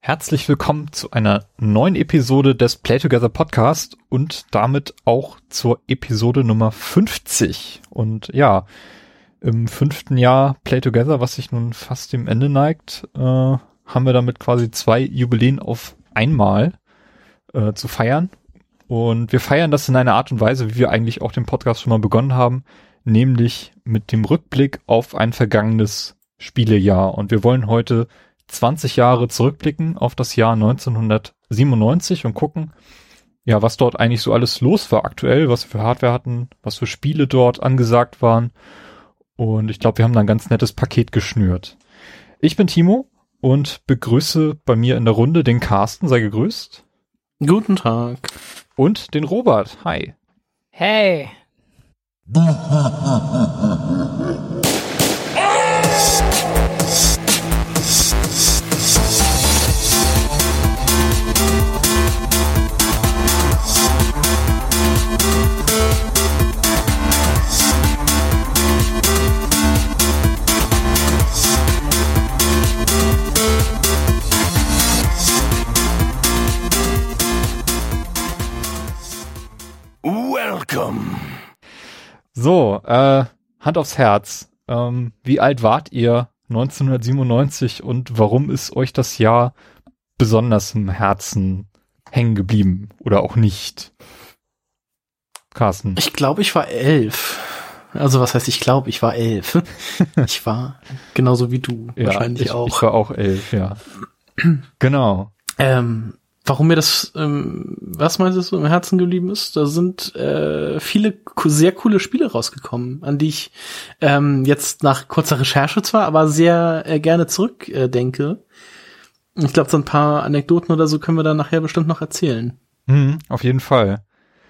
Herzlich willkommen zu einer neuen Episode des Play Together Podcast und damit auch zur Episode Nummer 50. Und ja, im 5. Jahr Play Together, was sich nun fast dem Ende neigt, haben wir damit quasi 2 Jubiläen auf einmal zu feiern. Und wir feiern das in einer Art und Weise, wie wir eigentlich auch den Podcast schon mal begonnen haben, nämlich mit dem Rückblick auf ein vergangenes Spielejahr. Und wir wollen heute 20 Jahre zurückblicken auf das Jahr 1997 und gucken, ja, was dort eigentlich so alles los war aktuell, was wir für Hardware hatten, was für Spiele dort angesagt waren. Und ich glaube, wir haben da ein ganz nettes Paket geschnürt. Ich bin Timo und begrüße bei mir in der Runde den Carsten, sei gegrüßt. Guten Tag. Und den Robert, hi. Hey. Welcome. So, Hand aufs Herz. Wie alt wart ihr 1997 und warum ist euch das Jahr besonders im Herzen hängen geblieben oder auch nicht? Carsten. Ich glaube, ich war 11. Also was heißt ich glaube, ich war 11. Ich war genauso wie du wahrscheinlich auch. Ich war auch 11, ja. Genau. Warum mir das, was meinst du, im Herzen geblieben ist? Da sind viele sehr coole Spiele rausgekommen, an die ich jetzt nach kurzer Recherche zwar, aber sehr gerne zurückdenke. Ich glaube, so ein paar Anekdoten oder so können wir dann nachher bestimmt noch erzählen. Auf jeden Fall.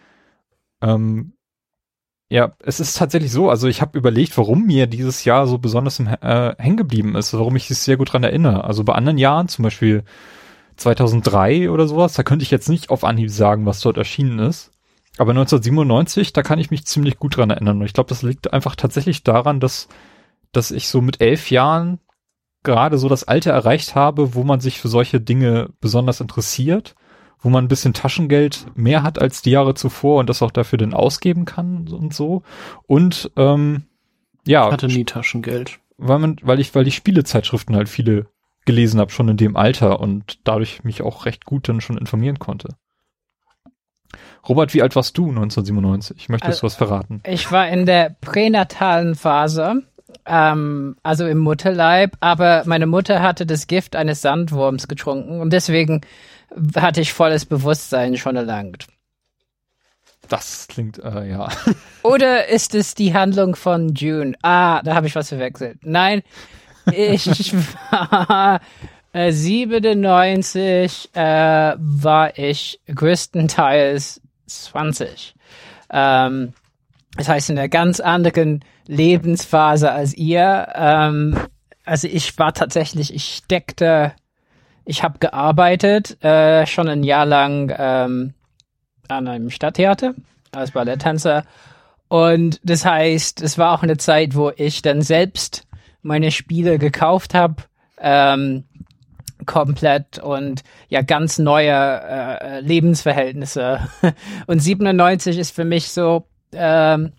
Ja, es ist tatsächlich so, also ich habe überlegt, warum mir dieses Jahr so besonders hängen geblieben ist, warum ich es sehr gut dran erinnere. Also bei anderen Jahren, zum Beispiel 2003 oder sowas, da könnte ich jetzt nicht auf Anhieb sagen, was dort erschienen ist. Aber 1997, da kann ich mich ziemlich gut dran erinnern. Und ich glaube, das liegt einfach tatsächlich daran, dass ich so mit 11 Jahren gerade so das Alter erreicht habe, wo man sich für solche Dinge besonders interessiert, wo man ein bisschen Taschengeld mehr hat als die Jahre zuvor und das auch dafür dann ausgeben kann und so. Und ja. Ich hatte nie Taschengeld. Weil ich Spielezeitschriften halt viele gelesen habe, schon in dem Alter und dadurch mich auch recht gut dann schon informieren konnte. Robert, wie alt warst du 1997? Möchtest du was verraten? Ich war in der pränatalen Phase, also im Mutterleib, aber meine Mutter hatte das Gift eines Sandwurms getrunken und deswegen hatte ich volles Bewusstsein schon erlangt. Das klingt, ja. Oder ist es die Handlung von June? Da habe ich was verwechselt. Nein, ich war 97, war ich größtenteils 20. Das heißt, in einer ganz anderen Lebensphase als ihr. Also ich war tatsächlich, ich habe gearbeitet, schon ein Jahr lang an einem Stadttheater als Balletttänzer. Und das heißt, es war auch eine Zeit, wo ich dann selbst meine Spiele gekauft habe, komplett und ja, ganz neue Lebensverhältnisse. Und 97 ist für mich so ein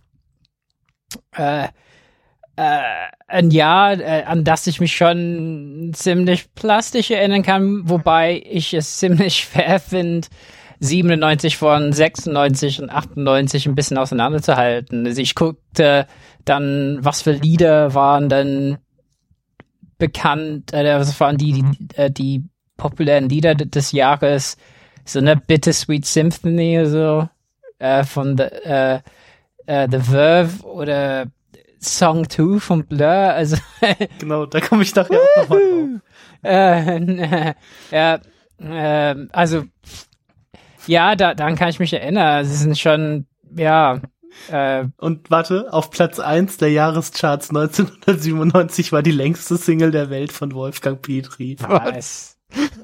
Jahr, an das ich mich schon ziemlich plastisch erinnern kann, wobei ich es ziemlich fair finde, 97 von 96 und 98 ein bisschen auseinanderzuhalten. Also ich guckte dann, was für Lieder waren dann bekannt, was waren die populären Lieder des Jahres, so eine Bittersweet Symphony oder so, von The Verve oder Song 2 von Blur, also genau, da komme ich nachher auch nochmal drauf. Also ja, daran kann ich mich erinnern. Sie sind schon, ja. Und warte, auf Platz 1 der Jahrescharts 1997 war die längste Single der Welt von Wolfgang Petri. Was?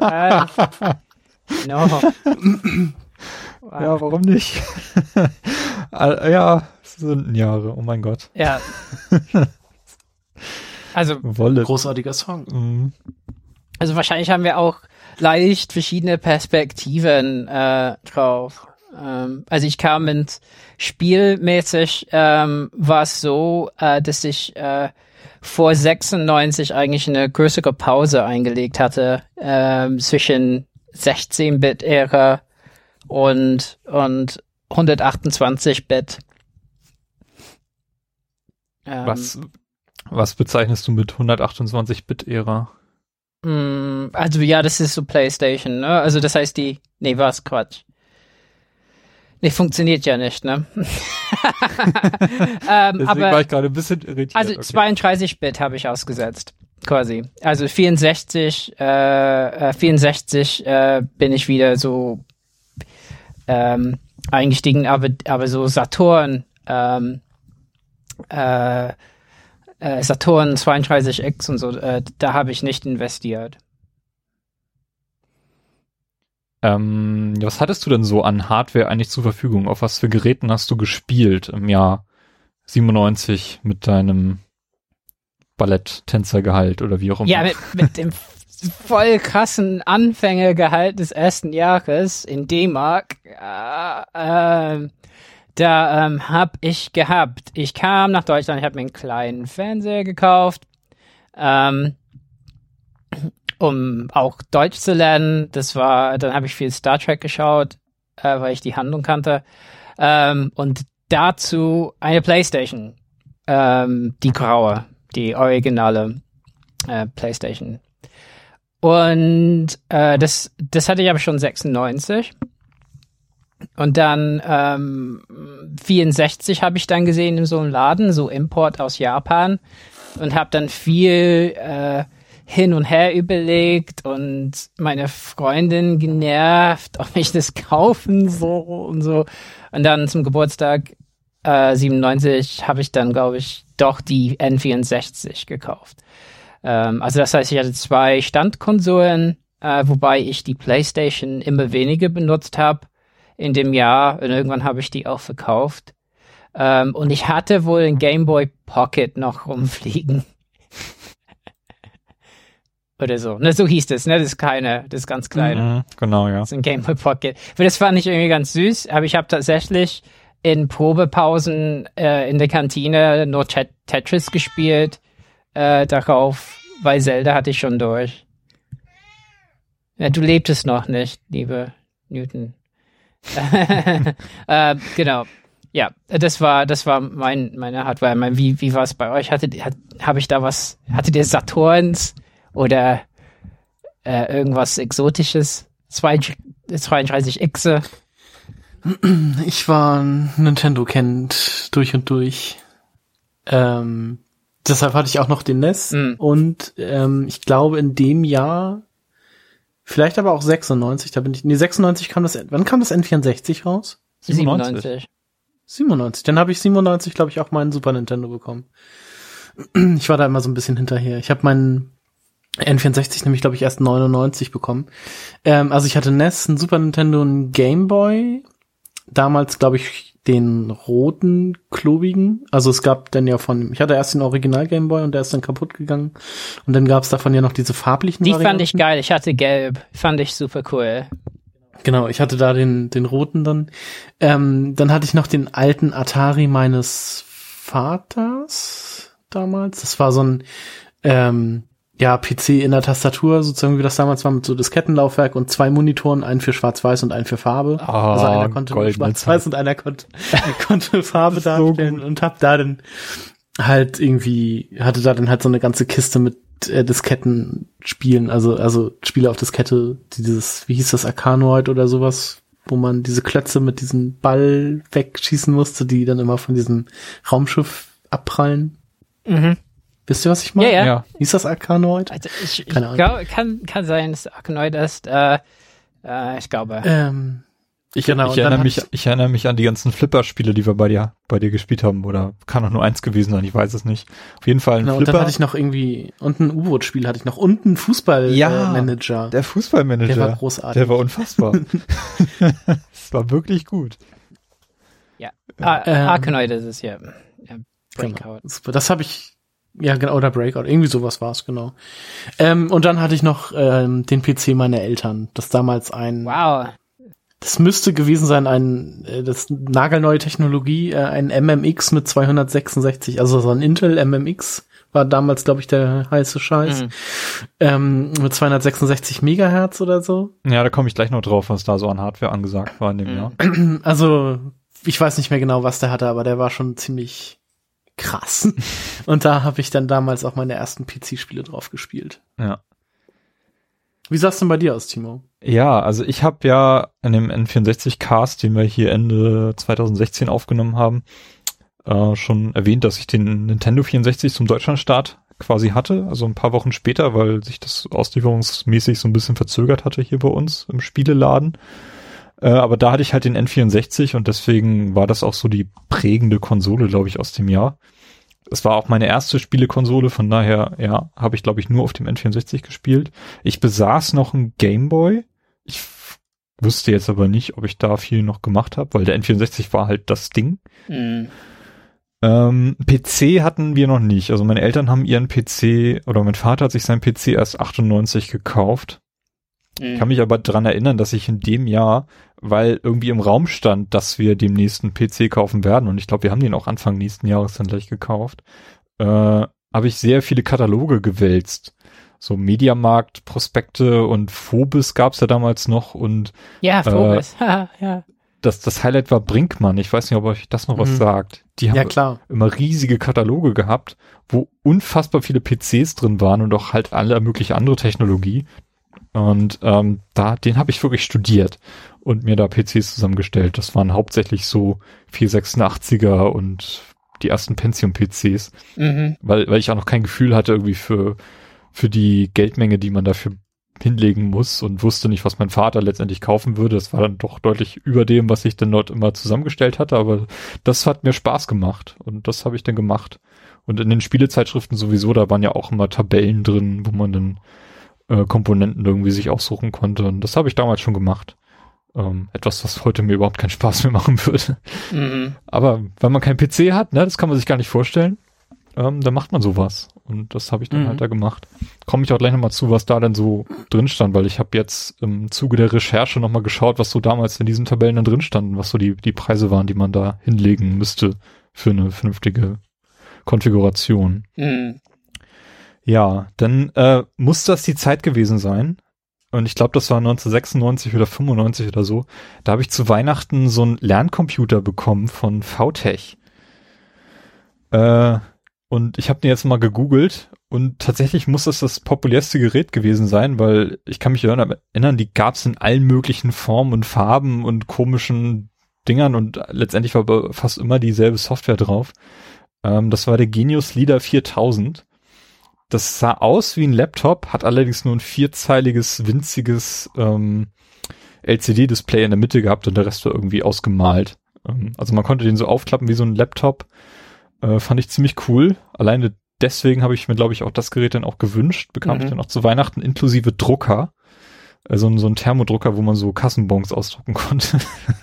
No. Ja, warum nicht? Ja, es sind Jahre, oh mein Gott. Ja. Also, Wolle. Großartiger Song. Mhm. Also wahrscheinlich haben wir auch leicht verschiedene Perspektiven drauf. Also ich kam mit spielmäßig war es so, dass ich vor 96 eigentlich eine größere Pause eingelegt hatte zwischen 16-Bit-Ära und 128-Bit. Was bezeichnest du mit 128-Bit-Ära? Also ja, das ist so PlayStation, ne? Also das heißt was, Quatsch. Nee, funktioniert ja nicht, ne? Deswegen aber, war ich gerade ein bisschen irritiert. Also 32-Bit habe ich ausgesetzt, quasi. Also 64 bin ich wieder so eingestiegen, aber so Saturn Saturn 32X und so, da habe ich nicht investiert. Was hattest du denn so an Hardware eigentlich zur Verfügung? Auf was für Geräten hast du gespielt im Jahr 97 mit deinem Balletttänzergehalt oder wie auch immer? Ja, mit dem voll krassen Anfängergehalt des ersten Jahres in D-Mark, hab ich gehabt. Ich kam nach Deutschland, ich habe mir einen kleinen Fernseher gekauft, um auch Deutsch zu lernen. Dann habe ich viel Star Trek geschaut, weil ich die Handlung kannte. Und dazu eine PlayStation, die graue, die originale PlayStation. Und das hatte ich aber schon 96. Und dann 64 habe ich dann gesehen in so einem Laden, so Import aus Japan, und habe dann viel hin und her überlegt und meine Freundin genervt, ob ich das kaufen soll und so. Und dann zum Geburtstag 97 habe ich dann, glaube ich, doch die N64 gekauft. Also das heißt, ich hatte 2 Standkonsolen, wobei ich die PlayStation immer weniger benutzt habe in dem Jahr, und irgendwann habe ich die auch verkauft. Und ich hatte wohl ein Game Boy Pocket noch rumfliegen. Oder so. Ne, so hieß das, ne? Das ist ganz kleine. Mhm, genau, ja. Das ist ein Game Boy Pocket. Aber das fand ich irgendwie ganz süß, aber ich habe tatsächlich in Probepausen in der Kantine nur Tetris gespielt darauf, weil Zelda hatte ich schon durch. Ja, du lebtest noch nicht, liebe Newton. Genau. Ja, das war meine Hardware. Wie war es bei euch? Hattet ihr Saturns oder irgendwas Exotisches? 32X? Ich war ein Nintendo-Kind durch und durch. Deshalb hatte ich auch noch den NES und ich glaube in dem Jahr, vielleicht aber auch 96, 96 kam wann kam das N64 raus? 97. 97, dann habe ich 97, glaube ich, auch meinen Super Nintendo bekommen. Ich war da immer so ein bisschen hinterher. Ich habe meinen N64 nämlich, glaube ich, erst 99 bekommen. Also ich hatte NES, einen Super Nintendo, einen Game Boy. Damals, glaube ich, den roten, klobigen. Also es gab dann ja ich hatte erst den Original Game Boy und der ist dann kaputt gegangen. Und dann gab es davon ja noch diese farblichen Die Varianten. fand ich geil. Ich hatte gelb. Fand ich super cool. Genau, ich hatte da den roten dann. Dann hatte ich noch den alten Atari meines Vaters damals. Das war so ein PC in der Tastatur, sozusagen wie das damals war, mit so Diskettenlaufwerk und 2 Monitoren, einen für Schwarz-Weiß und einen für Farbe. Also einer konnte nur Schwarz-Weiß und einer konnte Farbe darstellen und hatte da dann halt so eine ganze Kiste mit Diskettenspielen, also Spiele auf Diskette, dieses, wie hieß das, Arkanoid oder sowas, wo man diese Klötze mit diesem Ball wegschießen musste, die dann immer von diesem Raumschiff abprallen. Mhm. Wisst ihr, was ich meine? Ja, ja. Hieß das Arkanoid? Also ich glaube, kann sein, dass Arkanoid ist. Ich glaube. Ich erinnere mich an die ganzen Flipper-Spiele, die wir bei dir gespielt haben. Oder kann auch nur eins gewesen sein, ich weiß es nicht. Auf jeden Fall ein Flipper. Und dann hatte ich noch und ein U-Boot-Spiel hatte ich noch. Und ein Fußballmanager. Der Fußballmanager. Der war großartig. Der war unfassbar. Das war wirklich gut. Ja, Arkanoid ist es ja. Genau. Super. Das habe ich Ja, genau, oder Breakout, irgendwie sowas war's, genau. Und dann hatte ich noch den PC meiner Eltern, das damals das müsste gewesen sein, das nagelneue Technologie, ein MMX mit 266, also so ein Intel MMX war damals, glaube ich, der heiße Scheiß, mit 266 Megahertz oder so. Ja, da komme ich gleich noch drauf, was da so an Hardware angesagt war in dem Jahr. Also, ich weiß nicht mehr genau, was der hatte, aber der war schon ziemlich krass. Und da habe ich dann damals auch meine ersten PC-Spiele drauf gespielt. Ja. Wie sah's denn bei dir aus, Timo? Ja, also ich habe ja in dem N64-Cast, den wir hier Ende 2016 aufgenommen haben, schon erwähnt, dass ich den Nintendo 64 zum Deutschlandstart quasi hatte, also ein paar Wochen später, weil sich das auslieferungsmäßig so ein bisschen verzögert hatte hier bei uns im Spieleladen. Aber da hatte ich halt den N64 und deswegen war das auch so die prägende Konsole, glaube ich, aus dem Jahr. Es war auch meine erste Spielekonsole, von daher, ja, habe ich, glaube ich, nur auf dem N64 gespielt. Ich besaß noch einen Gameboy. Ich wüsste jetzt aber nicht, ob ich da viel noch gemacht habe, weil der N64 war halt das Ding. PC hatten wir noch nicht. Also meine Eltern haben ihren PC, oder mein Vater hat sich seinen PC erst 98 gekauft. Ich kann mich aber dran erinnern, dass ich in dem Jahr, weil irgendwie im Raum stand, dass wir demnächst einen PC kaufen werden, und ich glaube, wir haben den auch Anfang nächsten Jahres dann gleich gekauft, habe ich sehr viele Kataloge gewälzt. So Mediamarkt, Prospekte und Phobis gab's ja damals noch, und ja, Phobis, ja. Das Highlight war Brinkmann. Ich weiß nicht, ob euch das noch was sagt. Die haben immer riesige Kataloge gehabt, wo unfassbar viele PCs drin waren und auch halt alle mögliche andere Technologie. Und den habe ich wirklich studiert und mir da PCs zusammengestellt. Das waren hauptsächlich so 486er und die ersten Pentium-PCs, weil ich auch noch kein Gefühl hatte irgendwie für die Geldmenge, die man dafür hinlegen muss, und wusste nicht, was mein Vater letztendlich kaufen würde. Das war dann doch deutlich über dem, was ich dann dort immer zusammengestellt hatte, aber das hat mir Spaß gemacht und das habe ich dann gemacht. Und in den Spielezeitschriften sowieso, da waren ja auch immer Tabellen drin, wo man dann Komponenten irgendwie sich aussuchen konnte, und das habe ich damals schon gemacht. Etwas, was heute mir überhaupt keinen Spaß mehr machen würde. Aber wenn man keinen PC hat, ne, das kann man sich gar nicht vorstellen, dann macht man sowas. Und das habe ich dann halt da gemacht. Komme ich auch gleich nochmal zu, was da denn so drin stand, weil ich habe jetzt im Zuge der Recherche nochmal geschaut, was so damals in diesen Tabellen dann drin standen, was so die Preise waren, die man da hinlegen müsste für eine vernünftige Konfiguration. Ja, dann muss das die Zeit gewesen sein. Und ich glaube, das war 1996 oder 95 oder so. Da habe ich zu Weihnachten so einen Lerncomputer bekommen von VTech. Und ich habe den jetzt mal gegoogelt, und tatsächlich muss das populärste Gerät gewesen sein, weil ich kann mich erinnern, die gab es in allen möglichen Formen und Farben und komischen Dingern, und letztendlich war fast immer dieselbe Software drauf. Das war der Genius Leader 4000. Das sah aus wie ein Laptop, hat allerdings nur ein 4-zeiliges, winziges LCD-Display in der Mitte gehabt, und der Rest war irgendwie ausgemalt. Also man konnte den so aufklappen wie so ein Laptop. Fand ich ziemlich cool. Alleine deswegen habe ich mir, glaube ich, auch das Gerät dann auch gewünscht. Bekam ich dann auch zu Weihnachten inklusive Drucker. So ein Thermodrucker, wo man so Kassenbons ausdrucken konnte.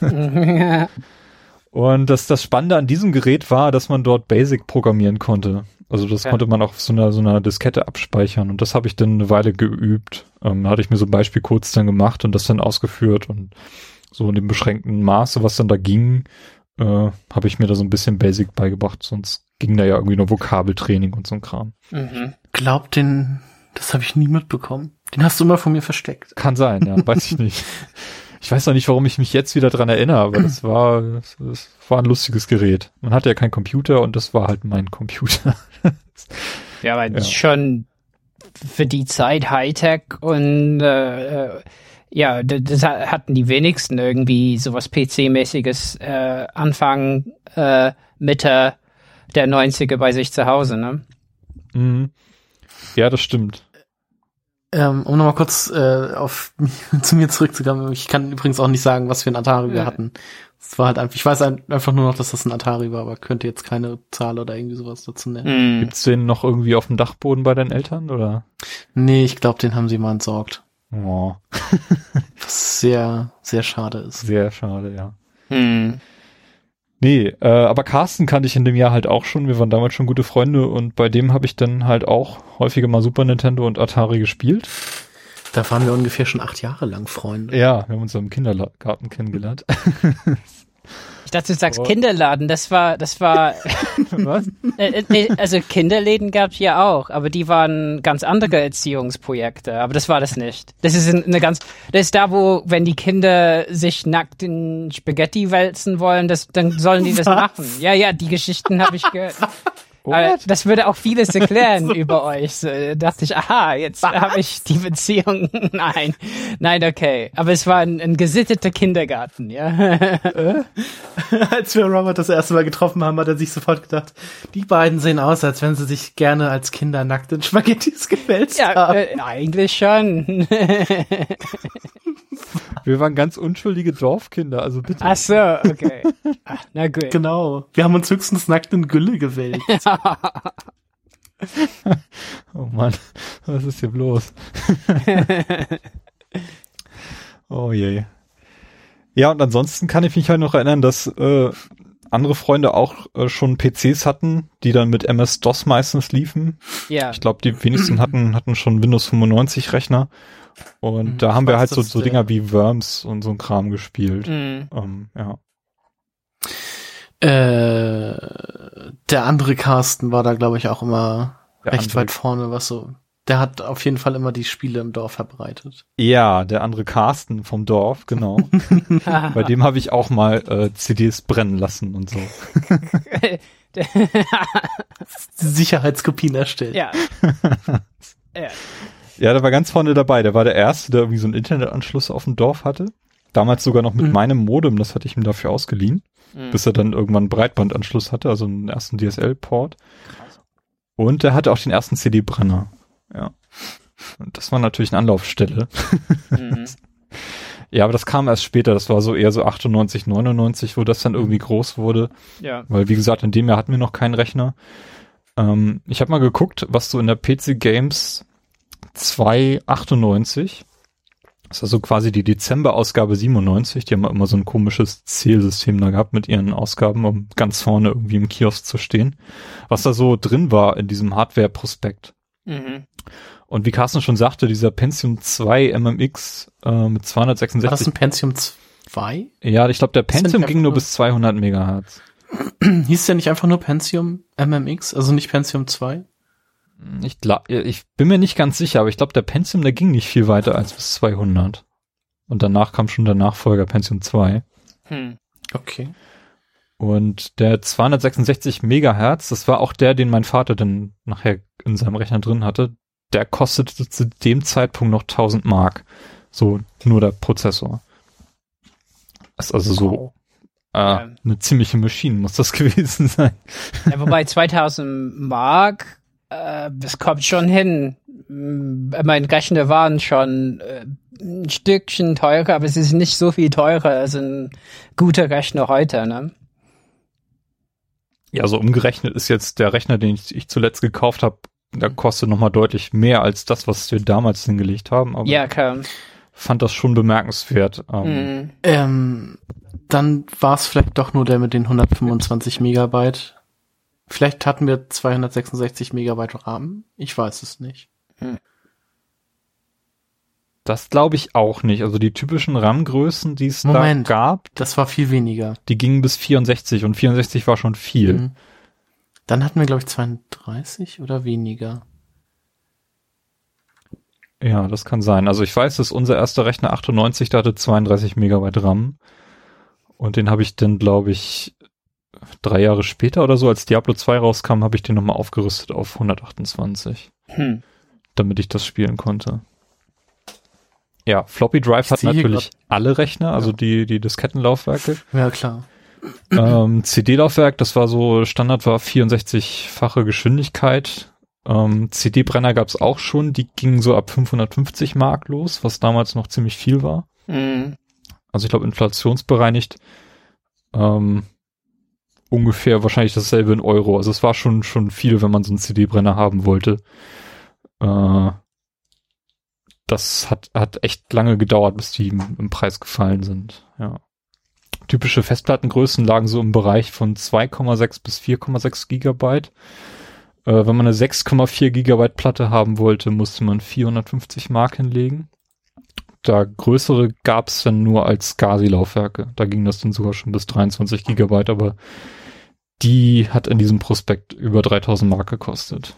Und das Spannende an diesem Gerät war, dass man dort Basic programmieren konnte. Also das konnte man auch auf so einer Diskette abspeichern, und das habe ich dann eine Weile geübt. Da hatte ich mir so Beispielcodes dann gemacht und das dann ausgeführt, und so in dem beschränkten Maße, was dann da ging, habe ich mir da so ein bisschen Basic beigebracht, sonst ging da ja irgendwie nur Vokabeltraining und so ein Kram. Das habe ich nie mitbekommen. Den hast du immer von mir versteckt. Kann sein, ja, weiß ich nicht. Ich weiß noch nicht, warum ich mich jetzt wieder dran erinnere, aber das war ein lustiges Gerät. Man hatte ja keinen Computer, und das war halt mein Computer. Ja, aber schon für die Zeit Hightech, und ja, das hatten die wenigsten irgendwie sowas PC-mäßiges Anfang, Mitte der 90er bei sich zu Hause, ne? Ja, das stimmt. Um nochmal kurz zu mir zurückzukommen, ich kann übrigens auch nicht sagen, was für ein Atari wir hatten. Es war halt einfach, ich weiß einfach nur noch, dass das ein Atari war, aber könnte jetzt keine Zahl oder irgendwie sowas dazu nennen. Gibt's den noch irgendwie auf dem Dachboden bei deinen Eltern, oder? Nee, ich glaube, den haben sie mal entsorgt. Oh. Was sehr, sehr schade ist. Sehr schade, ja. Nee, aber Carsten kannte ich in dem Jahr halt auch schon. Wir waren damals schon gute Freunde und bei dem habe ich dann halt auch häufiger mal Super Nintendo und Atari gespielt. Da waren wir ungefähr schon 8 Jahre lang Freunde. Ja, wir haben uns im Kindergarten kennengelernt. Ich dachte, du sagst Kinderladen, das war Was? also Kinderläden gab's ja auch, aber die waren ganz andere Erziehungsprojekte, aber das war das nicht. Das ist das ist da, wo, wenn die Kinder sich nackt in Spaghetti wälzen wollen, dann sollen die das machen. Ja, die Geschichten habe ich gehört. Das würde auch vieles erklären über euch. So, dachte ich, aha, jetzt habe ich die Beziehung. Nein, okay. Aber es war ein gesitteter Kindergarten, ja. Als wir Robert das erste Mal getroffen haben, hat er sich sofort gedacht, die beiden sehen aus, als wenn sie sich gerne als Kinder nackt in Spaghettis gewälzt haben. Eigentlich schon. Wir waren ganz unschuldige Dorfkinder, also bitte. Ach so, okay. Ach, na gut. Genau. Wir haben uns höchstens nackt in Gülle gewälzt. Oh Mann, was ist hier bloß? Oh je. Ja, und ansonsten kann ich mich halt noch erinnern, dass andere Freunde auch schon PCs hatten, die dann mit MS-DOS meistens liefen. Ja. Ich glaube, die wenigsten hatten schon Windows 95 Rechner. Und da haben wir halt so Dinger wie Worms und so ein Kram gespielt. Ja. Der andere Carsten war da, glaube ich, auch immer recht weit vorne, was so. Der hat auf jeden Fall immer die Spiele im Dorf verbreitet. Ja, der andere Carsten vom Dorf, genau. Bei dem habe ich auch mal CDs brennen lassen und so. Sicherheitskopien erstellt. Ja. Ja, der war ganz vorne dabei. Der war der Erste, der irgendwie so einen Internetanschluss auf dem Dorf hatte. Damals sogar noch mit meinem Modem, das hatte ich ihm dafür ausgeliehen. Bis er dann irgendwann einen Breitbandanschluss hatte, also einen ersten DSL-Port. Und der hatte auch den ersten CD-Brenner. Ja. Und das war natürlich eine Anlaufstelle. Ja, aber das kam erst später. Das war so eher so 98, 99, wo das dann irgendwie groß wurde. Ja. Weil, wie gesagt, in dem Jahr hatten wir noch keinen Rechner. Ich habe mal geguckt, was so in der PC Games 298, das ist also quasi die Dezember-Ausgabe 97, die haben immer so ein komisches Zählsystem da gehabt mit ihren Ausgaben, um ganz vorne irgendwie im Kiosk zu stehen, was da so drin war in diesem Hardware-Prospekt. Und wie Carsten schon sagte, dieser Pentium 2 MMX mit 266... War das ein Pentium 2? Ja, ich glaube, der Pentium ging nur bis 200 Megahertz. Hieß der nicht einfach nur Pentium MMX, also nicht Pentium 2? Ich bin mir nicht ganz sicher, aber ich glaube, der Pentium, der ging nicht viel weiter als bis 200. Und danach kam schon der Nachfolger Pentium 2. Okay. Und der 266 Megahertz, das war auch der, den mein Vater dann nachher in seinem Rechner drin hatte, der kostete zu dem Zeitpunkt noch 1000 Mark. So, nur der Prozessor. Das ist also so eine ziemliche Maschine muss das gewesen sein. Ja, wobei 2000 Mark, das kommt schon hin. Meine Rechner waren schon ein Stückchen teurer, aber es ist nicht so viel teurer als ein guter Rechner heute, ne? Ja, so umgerechnet ist jetzt der Rechner, den ich zuletzt gekauft habe, der kostet nochmal deutlich mehr als das, was wir damals hingelegt haben. Aber ja, klar. Fand das schon bemerkenswert. Dann war es vielleicht doch nur der mit den 125 Megabyte. Vielleicht hatten wir 266 Megabyte RAM. Ich weiß es nicht. Das glaube ich auch nicht. Also die typischen RAM-Größen, die es da gab. Das war viel weniger. Die gingen bis 64 und 64 war schon viel. Dann hatten wir, glaube ich, 32 oder weniger. Ja, das kann sein. Also ich weiß, dass unser erster Rechner 98, da hatte 32 Megabyte RAM. Und den habe ich dann, glaube ich, 3 Jahre später oder so, als Diablo 2 rauskam, habe ich den nochmal aufgerüstet auf 128. Damit ich das spielen konnte. Ja, Floppy Drive hat natürlich alle Rechner, also die Diskettenlaufwerke. Ja, klar. CD-Laufwerk, das war so, Standard war 64-fache Geschwindigkeit. CD-Brenner gab es auch schon, die gingen so ab 550 Mark los, was damals noch ziemlich viel war. Also ich glaube inflationsbereinigt ungefähr wahrscheinlich dasselbe in Euro. Also es war schon viel, wenn man so einen CD-Brenner haben wollte. Das hat echt lange gedauert, bis die im Preis gefallen sind. Ja. typische Festplattengrößen lagen so im Bereich von 2,6 bis 4,6 Gigabyte. Wenn man eine 6,4 Gigabyte Platte haben wollte, musste man 450 Mark hinlegen. Da größere gab es dann nur als SCSI-Laufwerke. Da ging das dann sogar schon bis 23 Gigabyte, aber die hat in diesem Prospekt über 3000 Mark gekostet.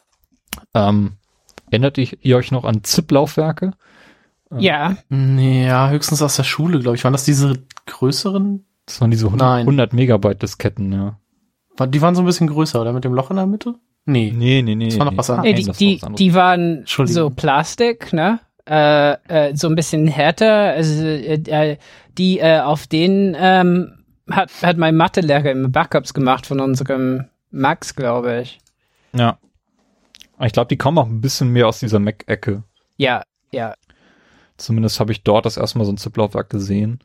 Erinnert ihr euch noch an ZIP-Laufwerke? Ja. Ja, höchstens aus der Schule, glaube ich. Waren das diese größeren? Das waren diese 100 Megabyte Disketten, ja. Die waren so ein bisschen größer, oder? Mit dem Loch in der Mitte? Nee. Nee. Das war noch was anderes. Die waren so Plastik, ne? So ein bisschen härter. Also, auf denen hat mein Mathelehrer immer Backups gemacht von unserem Max, glaube ich. Ja. Ich glaube, die kommen auch ein bisschen mehr aus dieser Mac-Ecke. Ja. Zumindest habe ich dort das erste Mal so ein ZIP-Laufwerk gesehen.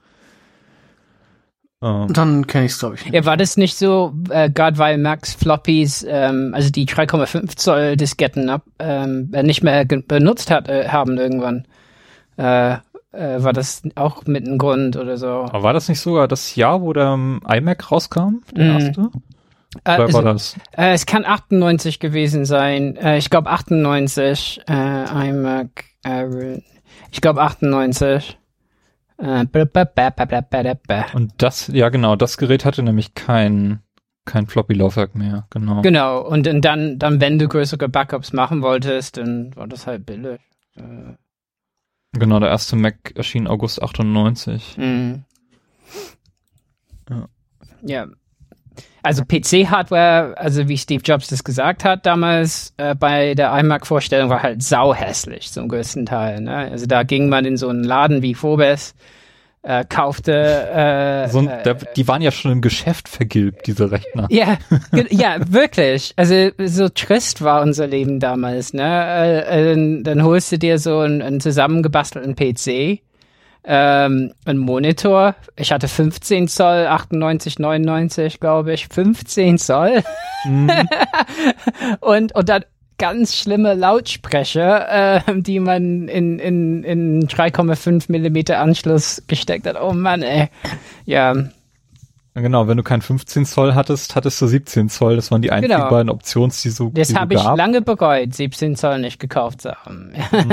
Dann kenne ich es, glaube ich, nicht. Ja, war das nicht so, gerade weil Max Floppies, also die 3,5 Zoll Disketten nicht mehr benutzt haben irgendwann. War das auch mit einem Grund oder so? Aber war das nicht sogar das Jahr, wo der iMac rauskam? Der erste? Oder war das? Es kann 98 gewesen sein. Ich glaube 98. iMac. Ich glaube 98. Und das, ja genau, das Gerät hatte nämlich kein Floppy-Laufwerk mehr, genau. Genau, und dann, wenn du größere Backups machen wolltest, dann war das halt billig. Genau, der erste Mac erschien August 98. Mhm. Ja. Also PC-Hardware, also wie Steve Jobs das gesagt hat damals bei der iMac-Vorstellung, war halt sauhässlich zum größten Teil. Ne? Also da ging man in so einen Laden wie Phobes, kaufte... die waren ja schon im Geschäft vergilbt, diese Rechner. Ja, wirklich. Also so trist war unser Leben damals. Ne? Dann holst du dir so einen zusammengebastelten PC, ein Monitor. Ich hatte 15 Zoll, 98, 99, glaube ich. 15 Zoll. Mhm. und dann ganz schlimme Lautsprecher, die man in 3,5 Millimeter Anschluss gesteckt hat. Oh Mann, ey. Ja. Genau, wenn du kein 15 Zoll hattest du 17 Zoll. Das waren die einzigen beiden Optionen, die so Das habe ich lange bereut, 17 Zoll nicht gekauft zu haben.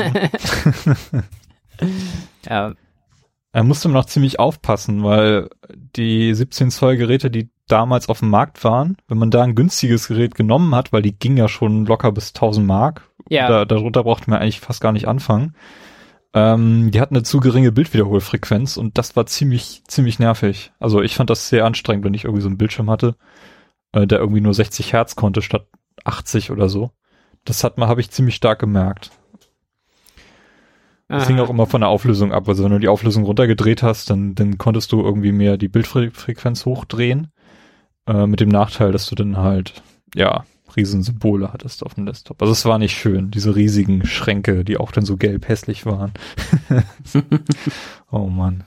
Ja. Da musste man noch ziemlich aufpassen, weil die 17 Zoll Geräte, die damals auf dem Markt waren, wenn man da ein günstiges Gerät genommen hat, weil die ging ja schon locker bis 1000 Mark, darunter brauchte man eigentlich fast gar nicht anfangen, die hatten eine zu geringe Bildwiederholfrequenz und das war ziemlich nervig. Also ich fand das sehr anstrengend, wenn ich irgendwie so einen Bildschirm hatte, der irgendwie nur 60 Hertz konnte statt 80 oder so. Das habe ich ziemlich stark gemerkt. Das hing auch immer von der Auflösung ab. Also wenn du die Auflösung runtergedreht hast, dann konntest du irgendwie mehr die Bildfrequenz hochdrehen. Mit dem Nachteil, dass du dann halt, riesen Symbole hattest auf dem Desktop. Also es war nicht schön, diese riesigen Schränke, die auch dann so gelb hässlich waren. Oh Mann.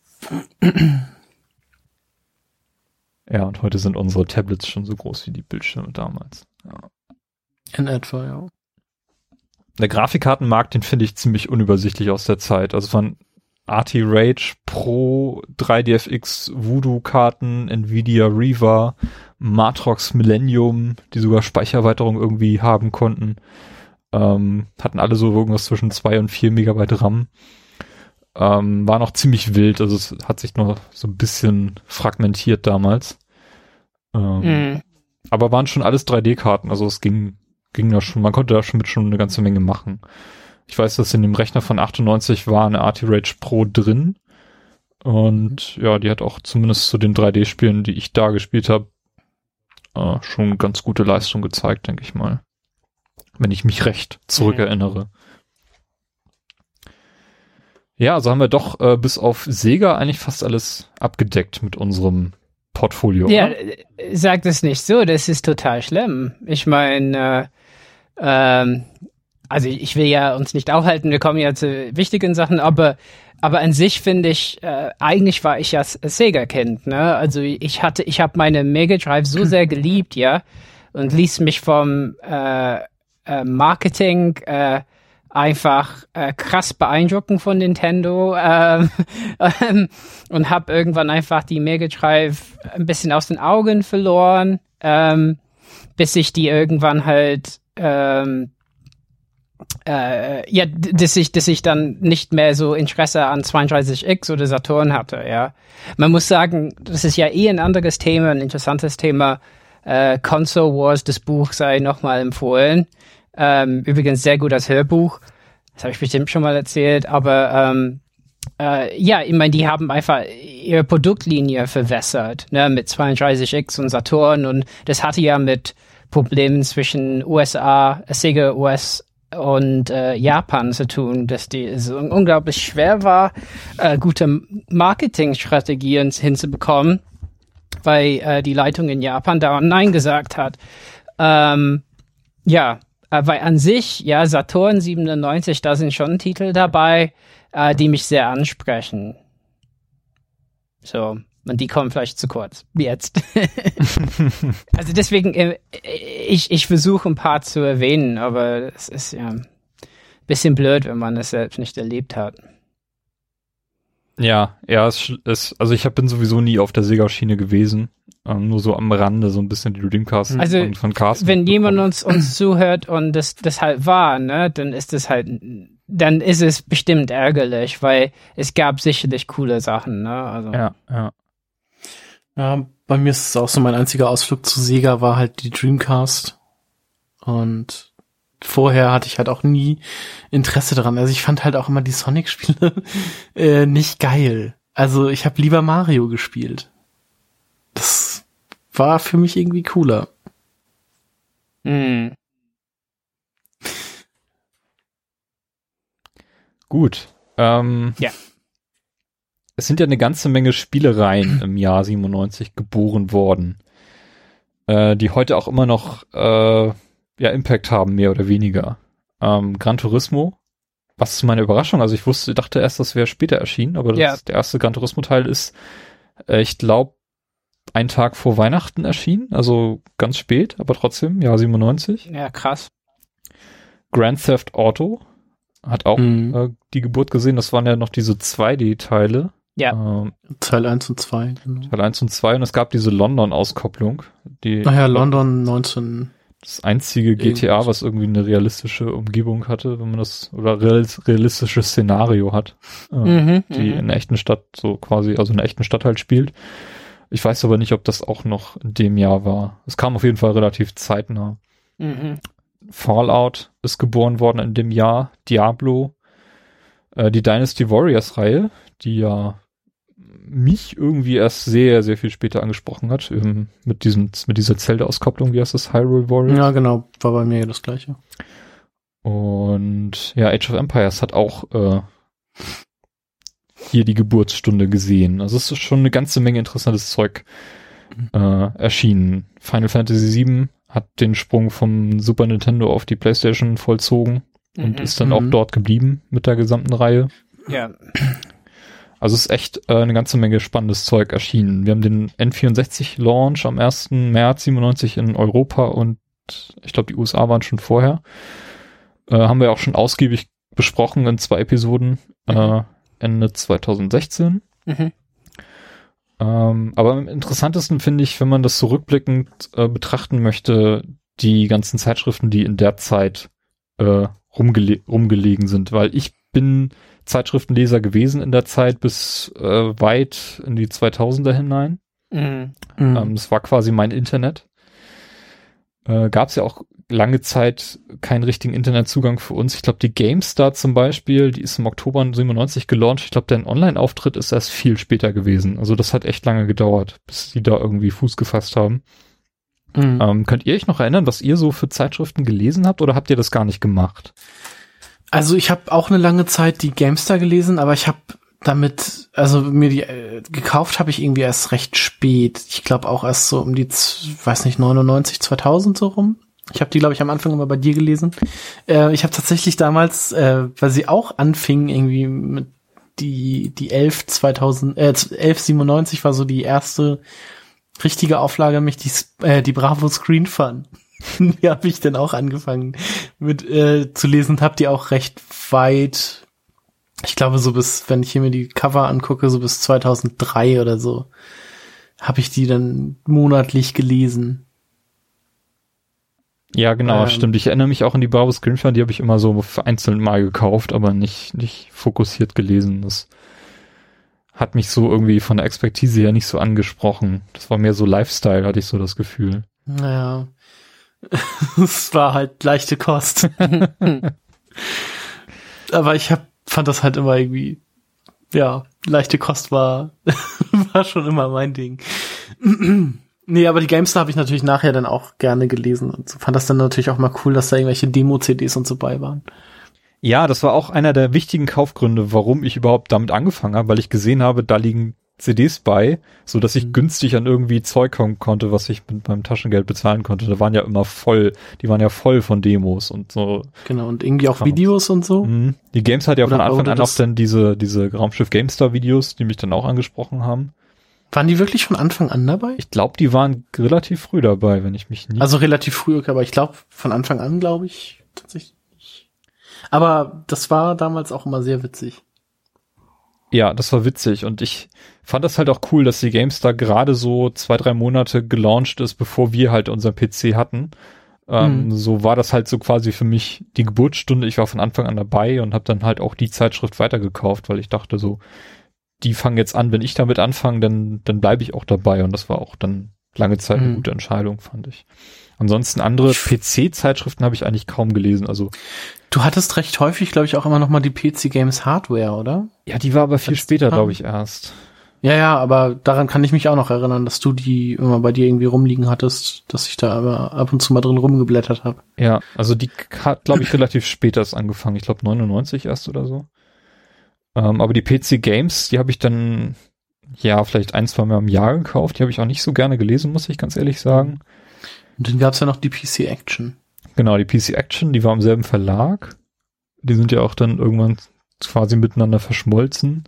Ja, und heute sind unsere Tablets schon so groß wie die Bildschirme damals. Ja. In etwa, ja. Der Grafikkartenmarkt, den finde ich ziemlich unübersichtlich aus der Zeit. Also von RT Rage, Pro, 3DFX, Voodoo-Karten, Nvidia Riva, Matrox Millennium, die sogar Speichererweiterung irgendwie haben konnten, hatten alle so irgendwas zwischen 2 und 4 Megabyte RAM. War noch ziemlich wild, also es hat sich noch so ein bisschen fragmentiert damals. Aber waren schon alles 3D-Karten, also es ging da schon, man konnte da schon eine ganze Menge machen. Ich weiß, dass in dem Rechner von 98 war eine RT Rage Pro drin und ja, die hat auch zumindest zu den 3D-Spielen, die ich da gespielt habe, schon ganz gute Leistung gezeigt, denke ich mal. Wenn ich mich recht zurückerinnere. Ja, also haben wir doch bis auf Sega eigentlich fast alles abgedeckt mit unserem Portfolio. Ja, oder? Sag das nicht so, das ist total schlimm. Ich meine, also ich will ja uns nicht aufhalten, wir kommen ja zu wichtigen Sachen, aber an sich finde ich, eigentlich war ich ja Sega-Kind, ne? Also ich habe meine Mega Drive so sehr geliebt, ja, und ließ mich vom Marketing einfach krass beeindruckend von Nintendo und habe irgendwann einfach die Mega Drive ein bisschen aus den Augen verloren, bis ich die irgendwann halt dass ich dann nicht mehr so Interesse an 32X oder Saturn hatte, ja. Man muss sagen, das ist ja ein anderes Thema, ein interessantes Thema. Console Wars, das Buch sei nochmal empfohlen. Übrigens sehr gut als Hörbuch. Das habe ich bestimmt schon mal erzählt, aber ich meine, die haben einfach ihre Produktlinie verwässert, ne, mit 32X und Saturn, und das hatte ja mit Problemen zwischen Sega US und Japan zu tun, dass es unglaublich schwer war, gute Marketingstrategien hinzubekommen, weil die Leitung in Japan dauernd Nein gesagt hat. Weil an sich, ja, Saturn 97, da sind schon Titel dabei, die mich sehr ansprechen. So, und die kommen vielleicht zu kurz, jetzt. Also deswegen, ich versuche ein paar zu erwähnen, aber es ist ja ein bisschen blöd, wenn man es selbst nicht erlebt hat. Ja, also ich bin sowieso nie auf der Sega-Schiene gewesen, nur so am Rande so ein bisschen die Dreamcast von Carsten. Wenn jemand uns zuhört und das halt war, ne, dann ist es bestimmt ärgerlich, weil es gab sicherlich coole Sachen, ne, also. Ja, bei mir ist es auch so, mein einziger Ausflug zu Sega war halt die Dreamcast, und vorher hatte ich halt auch nie Interesse daran. Also ich fand halt auch immer die Sonic-Spiele nicht geil. Also ich habe lieber Mario gespielt. Das war für mich irgendwie cooler. Gut. Ja. Es sind ja eine ganze Menge Spielereien im Jahr 97 geboren worden, die heute auch immer noch Impact haben, mehr oder weniger. Gran Turismo, was ist meine Überraschung? Also ich dachte erst, das wäre später erschienen, aber der erste Gran Turismo-Teil ist, ich glaube, einen Tag vor Weihnachten erschienen, also ganz spät, aber trotzdem, Jahr 97. Ja, krass. Grand Theft Auto hat auch die Geburt gesehen, das waren ja noch diese 2D-Teile. Ja. Teil 1 und 2. Genau. Teil 1 und 2, und es gab diese London-Auskopplung. London 19. Das einzige GTA, was irgendwie eine realistische Umgebung hatte, wenn man oder realistisches Szenario hat, die in einer echten Stadt so quasi, also in einer echten Stadt halt spielt. Ich weiß aber nicht, ob das auch noch in dem Jahr war. Es kam auf jeden Fall relativ zeitnah. Fallout ist geboren worden in dem Jahr. Diablo. Die Dynasty Warriors Reihe, die ja mich irgendwie erst sehr, sehr viel später angesprochen hat, mit dieser Zelda-Auskopplung, wie heißt das, Hyrule Warriors? Ja, genau, war bei mir das Gleiche. Und ja, Age of Empires hat auch hier die Geburtsstunde gesehen. Also es ist schon eine ganze Menge interessantes Zeug erschienen. Final Fantasy VII hat den Sprung vom Super Nintendo auf die PlayStation vollzogen und ist dann auch dort geblieben mit der gesamten Reihe. Ja. Also es ist echt eine ganze Menge spannendes Zeug erschienen. Wir haben den N64-Launch am 1. März 97 in Europa, und ich glaube, die USA waren schon vorher. Haben wir auch schon ausgiebig besprochen in 2 Episoden Ende 2016. Aber am interessantesten finde ich, wenn man das so rückblickend betrachten möchte, die ganzen Zeitschriften, die in der Zeit rumgelegen sind, weil ich bin Zeitschriftenleser gewesen in der Zeit bis weit in die 2000er hinein. Das war quasi mein Internet. Gab es ja auch lange Zeit keinen richtigen Internetzugang für uns. Ich glaube, die GameStar zum Beispiel, die ist im Oktober 97 gelauncht. Ich glaube, deren Online-Auftritt ist erst viel später gewesen. Also das hat echt lange gedauert, bis die da irgendwie Fuß gefasst haben. Könnt ihr euch noch erinnern, was ihr so für Zeitschriften gelesen habt, oder habt ihr das gar nicht gemacht? Also ich habe auch eine lange Zeit die GameStar gelesen, aber ich habe damit, also mir die gekauft habe ich irgendwie erst recht spät. Ich glaube auch erst so um die, 99, 2000 so rum. Ich habe die, glaube ich, am Anfang immer bei dir gelesen. Ich habe tatsächlich damals, weil sie auch anfing irgendwie mit die 1197 war so die erste richtige Auflage, mich die Bravo Screen Fun. Die habe ich dann auch angefangen zu lesen und habe die auch recht weit, ich glaube so bis, wenn ich hier mir die Cover angucke, so bis 2003 oder so, habe ich die dann monatlich gelesen. Ja, genau, stimmt. Ich erinnere mich auch an die Barbara Scrimshaw, die habe ich immer so vereinzelt mal gekauft, aber nicht fokussiert gelesen. Das hat mich so irgendwie von der Expertise her nicht so angesprochen. Das war mehr so Lifestyle, hatte ich so das Gefühl. Naja, es war halt leichte Kost. Aber ich fand das halt immer irgendwie, ja, leichte Kost war schon immer mein Ding. Nee, aber die GameStar habe ich natürlich nachher dann auch gerne gelesen und so. Fand das dann natürlich auch mal cool, dass da irgendwelche Demo-CDs und so bei waren. Ja, das war auch einer der wichtigen Kaufgründe, warum ich überhaupt damit angefangen habe, weil ich gesehen habe, da liegen CDs bei, so dass ich günstig an irgendwie Zeug kommen konnte, was ich mit meinem Taschengeld bezahlen konnte. Da waren ja immer die waren ja voll von Demos und so. Genau, und irgendwie auch Videos und so. Die Games hat ja Oder von Anfang an auch dann diese Raumschiff GameStar Videos, die mich dann auch angesprochen haben. Waren die wirklich von Anfang an dabei? Ich glaube, die waren relativ früh dabei, wenn ich mich nicht... Also relativ früh, okay, aber ich glaube, von Anfang an glaube ich tatsächlich nicht. Aber das war damals auch immer sehr witzig. Ja, das war witzig und ich fand das halt auch cool, dass die GameStar gerade so 2-3 Monate gelauncht ist, bevor wir halt unseren PC hatten. So war das halt so quasi für mich die Geburtsstunde. Ich war von Anfang an dabei und habe dann halt auch die Zeitschrift weitergekauft, weil ich dachte so, die fangen jetzt an, wenn ich damit anfange, dann bleibe ich auch dabei und das war auch dann lange Zeit eine gute Entscheidung, fand ich. Ansonsten andere PC-Zeitschriften habe ich eigentlich kaum gelesen, also. Du hattest recht häufig, glaube ich, auch immer noch mal die PC Games Hardware, oder? Ja, die war aber viel später, glaube ich, erst. Ja, aber daran kann ich mich auch noch erinnern, dass du die immer bei dir irgendwie rumliegen hattest, dass ich da aber ab und zu mal drin rumgeblättert habe. Ja, also die hat, glaube ich, relativ spät erst angefangen. Ich glaube 99 erst oder so. Aber die PC Games, die habe ich dann, ja, vielleicht 1-2 Mal im Jahr gekauft. Die habe ich auch nicht so gerne gelesen, muss ich ganz ehrlich sagen. Und dann gab's ja noch die PC Action. Genau, die PC Action, die war im selben Verlag. Die sind ja auch dann irgendwann quasi miteinander verschmolzen.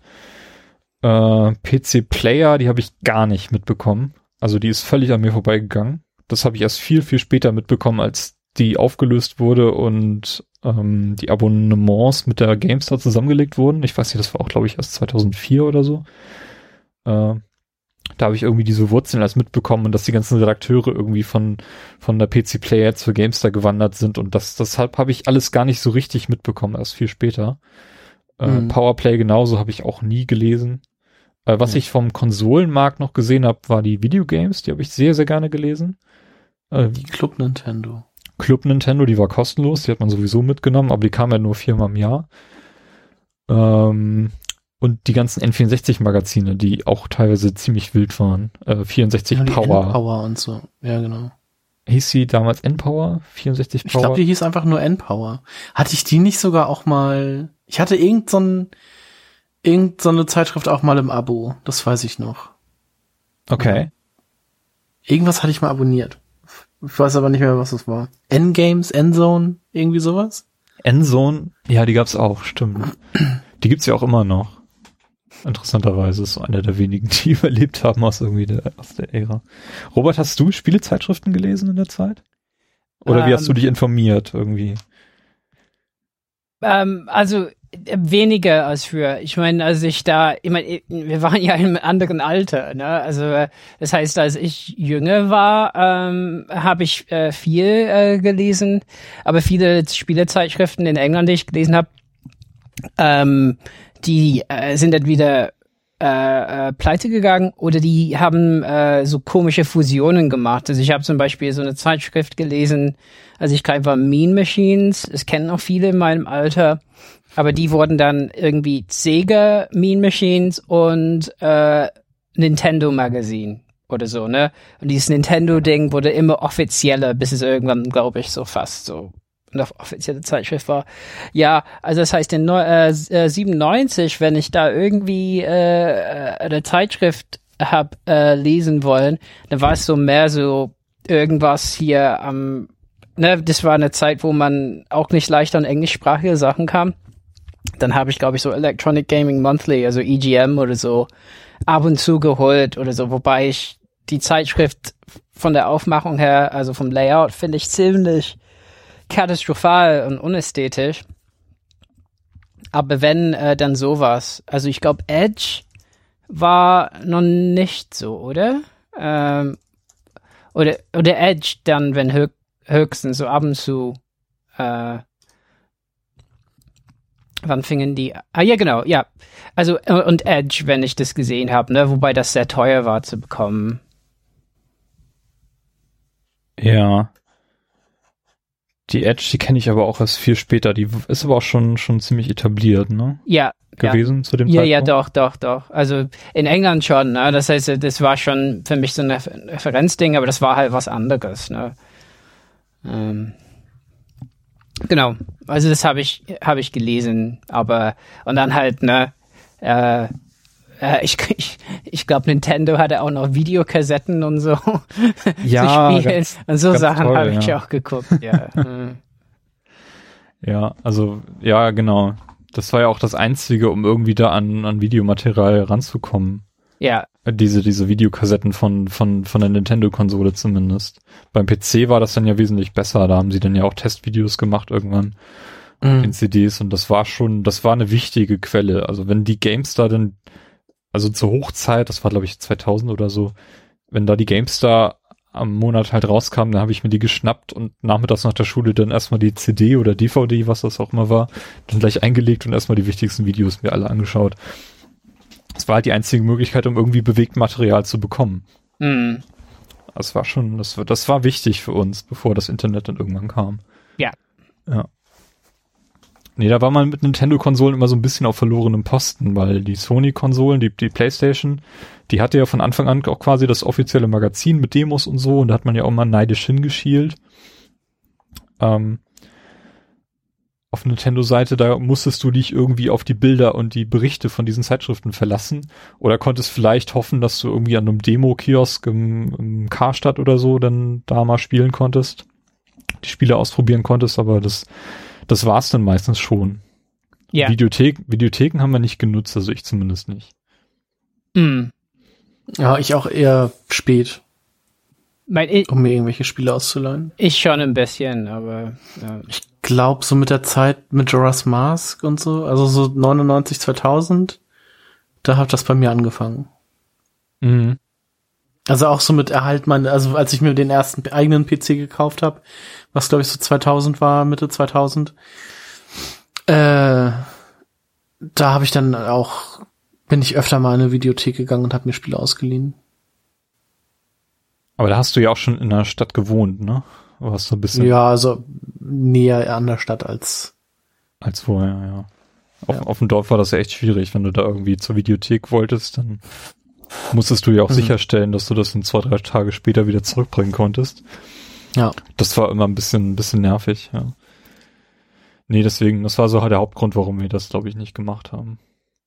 PC Player, die habe ich gar nicht mitbekommen. Also die ist völlig an mir vorbeigegangen. Das habe ich erst viel, viel später mitbekommen, als die aufgelöst wurde und die Abonnements mit der GameStar zusammengelegt wurden. Ich weiß nicht, das war auch, glaube ich, erst 2004 oder so. Da habe ich irgendwie diese Wurzeln erst mitbekommen und dass die ganzen Redakteure irgendwie von der PC Player zur GameStar gewandert sind und deshalb habe ich alles gar nicht so richtig mitbekommen, erst viel später. Powerplay genauso habe ich auch nie gelesen. Was ich vom Konsolenmarkt noch gesehen habe, war die Videogames, die habe ich sehr, sehr gerne gelesen. Die Club Nintendo. Club Nintendo, die war kostenlos, die hat man sowieso mitgenommen, aber die kam ja nur 4-mal im Jahr. Und die ganzen N64-Magazine, die auch teilweise ziemlich wild waren. 64 ja, Power. N-Power und so, ja genau. Hieß sie damals N-Power? 64 Power? Ich glaube, die hieß einfach nur N-Power. Hatte ich die nicht sogar auch mal... Ich hatte irgend so eine Zeitschrift auch mal im Abo, das weiß ich noch. Okay. Irgendwas hatte ich mal abonniert. Ich weiß aber nicht mehr, was es war. N-Games, N-Zone, irgendwie sowas? N-Zone, ja, die gab's auch, stimmt. Die gibt's ja auch immer noch. Interessanterweise ist so einer der wenigen, die überlebt haben aus der Ära. Robert, hast du Spielezeitschriften gelesen in der Zeit? Oder wie hast du dich informiert irgendwie? Also weniger als früher. Ich meine, wir waren ja in einem anderen Alter, ne? Also das heißt, als ich jünger war, habe ich viel gelesen, aber viele Spielezeitschriften in England, die ich gelesen habe, die sind dann wieder pleite gegangen oder die haben so komische Fusionen gemacht. Also ich habe zum Beispiel so eine Zeitschrift gelesen, als ich klein war, Mean Machines. Das kennen auch viele in meinem Alter. Aber die wurden dann irgendwie Sega Mean Machines und Nintendo Magazine oder so, ne? Und dieses Nintendo-Ding wurde immer offizieller, bis es irgendwann, glaube ich, so fast so eine offizielle Zeitschrift war. Ja, also das heißt in 97, wenn ich da irgendwie eine Zeitschrift hab lesen wollen, dann war es so mehr so irgendwas hier ne, das war eine Zeit, wo man auch nicht leicht an englischsprachige Sachen kam. Dann habe ich, glaube ich, so Electronic Gaming Monthly, also EGM oder so, ab und zu geholt oder so, wobei ich die Zeitschrift von der Aufmachung her, also vom Layout, finde ich ziemlich katastrophal und unästhetisch. Aber wenn, dann sowas. Also ich glaube, Edge war noch nicht so, oder? Oder Edge dann, wenn höchstens so ab und zu. Wann fingen die? Ah ja, genau, ja. Also und Edge, wenn ich das gesehen habe, ne, wobei das sehr teuer war zu bekommen. Ja. Die Edge, die kenne ich aber auch erst viel später. Die ist aber auch schon ziemlich etabliert, ne? Ja. Gewesen zu dem Ja, Zeitpunkt? ja, doch. Also in England schon, ne? Das heißt, das war schon für mich so ein Referenzding, aber das war halt was anderes, ne? Genau. Also das habe ich gelesen, aber und dann halt, ne? Ich glaube, Nintendo hatte auch noch Videokassetten und so Ja, zu spielen. Und so Sachen toll, habe ich ja. auch geguckt, ja. Ja, also, ja, genau. Das war ja auch das Einzige, um irgendwie da an Videomaterial ranzukommen. Ja. Diese Videokassetten von der Nintendo-Konsole zumindest. Beim PC war das dann ja wesentlich besser. Da haben sie dann ja auch Testvideos gemacht irgendwann in CDs und das war eine wichtige Quelle. Also wenn die GameStar dann, also zur Hochzeit, das war glaube ich 2000 oder so, wenn da die GameStar am Monat halt rauskam, dann habe ich mir die geschnappt und nachmittags nach der Schule dann erstmal die CD oder DVD, was das auch immer war, dann gleich eingelegt und erstmal die wichtigsten Videos mir alle angeschaut. Das war halt die einzige Möglichkeit, um irgendwie Bewegtmaterial zu bekommen. Mhm. Das war wichtig für uns, bevor das Internet dann irgendwann kam. Ja. Ja. Nee, da war man mit Nintendo-Konsolen immer so ein bisschen auf verlorenem Posten, weil die Sony-Konsolen, die PlayStation, die hatte ja von Anfang an auch quasi das offizielle Magazin mit Demos und so und da hat man ja auch mal neidisch hingeschielt. Auf Nintendo-Seite, da musstest du dich irgendwie auf die Bilder und die Berichte von diesen Zeitschriften verlassen oder konntest vielleicht hoffen, dass du irgendwie an einem Demo-Kiosk im Karstadt oder so dann da mal spielen konntest, die Spiele ausprobieren konntest, aber das war's dann meistens schon. Ja. Videotheken haben wir nicht genutzt, also ich zumindest nicht. Mhm. Ja, ich auch eher spät, Ich um mir irgendwelche Spiele auszuleihen. schon ein bisschen, aber Ich glaube, so mit der Zeit mit Majora's Mask und so, also so 99, 2000, da hat das bei mir angefangen. Mhm. Also auch so mit also als ich mir den ersten eigenen PC gekauft habe, was glaube ich so 2000 war, Mitte 2000, da habe ich dann auch, bin ich öfter mal in eine Videothek gegangen und habe mir Spiele ausgeliehen. Aber da hast du ja auch schon in der Stadt gewohnt, ne? Oder hast du ein bisschen Ja, also näher an der Stadt als vorher, ja. Auf dem Dorf war das ja echt schwierig, wenn du da irgendwie zur Videothek wolltest, dann musstest du ja auch sicherstellen, dass du das in 2-3 Tage später wieder zurückbringen konntest. ja. Das war immer ein bisschen nervig, ja. Nee, deswegen, das war so halt der Hauptgrund, warum wir das, glaube ich, nicht gemacht haben.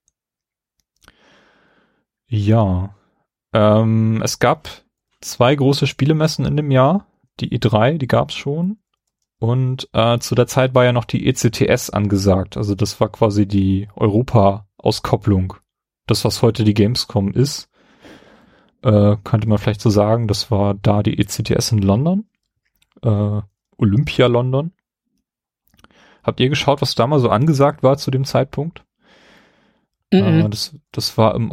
Ja. Es gab 2 große Spielemessen in dem Jahr. Die E3, die gab's schon. Und zu der Zeit war ja noch die ECTS angesagt. Also das war quasi die Europa-Auskopplung. Das, was heute die Gamescom ist. Könnte man vielleicht so sagen, das war da die ECTS in London. Olympia London. Habt ihr geschaut, was da mal so angesagt war zu dem Zeitpunkt? Das war im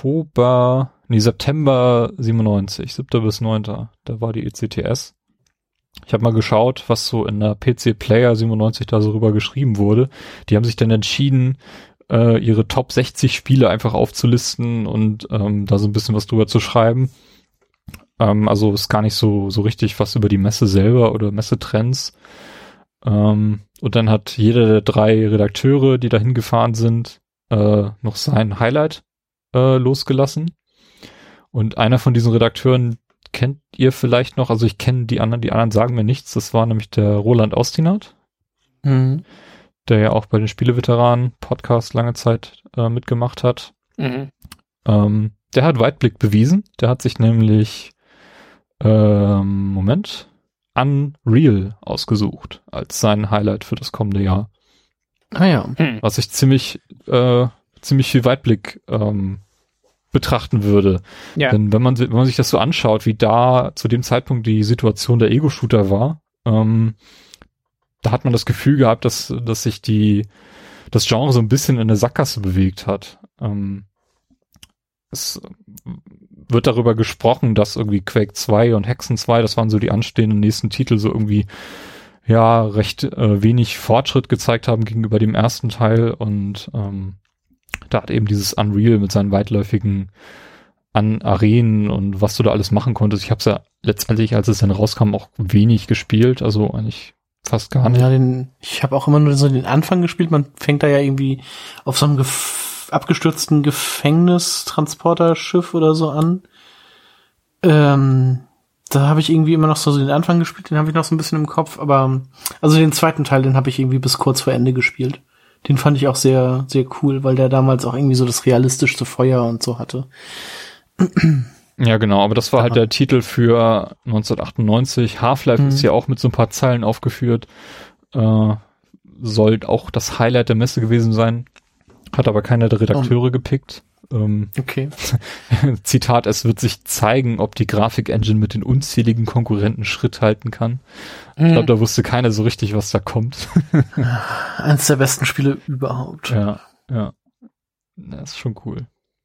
September 97, 7. bis 9. Da war die ECTS. Ich habe mal geschaut, was so in der PC Player 97 da so rüber geschrieben wurde. Die haben sich dann entschieden, ihre Top 60 Spiele einfach aufzulisten und da so ein bisschen was drüber zu schreiben. Also ist gar nicht so richtig was über die Messe selber oder Messetrends. Und dann hat jeder der 3 Redakteure, die da hingefahren sind, noch sein Highlight losgelassen. Und einer von diesen Redakteuren kennt ihr vielleicht noch, also ich kenne die anderen sagen mir nichts, das war nämlich der Roland Austinat, Mhm. der ja auch bei den Spieleveteranen-Podcast lange Zeit mitgemacht hat. Mhm. Der hat Weitblick bewiesen, der hat sich nämlich Unreal ausgesucht als sein Highlight für das kommende Jahr. Ah ja. Was ich ziemlich viel Weitblick betrachten würde. Ja. Denn wenn man sich das so anschaut, wie da zu dem Zeitpunkt die Situation der Ego-Shooter war, da hat man das Gefühl gehabt, dass sich das Genre so ein bisschen in der Sackgasse bewegt hat. Es wird darüber gesprochen, dass irgendwie Quake 2 und Hexen 2, das waren so die anstehenden nächsten Titel, so irgendwie ja recht wenig Fortschritt gezeigt haben gegenüber dem ersten Teil, und da hat eben dieses Unreal mit seinen weitläufigen Arenen und was du da alles machen konntest. Ich habe es ja letztendlich, als es dann rauskam, auch wenig gespielt, also eigentlich fast gar nicht. Ja, ich habe auch immer nur so den Anfang gespielt. Man fängt da ja irgendwie auf so einem abgestürzten Gefängnistransporterschiff oder so an. Da habe ich irgendwie immer noch so den Anfang gespielt, den habe ich noch so ein bisschen im Kopf, aber also den zweiten Teil, den habe ich irgendwie bis kurz vor Ende gespielt. Den fand ich auch sehr, sehr cool, weil der damals auch irgendwie so das realistischste Feuer und so hatte. Ja, genau, aber das war halt der Titel für 1998. Half-Life ist ja auch mit so ein paar Zeilen aufgeführt. Soll auch das Highlight der Messe gewesen sein. Hat aber keiner der Redakteure gepickt. Okay. Zitat, es wird sich zeigen, ob die Grafik-Engine mit den unzähligen Konkurrenten Schritt halten kann. Ich glaube, da wusste keiner so richtig, was da kommt. Eins der besten Spiele überhaupt. Ja. Das ist schon cool.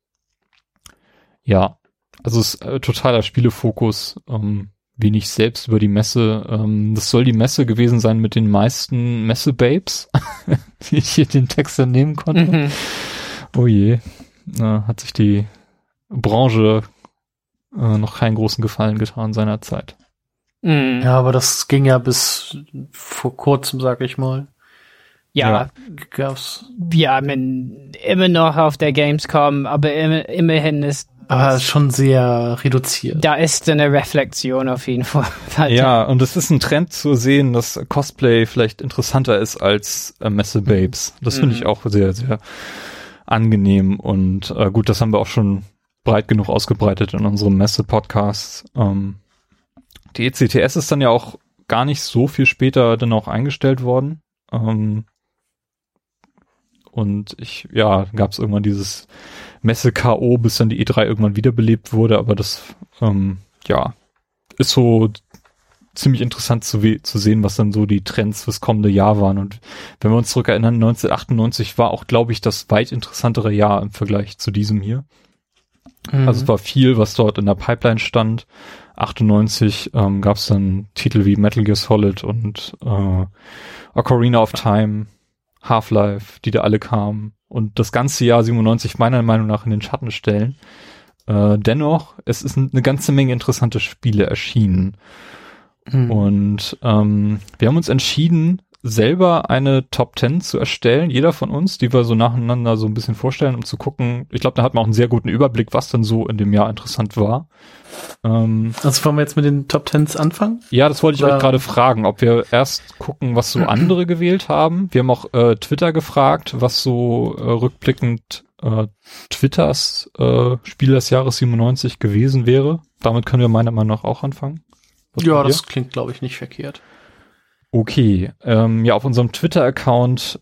Ja, also es ist totaler Spielefokus, wenig selbst über die Messe. Das soll die Messe gewesen sein mit den meisten Messe-Babes, die ich hier den Text entnehmen konnte. Oh je. Hat sich die Branche noch keinen großen Gefallen getan seinerzeit. Ja, aber das ging ja bis vor kurzem, sag ich mal. Ja, gab's. Wir haben immer noch auf der Gamescom, aber immerhin ist aber schon sehr reduziert. Da ist eine Reflexion auf jeden Fall. Ja, und es ist ein Trend zu sehen, dass Cosplay vielleicht interessanter ist als Messe-Babes. Das finde ich auch sehr, sehr angenehm, und gut, das haben wir auch schon breit genug ausgebreitet in unserem Messe-Podcast. Die ECTS ist dann ja auch gar nicht so viel später dann auch eingestellt worden. Und gab es irgendwann dieses Messe-K.O., bis dann die E3 irgendwann wiederbelebt wurde, aber das ist so ziemlich interessant zu sehen, was dann so die Trends fürs kommende Jahr waren. Und wenn wir uns zurückerinnern, 1998 war auch, glaube ich, das weit interessantere Jahr im Vergleich zu diesem hier. Also es war viel, was dort in der Pipeline stand. 98 gab es dann Titel wie Metal Gear Solid und Ocarina of Time, Half-Life, die da alle kamen. Und das ganze Jahr 97 meiner Meinung nach in den Schatten stellen. Dennoch, es ist eine ganze Menge interessante Spiele erschienen. Und wir haben uns entschieden, selber eine Top 10 zu erstellen, jeder von uns, die wir so nacheinander so ein bisschen vorstellen, um zu gucken. Ich glaube, da hat man auch einen sehr guten Überblick, was dann so in dem Jahr interessant war. Also wollen wir jetzt mit den Top 10s anfangen? Ja, das wollte ich euch gerade fragen, ob wir erst gucken, was so andere gewählt haben. Wir haben auch Twitter gefragt, was so rückblickend Twitters Spiel des Jahres 97 gewesen wäre. Damit können wir meiner Meinung nach auch anfangen. Ja, das klingt, glaube ich, nicht verkehrt. Okay, auf unserem Twitter-Account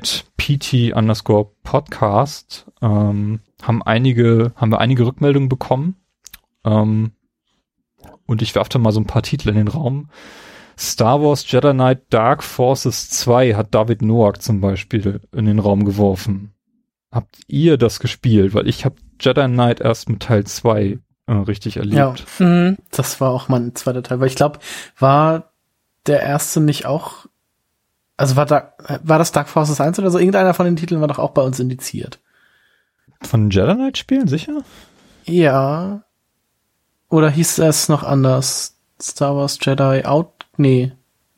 @pt_podcast haben wir einige Rückmeldungen bekommen. Und ich werfe da mal so ein paar Titel in den Raum. Star Wars Jedi Knight Dark Forces 2 hat David Noack zum Beispiel in den Raum geworfen. Habt ihr das gespielt? Weil ich habe Jedi Knight erst mit Teil 2 richtig erlebt. Ja, das war auch mein zweiter Teil, weil ich glaube, war der erste nicht auch, also war das Dark Forces 1 oder so? Irgendeiner von den Titeln war doch auch bei uns indiziert. Von Jedi Knight Spielen, sicher? Ja. Oder hieß es noch anders? Star Wars Jedi Out? Nee.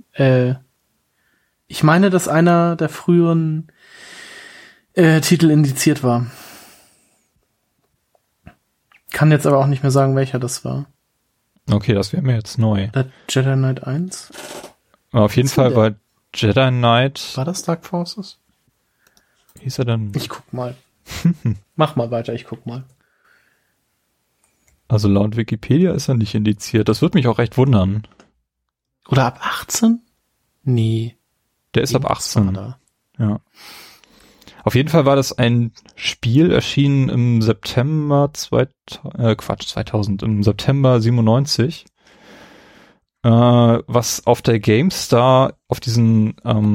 Ich meine, dass einer der früheren Titel indiziert war. Kann jetzt aber auch nicht mehr sagen, welcher das war. Okay, das wäre mir jetzt neu. Oder Jedi Knight 1? Auf jeden Fall war Jedi Knight... War das Dark Forces? Hieß er dann... Ich guck mal. Mach mal weiter, ich guck mal. Also laut Wikipedia ist er nicht indiziert. Das würde mich auch echt wundern. Oder ab 18? Nee. Der ist ab 18. Ja. Auf jeden Fall war das ein Spiel, erschienen im September 2000, im September 97. was auf der GameStar auf diesen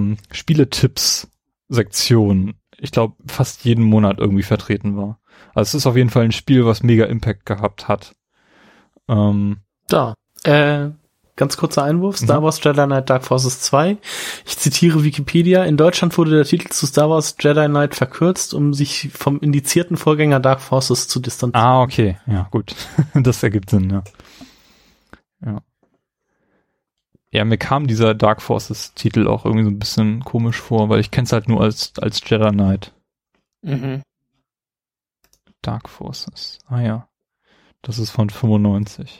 Spieletipps-Sektionen, ich glaube, fast jeden Monat irgendwie vertreten war. Also es ist auf jeden Fall ein Spiel, was mega Impact gehabt hat. Ganz kurzer Einwurf, Star Wars Jedi Knight Dark Forces 2. Ich zitiere Wikipedia. In Deutschland wurde der Titel zu Star Wars Jedi Knight verkürzt, um sich vom indizierten Vorgänger Dark Forces zu distanzieren. Ah, okay. Ja, gut. Das ergibt Sinn, ja. Ja, mir kam dieser Dark Forces Titel auch irgendwie so ein bisschen komisch vor, weil ich kenne es halt nur als Jedi Knight. Mhm. Dark Forces. Ah ja. Das ist von 95.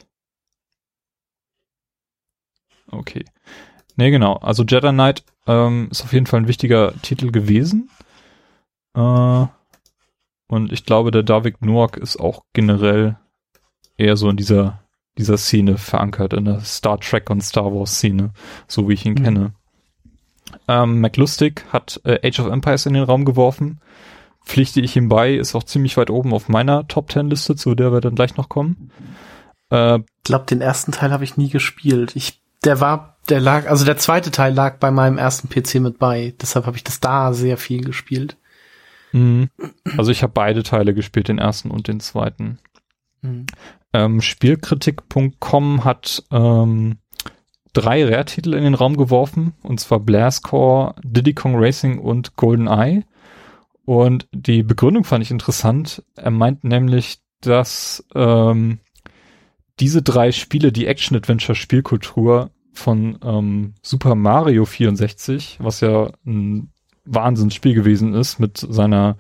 Okay. Nee, genau. Also Jedi Knight ist auf jeden Fall ein wichtiger Titel gewesen. Und ich glaube, der Davik Noak ist auch generell eher so in dieser Szene verankert, in der Star Trek und Star Wars Szene, so wie ich ihn kenne. McLustig hat Age of Empires in den Raum geworfen. Pflichte ich ihm bei, ist auch ziemlich weit oben auf meiner Top 10 Liste, zu der wir dann gleich noch kommen. Ich glaube, den ersten Teil habe ich nie gespielt. Der zweite Teil lag bei meinem ersten PC mit bei. Deshalb habe ich das da sehr viel gespielt. Also ich habe beide Teile gespielt, den ersten und den zweiten. Spielkritik.com hat 3 Rare-Titel in den Raum geworfen, und zwar Blastcore, Diddy Kong Racing und GoldenEye. Und die Begründung fand ich interessant. Er meint nämlich, dass diese 3 Spiele die Action-Adventure-Spielkultur von Super Mario 64, was ja ein Wahnsinnsspiel gewesen ist, mit seiner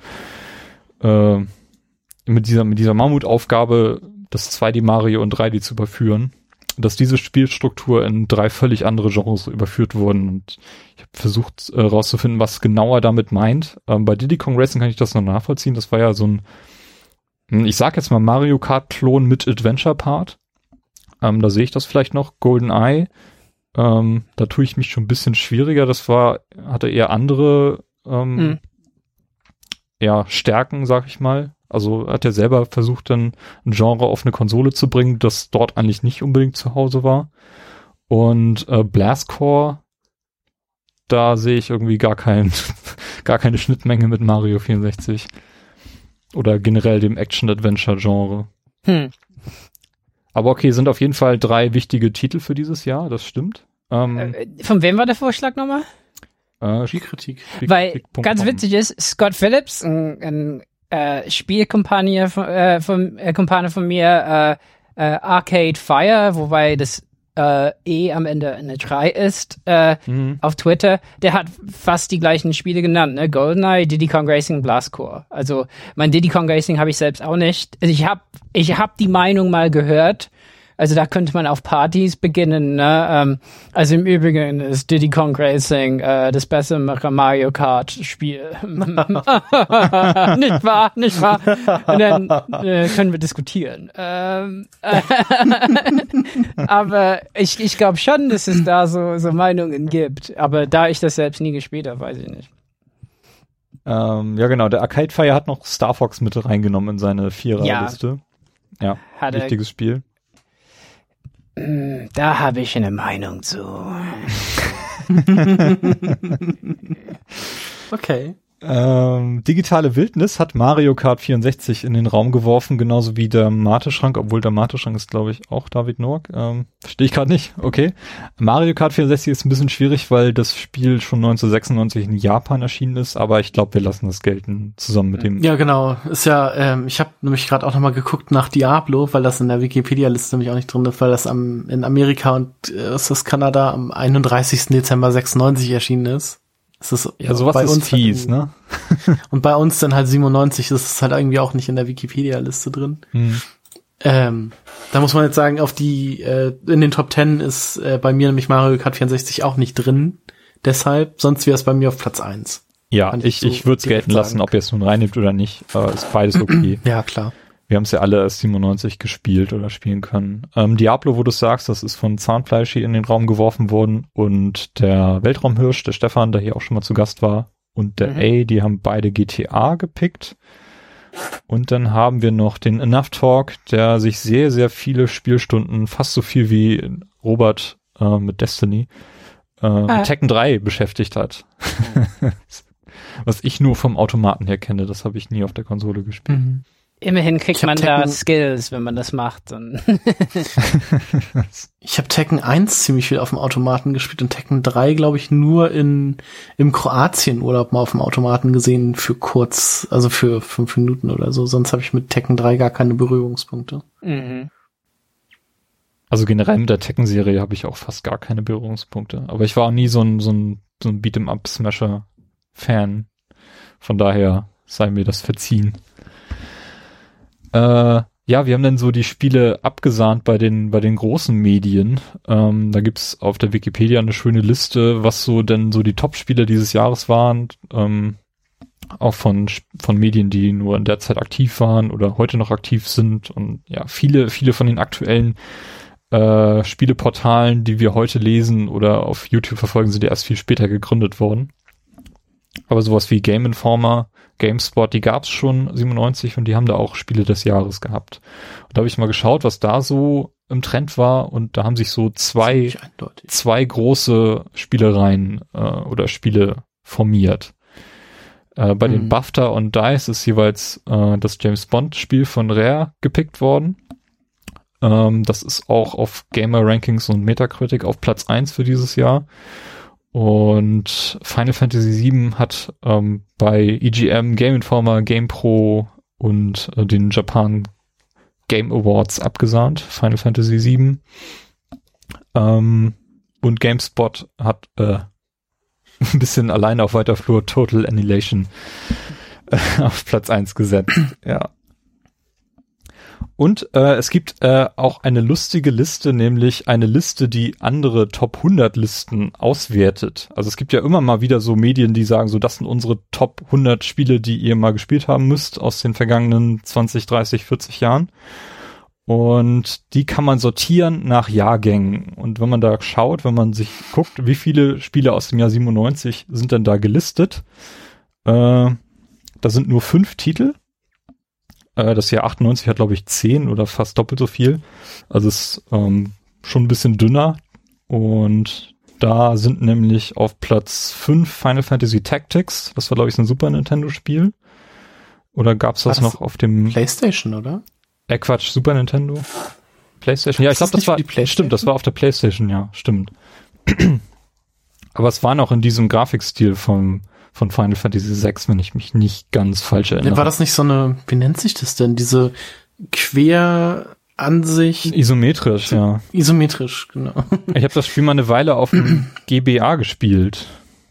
mit dieser Mammutaufgabe, das 2D Mario und 3D zu überführen, dass diese Spielstruktur in 3 völlig andere Genres überführt wurden. Und ich habe versucht rauszufinden, was genauer damit meint. Bei Diddy Kong Racing kann ich das noch nachvollziehen. Das war ja so ein, ich sag jetzt mal Mario Kart-Klon mit Adventure-Part. Da sehe ich das vielleicht noch. GoldenEye, da tue ich mich schon ein bisschen schwieriger. Das hatte eher andere Stärken, sag ich mal. Also hat er selber versucht, dann ein Genre auf eine Konsole zu bringen, das dort eigentlich nicht unbedingt zu Hause war. Und Blastcore, da sehe ich irgendwie gar keine Schnittmenge mit Mario 64. Oder generell dem Action-Adventure-Genre. Aber okay, sind auf jeden Fall 3 wichtige Titel für dieses Jahr, das stimmt. Von wem war der Vorschlag nochmal? Spielkritik. Weil ganz witzig ist, Scott Phillips, ein Spielkumpane von mir, Arcade Fire, wobei das am Ende eine 3 ist, auf Twitter, der hat fast die gleichen Spiele genannt, ne? GoldenEye, Diddy Kong Racing, Blastcore. Also mein Diddy Kong Racing habe ich selbst auch nicht. Also ich hab die Meinung mal gehört. Also da könnte man auf Partys beginnen, ne? Also im Übrigen ist Diddy Kong Racing das beste Mario Kart Spiel. Nicht wahr? Und dann können wir diskutieren. Aber ich glaube schon, dass es da so Meinungen gibt. Aber da ich das selbst nie gespielt habe, weiß ich nicht. Ja genau, der Arcade Fire hat noch Star Fox mit reingenommen in seine 4er-Liste. Ja, wichtiges Spiel. Da habe ich eine Meinung zu. Okay. Digitale Wildnis hat Mario Kart 64 in den Raum geworfen, genauso wie der Mate-Schrank, obwohl der Mate-Schrank ist, glaube ich, auch David Noak. Verstehe ich gerade nicht. Okay. Mario Kart 64 ist ein bisschen schwierig, weil das Spiel schon 1996 in Japan erschienen ist, aber ich glaube, wir lassen das gelten, zusammen mit dem... Ja, genau. Ist ja, ich habe nämlich gerade auch nochmal geguckt nach Diablo, weil das in der Wikipedia-Liste nämlich auch nicht drin ist, weil das in Amerika und ist das Kanada am 31. Dezember 96 erschienen ist. Ja, sowas bei ist uns fies, ne? Und bei uns dann halt 97, das ist halt irgendwie auch nicht in der Wikipedia-Liste drin. Da muss man jetzt sagen, in den Top 10 ist bei mir nämlich Mario Kart 64 auch nicht drin. Deshalb, sonst wäre es bei mir auf Platz 1. Ja, ich würde es gelten lassen, ob ihr es nun reinnimmt oder nicht. Ist beides okay. Ja, klar. Wir haben es ja alle erst 97 gespielt oder spielen können. Diablo, wo du sagst, das ist von Zahnfleisch hier in den Raum geworfen worden, und der Weltraumhirsch, der Stefan, der hier auch schon mal zu Gast war, und der A, die haben beide GTA gepickt. Und dann haben wir noch den Enough Talk, der sich sehr, sehr viele Spielstunden, fast so viel wie Robert mit Destiny, mit Tekken 3 beschäftigt hat. Was ich nur vom Automaten her kenne, das habe ich nie auf der Konsole gespielt. Mhm. Immerhin kriegt man da Skills, wenn man das macht. Ich habe Tekken 1 ziemlich viel auf dem Automaten gespielt und Tekken 3, glaube ich, nur im Kroatien-Urlaub mal auf dem Automaten gesehen für kurz, also für 5 Minuten oder so. Sonst habe ich mit Tekken 3 gar keine Berührungspunkte. Mhm. Also generell mit der Tekken-Serie habe ich auch fast gar keine Berührungspunkte. Aber ich war auch nie so ein Beat'em-up-Smasher-Fan. Von daher sei mir das verziehen. Ja, wir haben dann so die Spiele abgesahnt bei den großen Medien. Da gibt's auf der Wikipedia eine schöne Liste, was so denn so die Top-Spiele dieses Jahres waren. Auch von Medien, die nur in der Zeit aktiv waren oder heute noch aktiv sind. Und ja, viele von den aktuellen Spieleportalen, die wir heute lesen oder auf YouTube verfolgen, sind ja erst viel später gegründet worden. Aber sowas wie Game Informer, GameSpot, die gab's schon 97 und die haben da auch Spiele des Jahres gehabt. Und da habe ich mal geschaut, was da so im Trend war und da haben sich so zwei große Spielereien oder Spiele formiert. Bei den BAFTA und DICE ist jeweils das James Bond Spiel von Rare gepickt worden. Das ist auch auf Gamer Rankings und Metacritic auf Platz 1 für dieses Jahr. Und Final Fantasy VII hat bei EGM, Game Informer, GamePro und den Japan Game Awards abgesahnt. Final Fantasy VII. Und GameSpot hat ein bisschen alleine auf weiter Flur Total Annihilation auf Platz 1 gesetzt. Ja. Und es gibt auch eine lustige Liste, nämlich eine Liste, die andere Top 100 Listen auswertet. Also es gibt ja immer mal wieder so Medien, die sagen, so das sind unsere Top 100 Spiele, die ihr mal gespielt haben müsst aus den vergangenen 20, 30, 40 Jahren. Und die kann man sortieren nach Jahrgängen. Und wenn man da schaut, wenn man sich guckt, wie viele Spiele aus dem Jahr 97 sind denn da gelistet, da sind nur 5 Titel. Das Jahr 98 hat, glaube ich, 10 oder fast doppelt so viel. Also es ist schon ein bisschen dünner. Und da sind nämlich auf Platz 5 Final Fantasy Tactics. Das war, glaube ich, so ein Super Nintendo-Spiel. Oder gab's das noch auf dem PlayStation, oder? Quatsch, Super Nintendo? PlayStation? Ja, ich glaube, das war, stimmt, das war auf der PlayStation, ja, stimmt. Aber es war noch in diesem Grafikstil von Final Fantasy VI, wenn ich mich nicht ganz falsch erinnere. War das nicht so eine, wie nennt sich das denn, diese Queransicht? Isometrisch, ja. Isometrisch, genau. Ich habe das Spiel mal eine Weile auf dem GBA gespielt.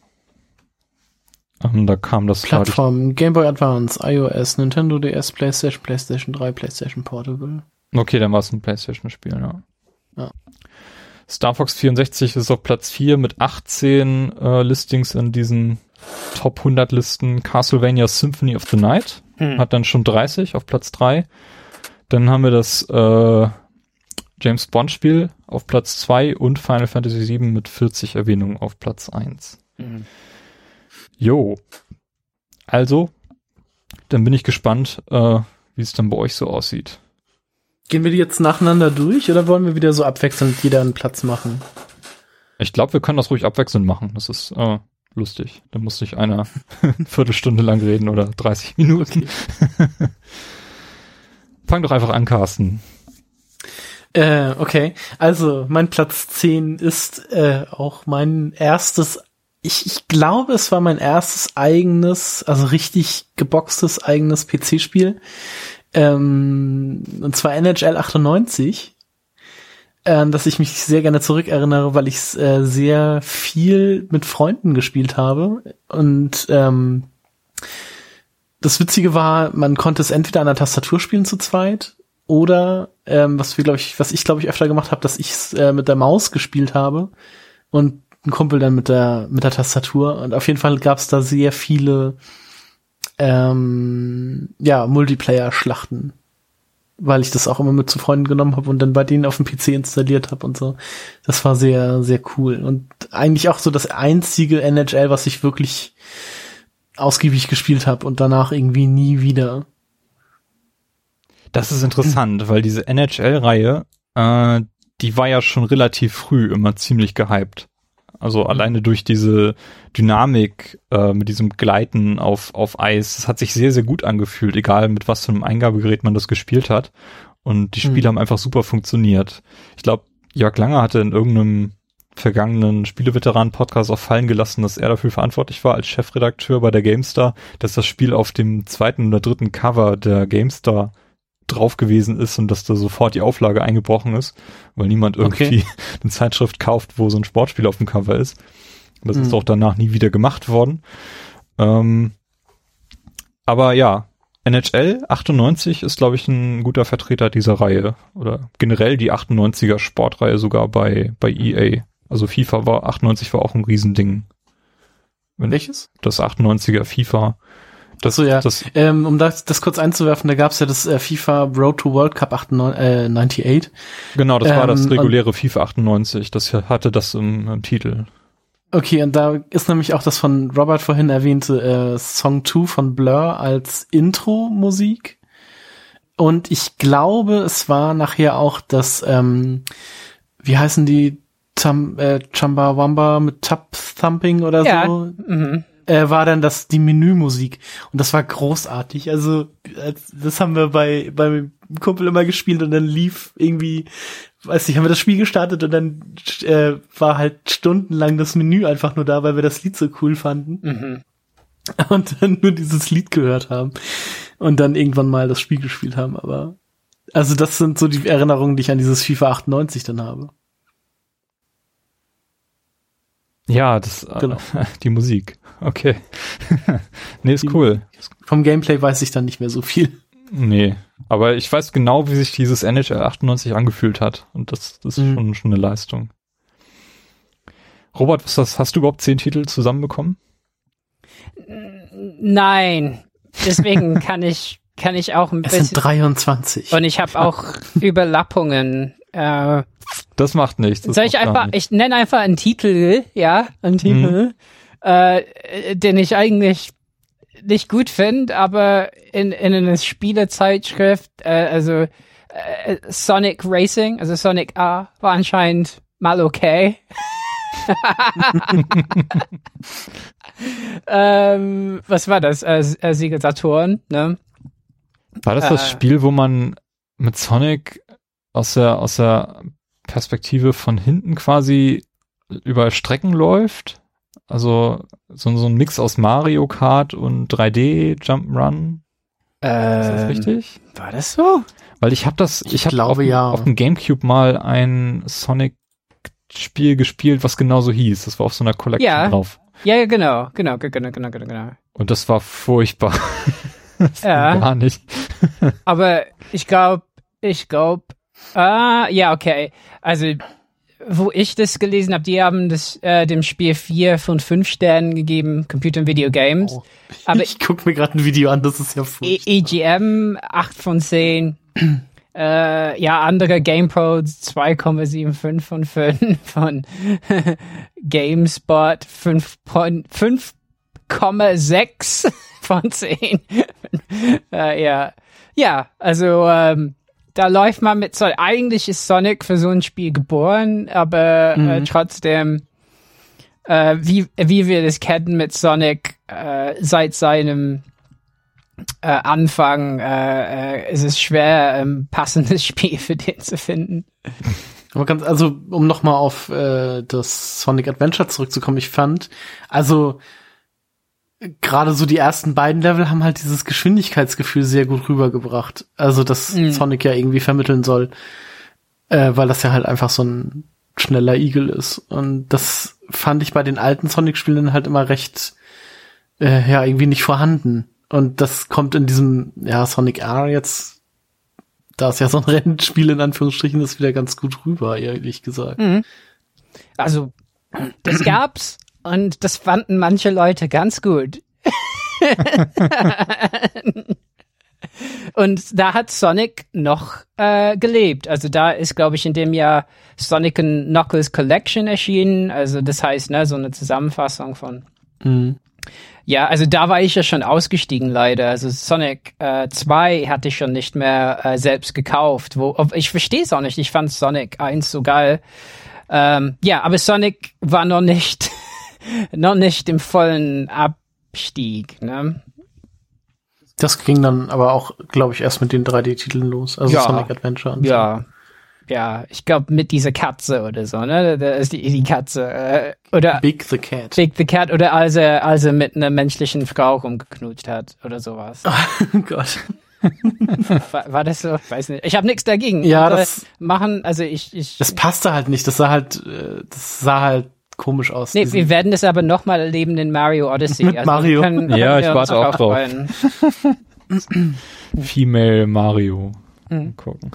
Da kam das Plattform, Game Boy Advance, iOS, Nintendo DS, PlayStation 3, PlayStation Portable. Okay, dann war es ein PlayStation-Spiel, ja. Star Fox 64 ist auf Platz 4 mit 18 Listings in diesen Top 100 Listen. Castlevania Symphony of the Night hat dann schon 30 auf Platz 3. Dann haben wir das James Bond Spiel auf Platz 2 und Final Fantasy VII mit 40 Erwähnungen auf Platz 1. Jo. Also, dann bin ich gespannt, wie es dann bei euch so aussieht. Gehen wir die jetzt nacheinander durch oder wollen wir wieder so abwechselnd jeder einen Platz machen? Ich glaube, wir können das ruhig abwechselnd machen. Das ist lustig. Da muss nicht einer eine Viertelstunde lang reden oder 30 Minuten. Okay. Fang doch einfach an, Carsten. Okay. Also, mein Platz 10 ist auch mein erstes, ich glaube, es war mein erstes eigenes, also richtig geboxtes eigenes PC-Spiel. Und zwar NHL 98. Dass ich mich sehr gerne zurückerinnere, weil ich es sehr viel mit Freunden gespielt habe. Und das Witzige war, man konnte es entweder an der Tastatur spielen zu zweit oder was ich glaube ich öfter gemacht habe, dass ich es mit der Maus gespielt habe und ein Kumpel dann mit der Tastatur. Und auf jeden Fall gab es da sehr viele Multiplayer-Schlachten, weil ich das auch immer mit zu Freunden genommen habe und dann bei denen auf dem PC installiert habe und so. Das war sehr, sehr cool. Und eigentlich auch so das einzige NHL, was ich wirklich ausgiebig gespielt habe und danach irgendwie nie wieder. Das ist interessant, weil diese NHL-Reihe, die war ja schon relativ früh immer ziemlich gehypt. Also alleine durch diese Dynamik mit diesem Gleiten auf Eis, das hat sich sehr, sehr gut angefühlt, egal mit was für einem Eingabegerät man das gespielt hat. Und die Spiele haben einfach super funktioniert. Ich glaube, Jörg Langer hatte in irgendeinem vergangenen Spieleveteranen-Podcast auch fallen gelassen, dass er dafür verantwortlich war als Chefredakteur bei der GameStar, dass das Spiel auf dem 2. oder 3. Cover der GameStar drauf gewesen ist und dass da sofort die Auflage eingebrochen ist, weil niemand irgendwie eine Zeitschrift kauft, wo so ein Sportspiel auf dem Cover ist. Das ist auch danach nie wieder gemacht worden. Aber ja, NHL 98 ist, glaube ich, ein guter Vertreter dieser Reihe. Oder generell die 98er Sportreihe sogar bei EA. Also FIFA 98 war auch ein Riesending. Welches? Das 98er FIFA. Um das kurz einzuwerfen, da gab's ja das FIFA Road to World Cup 98. Genau, das war das reguläre FIFA 98. Das hatte das im Titel. Okay, und da ist nämlich auch das von Robert vorhin erwähnte Song 2 von Blur als Intro-Musik. Und ich glaube, es war nachher auch das, wie heißen die, Chumbawamba mit Tap-Thumping oder so? War dann die Menümusik. Und das war großartig. Also, das haben wir beim Kumpel immer gespielt und dann lief irgendwie, weiß nicht, haben wir das Spiel gestartet und dann war halt stundenlang das Menü einfach nur da, weil wir das Lied so cool fanden. Und dann nur dieses Lied gehört haben und dann irgendwann mal das Spiel gespielt haben. Aber also das sind so die Erinnerungen, die ich an dieses FIFA 98 dann habe. Ja, genau. Die Musik. Okay. Nee, ist cool. Vom Gameplay weiß ich dann nicht mehr so viel. Nee, aber ich weiß genau, wie sich dieses NHL 98 angefühlt hat. Und das ist schon eine Leistung. Robert, hast du überhaupt 10 Titel zusammenbekommen? Nein. Deswegen kann ich auch ein bisschen. Es sind 23. Und ich habe auch Überlappungen. Das macht nichts. Soll ich einfach, ich nenne einfach einen Titel, den ich eigentlich nicht gut finde, aber in einer Spielezeitschrift, Sonic Racing, also Sonic A, war anscheinend mal okay. Was war das? Sega Saturn, ne? War das Spiel, wo man mit Sonic aus der Perspektive von hinten quasi über Strecken läuft? Also so ein Mix aus Mario Kart und 3D Jump'n'Run. Ist das richtig? War das so? Weil ich habe auf dem GameCube mal ein Sonic-Spiel gespielt, was genauso hieß. Das war auf so einer Collection drauf. Ja, genau. Und das war furchtbar. Gar nicht. Aber ich glaube, okay. Also, wo ich das gelesen habe, die haben dem Spiel 4 von 5 Sternen gegeben, Computer and Video Games. Oh. Aber ich guck mir gerade ein Video an, das ist ja furchtbar. EGM 8 von 10. Andere GamePro 2,75 von 5 von GameSpot 5,6 von 10. Da läuft man mit Sonic. Eigentlich ist Sonic für so ein Spiel geboren, aber trotzdem, wie wir das kennen mit Sonic, seit seinem Anfang ist es schwer, ein passendes Spiel für den zu finden. Aber um nochmal auf das Sonic Adventure zurückzukommen, ich fand, gerade so die ersten beiden Level haben halt dieses Geschwindigkeitsgefühl sehr gut rübergebracht. Also, dass Sonic ja irgendwie vermitteln soll, weil das ja halt einfach so ein schneller Igel ist. Und das fand ich bei den alten Sonic-Spielen halt immer recht, irgendwie nicht vorhanden. Und das kommt in diesem, Sonic R jetzt, da ist ja so ein Rennspiel in Anführungsstrichen, ist wieder ganz gut rüber, ehrlich gesagt. Also, das gab's. Und das fanden manche Leute ganz gut. Und da hat Sonic noch gelebt. Also da ist, glaube ich, in dem Jahr Sonic & Knuckles Collection erschienen. Also das heißt, so eine Zusammenfassung von Ja, also da war ich ja schon ausgestiegen leider. Also Sonic 2 hatte ich schon nicht mehr selbst gekauft. Ich verstehe es auch nicht. Ich fand Sonic 1 so geil. Aber Sonic war noch nicht im vollen Abstieg, ne? Das ging dann aber auch, glaube ich, erst mit den 3D-Titeln los. Also Sonic Adventure und so. Ja, ich glaube mit dieser Katze oder so, ne? Da ist die Katze. Oder Big the Cat. Big the Cat oder als er mit einer menschlichen Frau rumgeknutscht hat oder sowas. Oh Gott. War das so? Weiß nicht. Ich habe nichts dagegen. Ja, das passte halt nicht. Das sah halt komisch aus. Nee, wir werden das aber nochmal erleben in Mario Odyssey. Mit Mario. Ich warte auch drauf. Female Mario. Gucken.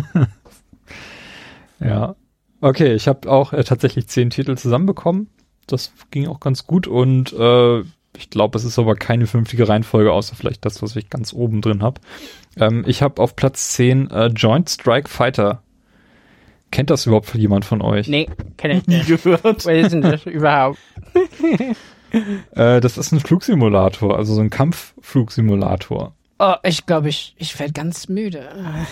Ja. Okay, ich habe auch tatsächlich 10 Titel zusammenbekommen. Das ging auch ganz gut und ich glaube, es ist aber keine vernünftige Reihenfolge, außer vielleicht das, was ich ganz oben drin habe. Ich habe auf Platz 10 Joint Strike Fighter. Kennt das überhaupt jemand von euch? Nee, kenne ich nicht. Nie gehört. Was ist denn das überhaupt? Das ist ein Flugsimulator, also so ein Kampfflugsimulator. Oh, ich glaube, ich werde ganz müde.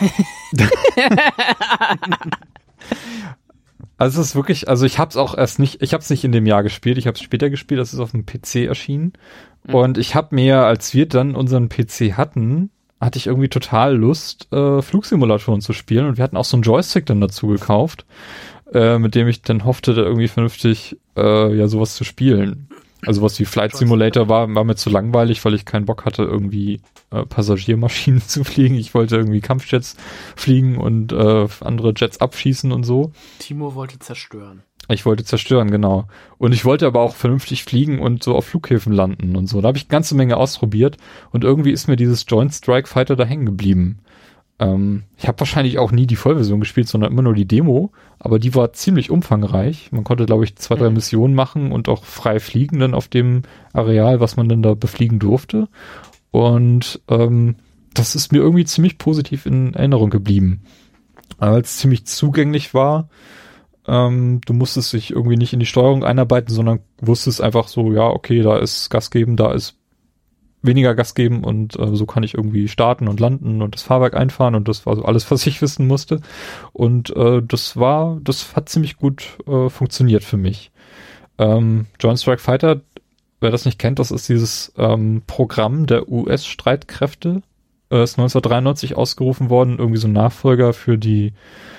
Also es ist wirklich, also ich hab's nicht in dem Jahr gespielt, ich habe es später gespielt, das ist auf dem PC erschienen. Und ich habe mir, als wir dann unseren PC hatten, hatte ich irgendwie total Lust, Flugsimulatoren zu spielen und wir hatten auch so einen Joystick dann dazu gekauft, mit dem ich dann hoffte, da irgendwie vernünftig sowas zu spielen. Also was wie Flight Simulator war mir zu langweilig, weil ich keinen Bock hatte, irgendwie Passagiermaschinen zu fliegen. Ich wollte irgendwie Kampfjets fliegen und andere Jets abschießen und so. Timo wollte zerstören. Ich wollte zerstören, genau. Und ich wollte aber auch vernünftig fliegen und so auf Flughäfen landen und so. Da habe ich eine ganze Menge ausprobiert und irgendwie ist mir dieses Joint Strike Fighter da hängen geblieben. Ich habe wahrscheinlich auch nie die Vollversion gespielt, sondern immer nur die Demo, aber die war ziemlich umfangreich. Man konnte, glaube ich, 2-3 Missionen machen und auch frei fliegen dann auf dem Areal, was man dann da befliegen durfte. Und das ist mir irgendwie ziemlich positiv in Erinnerung geblieben. Weil es ziemlich zugänglich war. Du musstest dich irgendwie nicht in die Steuerung einarbeiten, sondern wusstest einfach so, ja, okay, da ist Gas geben, da ist weniger Gas geben und so kann ich irgendwie starten und landen und das Fahrwerk einfahren und das war so alles, was ich wissen musste. Und das hat ziemlich gut funktioniert für mich. Joint Strike Fighter, wer das nicht kennt, das ist dieses Programm der US-Streitkräfte. Ist 1993 ausgerufen worden, irgendwie so ein Nachfolger für den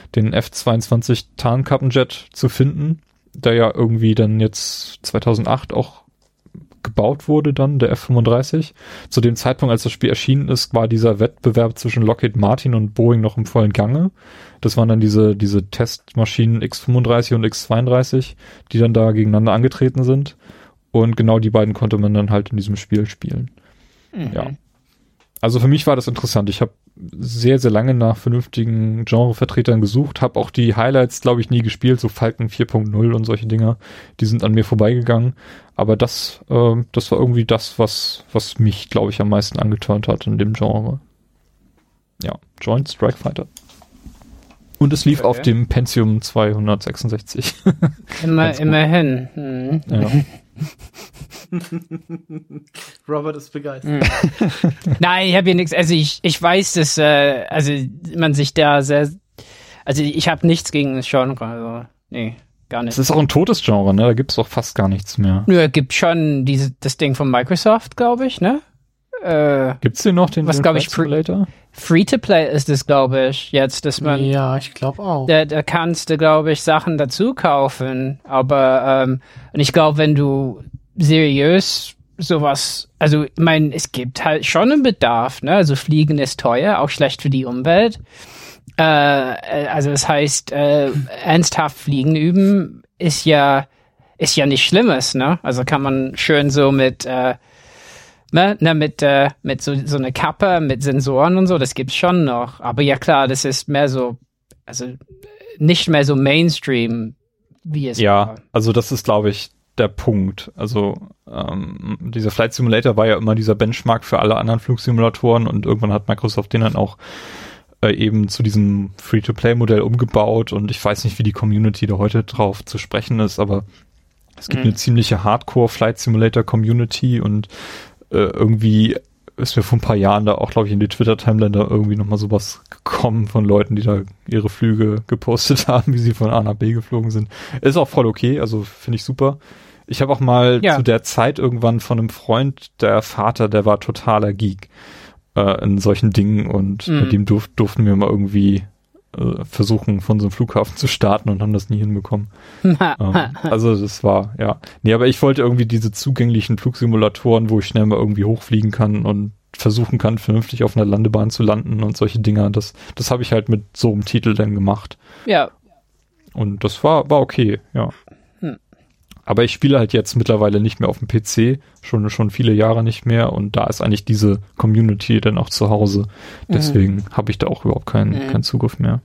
F-22 Tarnkappenjet zu finden, der ja irgendwie dann jetzt 2008 auch gebaut wurde dann, der F-35. Zu dem Zeitpunkt, als das Spiel erschienen ist, war dieser Wettbewerb zwischen Lockheed Martin und Boeing noch im vollen Gange. Das waren dann diese Testmaschinen X-35 und X-32, die dann da gegeneinander angetreten sind. Und genau die beiden konnte man dann halt in diesem Spiel spielen. Ja. Also für mich war das interessant. Ich habe sehr, sehr lange nach vernünftigen Genrevertretern gesucht, habe auch die Highlights, glaube ich, nie gespielt, so Falcon 4.0 und solche Dinger, die sind an mir vorbeigegangen. Aber das war irgendwie das, was mich, glaube ich, am meisten angeturnt hat in dem Genre. Ja, Joint Strike Fighter. Und es lief auf dem Pentium 266. Immerhin. Ja. Robert ist begeistert. Nein, ich habe hier nichts. Also ich weiß, dass man sich da sehr. Also ich habe nichts gegen das Genre. Also nee, gar nicht. Es ist auch ein totes Genre, ne? Da gibt's auch fast gar nichts mehr. Ja, gibt schon das Ding von Microsoft, glaube ich, ne? Gibt's den noch, den Simulator? Free-to-Play ist es, glaube ich, jetzt, dass man... Ja, ich glaube auch. Da kannst du, glaube ich, Sachen dazu kaufen, aber und ich glaube, wenn du seriös sowas, also ich meine, es gibt halt schon einen Bedarf, ne? Also Fliegen ist teuer, auch schlecht für die Umwelt. Also das heißt, ernsthaft Fliegen üben ist ja nicht Schlimmes, ne? Also kann man schön so mit so eine Kappe, mit Sensoren und so, das gibt's schon noch. Aber ja klar, das ist mehr so, also nicht mehr so Mainstream, wie es war. Ja, also das ist, glaube ich, der Punkt. Also dieser Flight Simulator war ja immer dieser Benchmark für alle anderen Flugsimulatoren und irgendwann hat Microsoft den dann auch eben zu diesem Free-to-Play-Modell umgebaut und ich weiß nicht, wie die Community da heute drauf zu sprechen ist, aber Es gibt eine ziemliche Hardcore-Flight-Simulator-Community und irgendwie ist mir vor ein paar Jahren da auch, glaube ich, in die Twitter-Timeline da irgendwie nochmal sowas gekommen von Leuten, die da ihre Flüge gepostet haben, wie sie von A nach B geflogen sind. Ist auch voll okay, also finde ich super. Ich habe auch mal zu der Zeit irgendwann von einem Freund, der Vater, der war totaler Geek in solchen Dingen und mit dem durften wir mal irgendwie versuchen, von so einem Flughafen zu starten und haben das nie hinbekommen. Also das war, ja. Nee, aber ich wollte irgendwie diese zugänglichen Flugsimulatoren, wo ich schnell mal irgendwie hochfliegen kann und versuchen kann, vernünftig auf einer Landebahn zu landen und solche Dinger. Das habe ich halt mit so einem Titel dann gemacht. Ja. Und das war okay, ja. Aber ich spiele halt jetzt mittlerweile nicht mehr auf dem PC, schon viele Jahre nicht mehr und da ist eigentlich diese Community dann auch zu Hause. Deswegen habe ich da auch überhaupt keinen Zugriff mehr.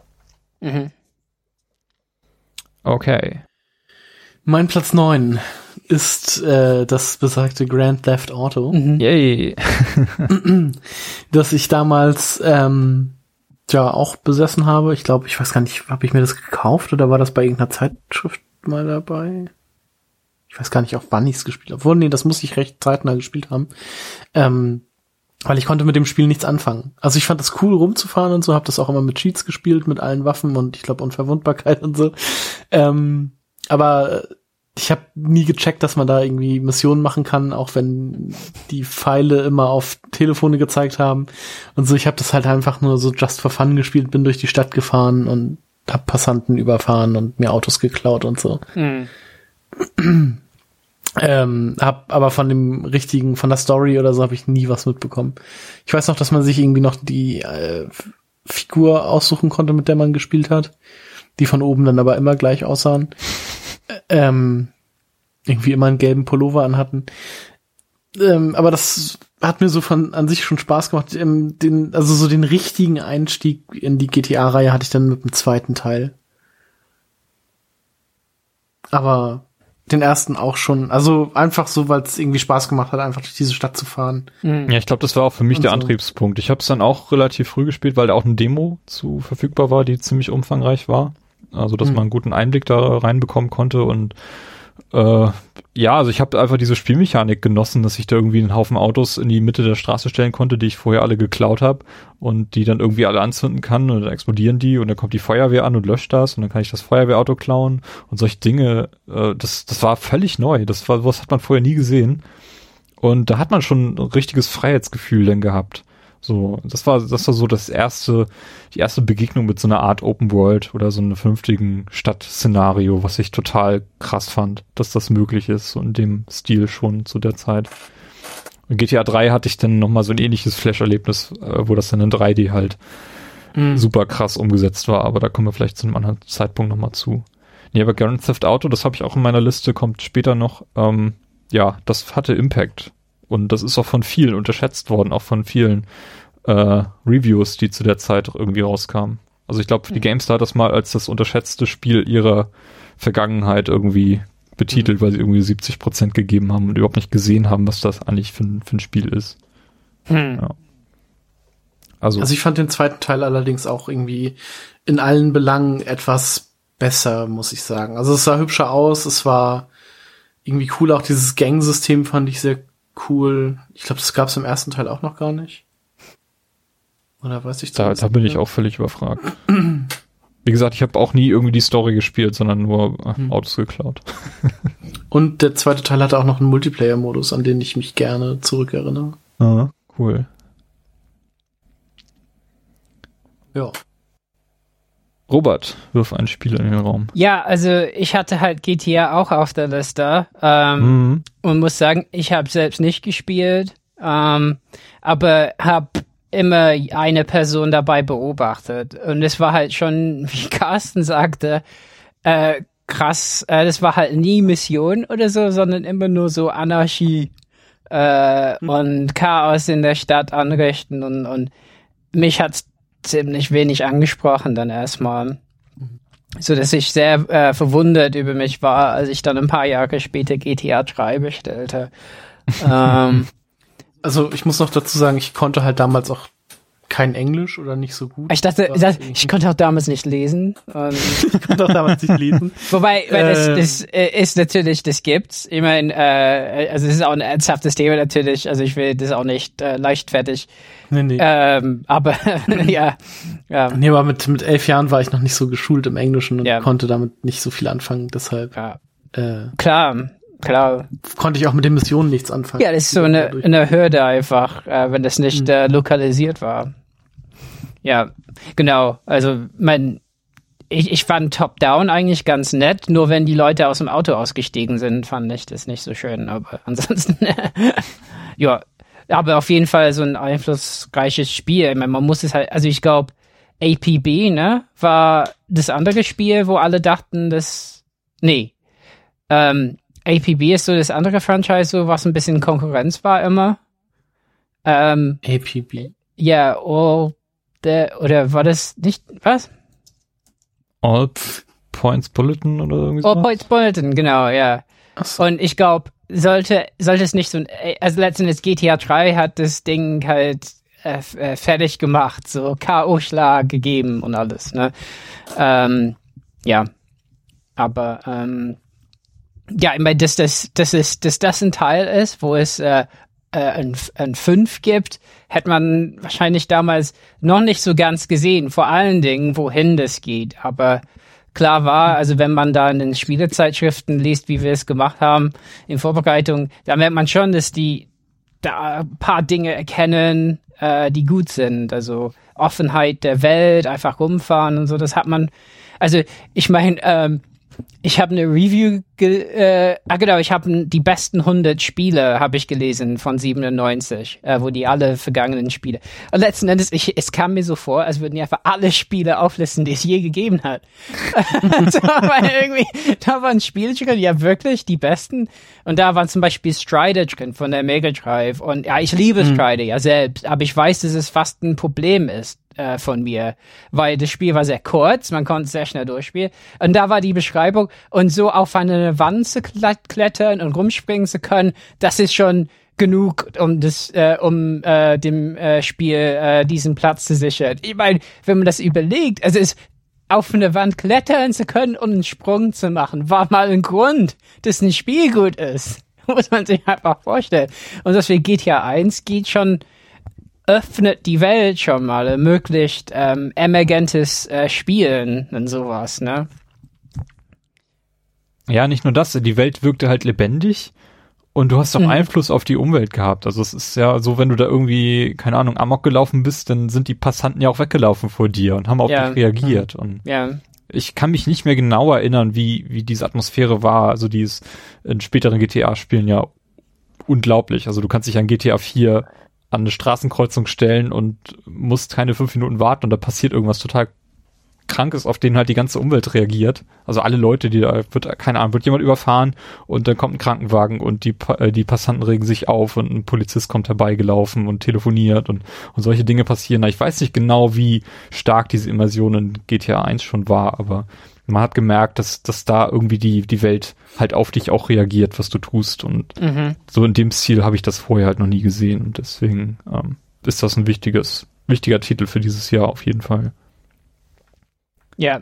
Okay. Mein Platz 9 ist das besagte Grand Theft Auto. Yay. Das ich damals auch besessen habe. Ich glaube, ich weiß gar nicht, habe ich mir das gekauft oder war das bei irgendeiner Zeitschrift mal dabei? Ich weiß gar nicht, auf wann ich es gespielt habe. Nee, das muss ich recht zeitnah gespielt haben. Weil ich konnte mit dem Spiel nichts anfangen. Also ich fand das cool rumzufahren und so, habe das auch immer mit Cheats gespielt, mit allen Waffen und ich glaube Unverwundbarkeit und so. Aber ich habe nie gecheckt, dass man da irgendwie Missionen machen kann, auch wenn die Pfeile immer auf Telefone gezeigt haben. Und so, ich habe das halt einfach nur so just for fun gespielt, bin durch die Stadt gefahren und hab Passanten überfahren und mir Autos geklaut und so. Hab aber von der Story oder so habe ich nie was mitbekommen. Ich weiß noch, dass man sich irgendwie noch die Figur aussuchen konnte, mit der man gespielt hat, die von oben dann aber immer gleich aussahen. Irgendwie immer einen gelben Pullover anhatten. Aber das hat mir so an sich schon Spaß gemacht. Den richtigen Einstieg in die GTA-Reihe hatte ich dann mit dem zweiten Teil. Aber den ersten auch schon. Also einfach so, weil es irgendwie Spaß gemacht hat, einfach durch diese Stadt zu fahren. Ja, ich glaube, das war auch für mich der Antriebspunkt. Ich habe es dann auch relativ früh gespielt, weil da auch eine Demo zu verfügbar war, die ziemlich umfangreich war. Also, dass man einen guten Einblick da reinbekommen konnte und also ich habe einfach diese Spielmechanik genossen, dass ich da irgendwie einen Haufen Autos in die Mitte der Straße stellen konnte, die ich vorher alle geklaut habe und die dann irgendwie alle anzünden kann und dann explodieren die und dann kommt die Feuerwehr an und löscht das und dann kann ich das Feuerwehrauto klauen und solche Dinge. Das war völlig neu. Was hat man vorher nie gesehen und da hat man schon ein richtiges Freiheitsgefühl dann gehabt. So, das war so die erste Begegnung mit so einer Art Open World oder so einem vernünftigen Stadtszenario, was ich total krass fand, dass das möglich ist, so in dem Stil schon zu der Zeit. In GTA 3 hatte ich dann nochmal so ein ähnliches Flash-Erlebnis, wo das dann in 3D halt super krass umgesetzt war, aber da kommen wir vielleicht zu einem anderen Zeitpunkt nochmal zu. Nee, aber Grand Theft Auto, das habe ich auch in meiner Liste, kommt später noch, das hatte Impact. Und das ist auch von vielen unterschätzt worden, auch von vielen Reviews, die zu der Zeit irgendwie rauskamen. Also ich glaube, die GameStar hat das mal als das unterschätzte Spiel ihrer Vergangenheit irgendwie betitelt, weil sie irgendwie 70% gegeben haben und überhaupt nicht gesehen haben, was das eigentlich für ein Spiel ist. Ja. Also ich fand den zweiten Teil allerdings auch irgendwie in allen Belangen etwas besser, muss ich sagen. Also es sah hübscher aus, es war irgendwie cool, auch dieses Gang-System fand ich sehr cool. Ich glaube, das gab es im ersten Teil auch noch gar nicht. Oder weiß ich da bin ich auch völlig überfragt. Wie gesagt, ich habe auch nie irgendwie die Story gespielt, sondern nur Autos geklaut. Und der zweite Teil hatte auch noch einen Multiplayer-Modus, an den ich mich gerne zurückerinnere. Ah, cool. Ja. Robert, wirf ein Spiel in den Raum. Ja, also ich hatte halt GTA auch auf der Liste und muss sagen, ich habe selbst nicht gespielt, aber habe immer eine Person dabei beobachtet und es war halt schon, wie Carsten sagte, krass, das war halt nie Mission oder so, sondern immer nur so Anarchie und Chaos in der Stadt anrichten und mich hat's ziemlich wenig angesprochen dann erstmal. So dass ich sehr verwundert über mich war, als ich dann ein paar Jahre später GTA 3 bestellte. Also ich muss noch dazu sagen, ich konnte halt damals auch kein Englisch oder nicht so gut. Ich dachte, ich konnte auch damals nicht lesen. Ich konnte auch damals nicht lesen. Wobei, das ist natürlich, das gibt's. Ich meine, also es ist auch ein ernsthaftes Thema natürlich. Also ich will das auch nicht leichtfertig. Nee. Aber ja. Nee, aber mit 11 Jahren war ich noch nicht so geschult im Englischen und konnte damit nicht so viel anfangen. Deshalb. Ja. Klar. Konnte ich auch mit den Missionen nichts anfangen. Ja, das ist so eine Hürde einfach, wenn das nicht lokalisiert war. Ja, genau. Also, ich fand Top-Down eigentlich ganz nett, nur wenn die Leute aus dem Auto ausgestiegen sind, fand ich das nicht so schön. Aber ansonsten, ja. Aber auf jeden Fall so ein einflussreiches Spiel. Ich meine, man muss es halt, also ich glaube, APB, ne, war das andere Spiel, wo alle dachten, APB ist so das andere Franchise, so was ein bisschen Konkurrenz war immer. APB? Ja, oder war das nicht, was? All Points Bulletin oder irgendwie so? All Points Bulletin, genau, ja. Ach so. Und ich glaube, sollte es nicht so, also letztendlich GTA 3 hat das Ding halt fertig gemacht, so K.O.-Schlag gegeben und alles, ne? Ja. Aber, ja, ich meine, dass das ein Teil ist, wo es ein 5 gibt, hätte man wahrscheinlich damals noch nicht so ganz gesehen, vor allen Dingen, wohin das geht. Aber klar war, also wenn man da in den Spielezeitschriften liest, wie wir es gemacht haben, in Vorbereitung, da merkt man schon, dass die da ein paar Dinge erkennen, die gut sind. Also Offenheit der Welt, einfach rumfahren und so, das hat man, also ich meine, ich habe eine Review, ich habe die besten 100 Spiele, habe ich gelesen, von 97, wo die alle vergangenen Spiele. Und letzten Endes, es kam mir so vor, als würden die einfach alle Spiele auflisten, die es je gegeben hat. So, weil irgendwie, da waren Spiele drin, ja wirklich, die besten. Und da waren zum Beispiel Strider drin von der Mega Drive. Und ja, ich liebe Strider ja selbst, aber ich weiß, dass es fast ein Problem ist von mir, weil das Spiel war sehr kurz, man konnte es sehr schnell durchspielen. Und da war die Beschreibung, und so auf eine Wand zu klettern und rumspringen zu können, das ist schon genug, um dem Spiel diesen Platz zu sichern. Ich meine, wenn man das überlegt, also es auf eine Wand klettern zu können und einen Sprung zu machen, war mal ein Grund, dass ein Spiel gut ist. Muss man sich einfach vorstellen. Und das für GTA 1 geht schon, öffnet die Welt schon mal, ermöglicht emergentes Spielen und sowas, ne? Ja, nicht nur das, die Welt wirkte halt lebendig und du hast auch Einfluss auf die Umwelt gehabt. Also es ist ja so, wenn du da irgendwie, keine Ahnung, Amok gelaufen bist, dann sind die Passanten ja auch weggelaufen vor dir und haben auf dich reagiert. Und ich kann mich nicht mehr genau erinnern, wie diese Atmosphäre war. Also die ist in späteren GTA-Spielen ja unglaublich. Also du kannst dich an GTA 4 an eine Straßenkreuzung stellen und musst keine 5 Minuten warten und da passiert irgendwas total Krankes, auf den halt die ganze Umwelt reagiert. Also alle Leute, wird jemand überfahren und dann kommt ein Krankenwagen und die Passanten regen sich auf und ein Polizist kommt herbeigelaufen und telefoniert und solche Dinge passieren. Ich weiß nicht genau, wie stark diese Immersion in GTA 1 schon war, aber man hat gemerkt, dass da irgendwie die Welt halt auf dich auch reagiert, was du tust. Und so in dem Stil habe ich das vorher halt noch nie gesehen. Und deswegen ist das ein wichtiger Titel für dieses Jahr auf jeden Fall. Ja.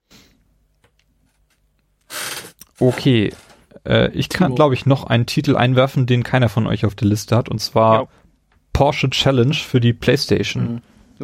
Okay. Ich kann, glaube ich, noch einen Titel einwerfen, den keiner von euch auf der Liste hat. Und zwar Porsche Challenge für die PlayStation.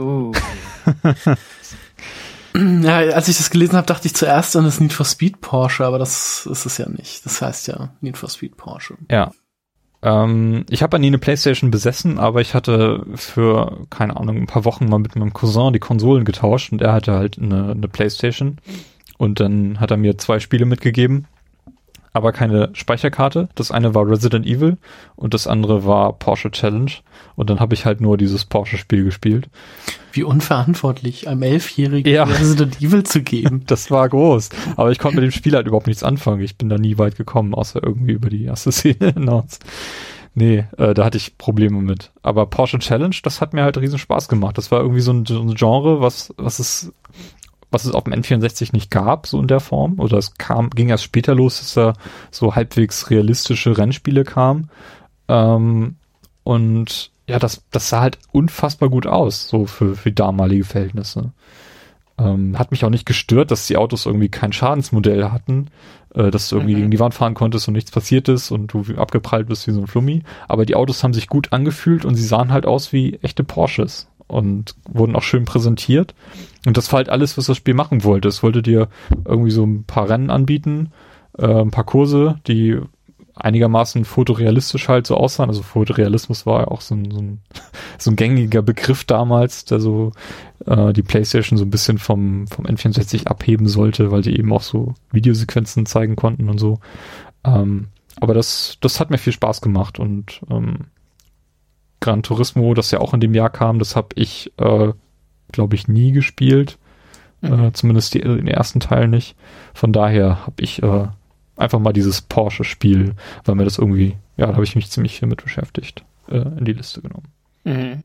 Ja, als ich das gelesen habe, dachte ich zuerst an das Need for Speed Porsche, aber das ist es ja nicht. Das heißt ja Need for Speed Porsche. Ja. Ich habe nie eine PlayStation besessen, aber ich hatte für, keine Ahnung, ein paar Wochen mal mit meinem Cousin die Konsolen getauscht und er hatte halt eine PlayStation und dann hat er mir 2 Spiele mitgegeben, aber keine Speicherkarte. Das eine war Resident Evil und das andere war Porsche Challenge und dann habe ich halt nur dieses Porsche-Spiel gespielt. Wie unverantwortlich, einem 11-Jährigen Resident Evil zu geben. Das war groß, aber ich konnte mit dem Spiel halt überhaupt nichts anfangen. Ich bin da nie weit gekommen, außer irgendwie über die erste Szene hinaus. Nee, da hatte ich Probleme mit. Aber Porsche Challenge, das hat mir halt riesen Spaß gemacht. Das war irgendwie so ein Genre, was es auf dem N64 nicht gab, so in der Form. Oder ging erst später los, dass da so halbwegs realistische Rennspiele kamen. Und ja, das sah halt unfassbar gut aus, so für damalige Verhältnisse. Hat mich auch nicht gestört, dass die Autos irgendwie kein Schadensmodell hatten, dass du irgendwie gegen die Wand fahren konntest und nichts passiert ist und du abgeprallt bist wie so ein Flummi. Aber die Autos haben sich gut angefühlt und sie sahen halt aus wie echte Porsches und wurden auch schön präsentiert. Und das war halt alles, was das Spiel machen wollte. Es wollte dir irgendwie so ein paar Rennen anbieten, ein paar Kurse, die einigermaßen fotorealistisch halt so aussahen. Also Fotorealismus war ja auch so ein gängiger Begriff damals, der so die PlayStation so ein bisschen vom N64 abheben sollte, weil die eben auch so Videosequenzen zeigen konnten und so. Aber das hat mir viel Spaß gemacht und Gran Turismo, das ja auch in dem Jahr kam, das habe ich, glaube ich, nie gespielt. Zumindest den ersten Teil nicht. Von daher habe ich einfach mal dieses Porsche-Spiel, weil mir das irgendwie, ja, da habe ich mich ziemlich viel mit beschäftigt, in die Liste genommen. Mhm.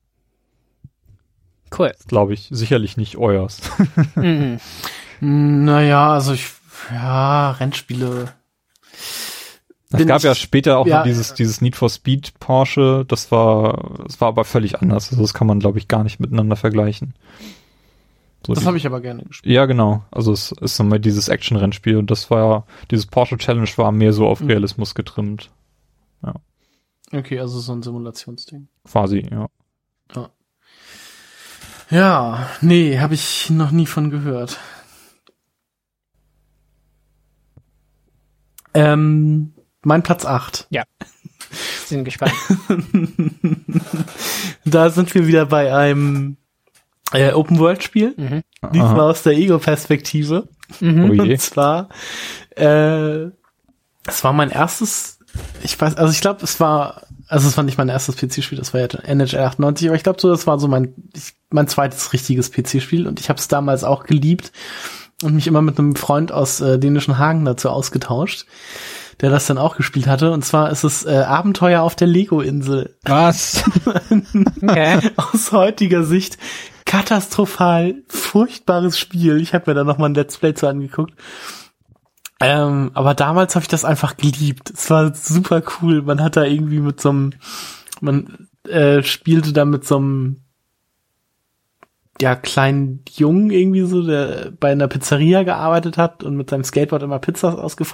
Cool. Glaube ich, sicherlich nicht euers. Naja, also Rennspiele. Es gab ja später auch noch dieses Need for Speed Porsche, das war aber völlig anders. Also das kann man, glaube ich, gar nicht miteinander vergleichen. So das habe ich aber gerne gespielt. Ja, genau. Also es ist nochmal dieses Action-Rennspiel und das war, dieses Porsche Challenge war mehr so auf Realismus getrimmt. Ja. Okay, also so ein Simulationsding. Quasi, ja. Ja, nee, habe ich noch nie von gehört. Mein Platz 8. Ja. Sind gespannt. Da sind wir wieder bei einem Open-World-Spiel. Diesmal aus der Ego-Perspektive. Oh je. Und zwar, es war mein erstes, es war nicht mein erstes PC-Spiel, das war ja NHL 98, aber ich glaube so, das war so mein zweites richtiges PC-Spiel und ich habe es damals auch geliebt und mich immer mit einem Freund aus dänischen Hagen dazu ausgetauscht, der das dann auch gespielt hatte. Und zwar ist es Abenteuer auf der Lego-Insel. Was? Okay. Aus heutiger Sicht katastrophal furchtbares Spiel. Ich habe mir da noch mal ein Let's Play zu angeguckt. Aber damals habe ich das einfach geliebt. Es war super cool. Man hat da irgendwie spielte da mit so einem kleinen Jungen irgendwie so, der bei einer Pizzeria gearbeitet hat und mit seinem Skateboard immer Pizzas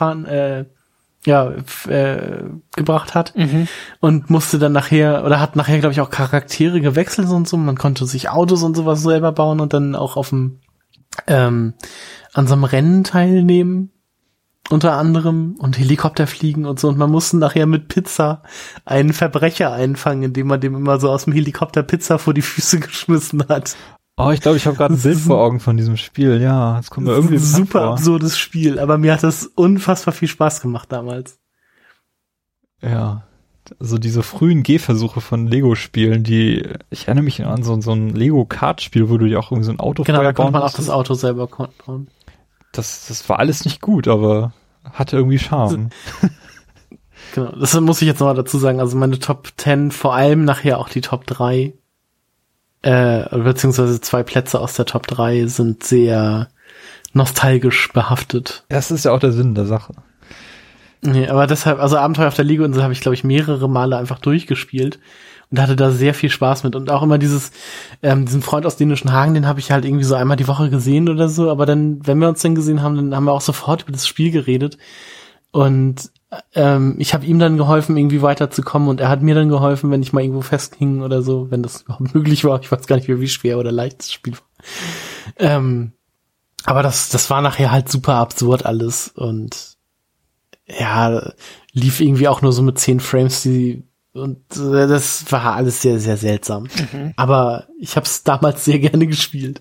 gebracht hat und musste dann hat nachher, glaube ich, auch Charaktere gewechselt und so. Man konnte sich Autos und sowas selber bauen und dann auch an so einem Rennen teilnehmen, unter anderem, und Helikopter fliegen und so. Und man musste nachher mit Pizza einen Verbrecher einfangen, indem man dem immer so aus dem Helikopter Pizza vor die Füße geschmissen hat. Oh, ich glaube, ich habe gerade ein Bild vor Augen von diesem Spiel. Ja, das kommt mir irgendwie bekannt super vor. Absurdes Spiel, aber mir hat das unfassbar viel Spaß gemacht damals. Ja, also diese frühen Gehversuche von Lego-Spielen, ich erinnere mich an so ein Lego-Kart-Spiel, wo du dir auch irgendwie so ein Auto Genau, da bauen konnte man auch musstest. das Auto selber bauen. Das war alles nicht gut, aber hatte irgendwie Charme. Genau, das muss ich jetzt nochmal dazu sagen. Also meine Top 10, vor allem nachher auch die Top 3, beziehungsweise 2 Plätze aus der Top 3 sind sehr nostalgisch behaftet. Das ist ja auch der Sinn der Sache. Nee, aber deshalb, also Abenteuer auf der Lego-Insel habe ich, glaube ich, mehrere Male einfach durchgespielt und hatte da sehr viel Spaß mit. Und auch immer diesen Freund aus dänischen Hagen, den habe ich halt irgendwie so einmal die Woche gesehen oder so, aber dann, wenn wir uns dann gesehen haben, dann haben wir auch sofort über das Spiel geredet. Und ich habe ihm dann geholfen, irgendwie weiterzukommen und er hat mir dann geholfen, wenn ich mal irgendwo festhing oder so, wenn das überhaupt möglich war. Ich weiß gar nicht mehr, wie schwer oder leicht das Spiel war. Aber das war nachher halt super absurd alles und ja, lief irgendwie auch nur so mit 10 Frames, und das war alles sehr, sehr seltsam. Aber ich habe es damals sehr gerne gespielt.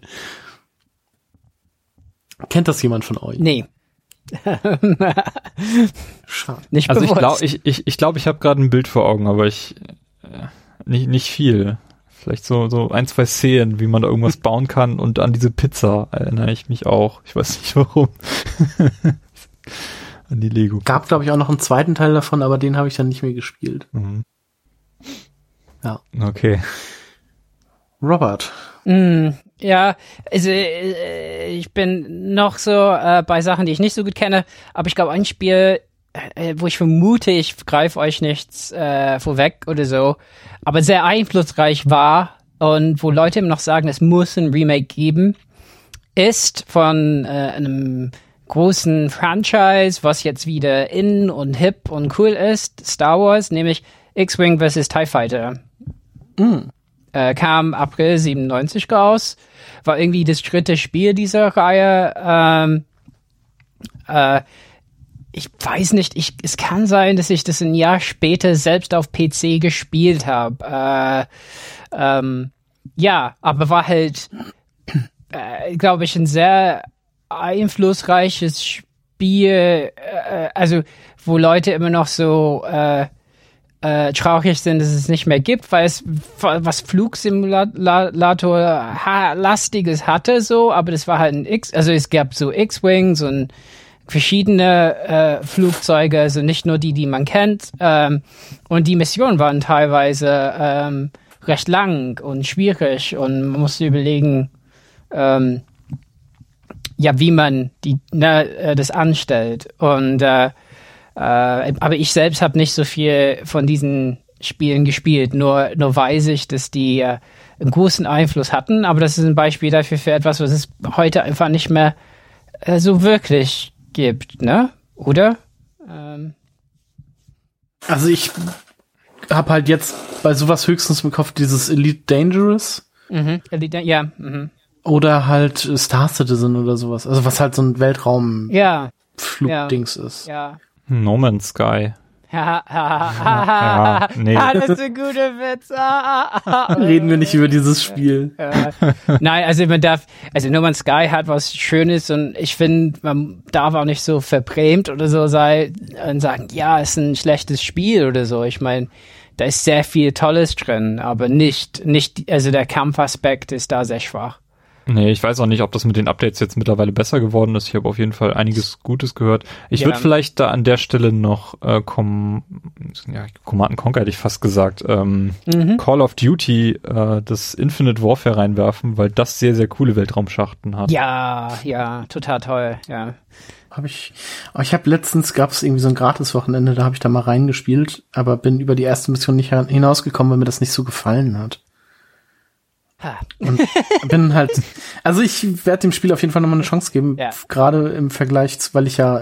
Kennt das jemand von euch? Nee. Schade. Nicht Also bewusst. ich glaube, ich habe gerade ein Bild vor Augen, aber nicht viel. Vielleicht so 1, 2 Szenen, wie man da irgendwas bauen kann, und an diese Pizza erinnere ich mich auch. Ich weiß nicht warum. An die Lego. Gab, glaube ich, auch noch einen zweiten Teil davon, aber den habe ich dann nicht mehr gespielt. Ja. Okay. Robert. Ja, also ich bin noch so bei Sachen, die ich nicht so gut kenne, aber ich glaube, ein Spiel, wo ich vermute, ich greife euch nichts vorweg oder so, aber sehr einflussreich war und wo Leute immer noch sagen, es muss ein Remake geben, ist von einem großen Franchise, was jetzt wieder in und hip und cool ist, Star Wars, nämlich X-Wing vs. TIE Fighter. Kam April 97 raus, war irgendwie das dritte Spiel dieser Reihe. Ich weiß nicht, es kann sein, dass ich das ein Jahr später selbst auf PC gespielt habe. Ja, aber war halt, glaube ich, ein sehr einflussreiches Spiel, also wo Leute immer noch so traurig sind, dass es nicht mehr gibt, weil es was Flugsimulator-lastiges hatte, so, aber das war halt also es gab so X-Wing, so ein verschiedene Flugzeuge, also nicht nur die man kennt, und die Missionen waren teilweise recht lang und schwierig und man musste überlegen, ja, wie man das anstellt. Und aber ich selbst habe nicht so viel von diesen Spielen gespielt, nur weiß ich, dass die einen großen Einfluss hatten, aber das ist ein Beispiel dafür für etwas, was es heute einfach nicht mehr so wirklich gibt, ne? Oder? Also ich habe halt jetzt bei sowas höchstens im Kopf dieses Elite Dangerous. Elite, ja. Mhm. Oder halt Star Citizen oder sowas. Also was halt so ein Weltraum-Flugdings ist. Ja. No Man's Sky. Ja, nee. Das ist ein guter Witz. Reden wir nicht über dieses Spiel. Nein, also No Man's Sky hat was Schönes und ich finde, man darf auch nicht so verbrämt oder so sein und sagen, ja, ist ein schlechtes Spiel oder so. Ich meine, da ist sehr viel Tolles drin, aber also der Kampfaspekt ist da sehr schwach. Nee, ich weiß auch nicht, ob das mit den Updates jetzt mittlerweile besser geworden ist. Ich habe auf jeden Fall einiges Gutes gehört. Ich würde vielleicht da an der Stelle noch Command & Conquer hätte ich fast gesagt, Call of Duty, das Infinite Warfare reinwerfen, weil das sehr, sehr coole Weltraumschachten hat. Ja, total toll, ja. Ich habe letztens, gab es irgendwie so ein Gratis-Wochenende, da habe ich da mal reingespielt, aber bin über die erste Mission nicht hinausgekommen, weil mir das nicht so gefallen hat. Und bin halt, also ich werde dem Spiel auf jeden Fall nochmal eine Chance geben, gerade im Vergleich zu, weil ich ja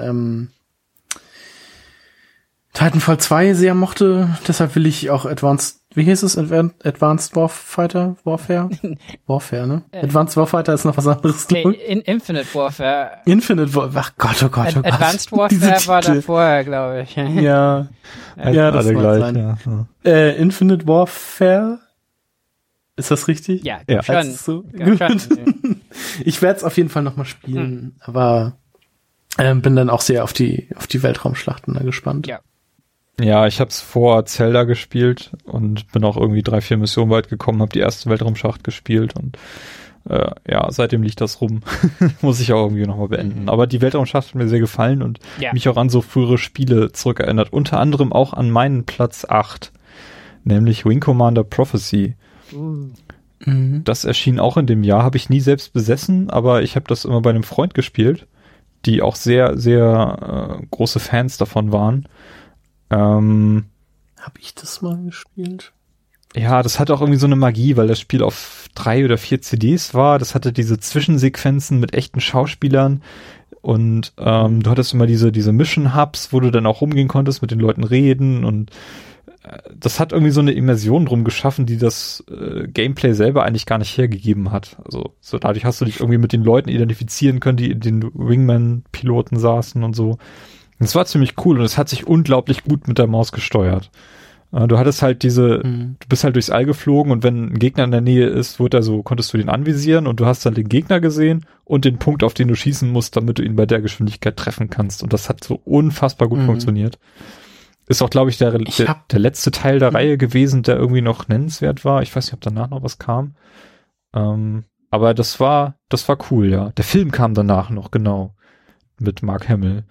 Titanfall 2 sehr mochte, deshalb will ich auch Advanced Warfighter? Warfare, ne? Advanced Warfighter ist noch was anderes. Infinite Warfare. Ach Gott, oh Gott. Advanced Warfare war da vorher, glaube ich. Ja, das war sein. Ja. Infinite Warfare? Ist das richtig? Ja, schon. So? Schon. Ich werde es auf jeden Fall nochmal spielen, aber bin dann auch sehr auf die Weltraumschlachten da gespannt. Ja, ich habe es vor Zelda gespielt und bin auch irgendwie 3-4 Missionen weit gekommen, habe die erste Weltraumschacht gespielt und seitdem liegt das rum. Muss ich auch irgendwie nochmal beenden. Aber die Weltraumschacht hat mir sehr gefallen und mich auch an so frühere Spiele zurückerinnert. Unter anderem auch an meinen Platz 8, nämlich Wing Commander Prophecy. Das erschien auch in dem Jahr, habe ich nie selbst besessen, aber ich habe das immer bei einem Freund gespielt, die auch sehr, sehr große Fans davon waren. Habe ich das mal gespielt? Ja, das hatte auch irgendwie so eine Magie, weil das Spiel auf 3 oder 4 CDs war. Das hatte diese Zwischensequenzen mit echten Schauspielern und du hattest immer diese Mission-Hubs, wo du dann auch rumgehen konntest, mit den Leuten reden und das hat irgendwie so eine Immersion drum geschaffen, die das Gameplay selber eigentlich gar nicht hergegeben hat. Also so dadurch hast du dich irgendwie mit den Leuten identifizieren können, die in den Wingman-Piloten saßen und so. Das war ziemlich cool und es hat sich unglaublich gut mit der Maus gesteuert. Du hattest halt du bist halt durchs All geflogen und wenn ein Gegner in der Nähe ist, konntest du den anvisieren und du hast dann den Gegner gesehen und den Punkt, auf den du schießen musst, damit du ihn bei der Geschwindigkeit treffen kannst. Und das hat so unfassbar gut funktioniert. Ist auch, glaube ich, der letzte Teil der Reihe gewesen, der irgendwie noch nennenswert war. Ich weiß nicht, ob danach noch was kam. Aber das war cool, ja. Der Film kam danach noch, genau. Mit Mark Hamill.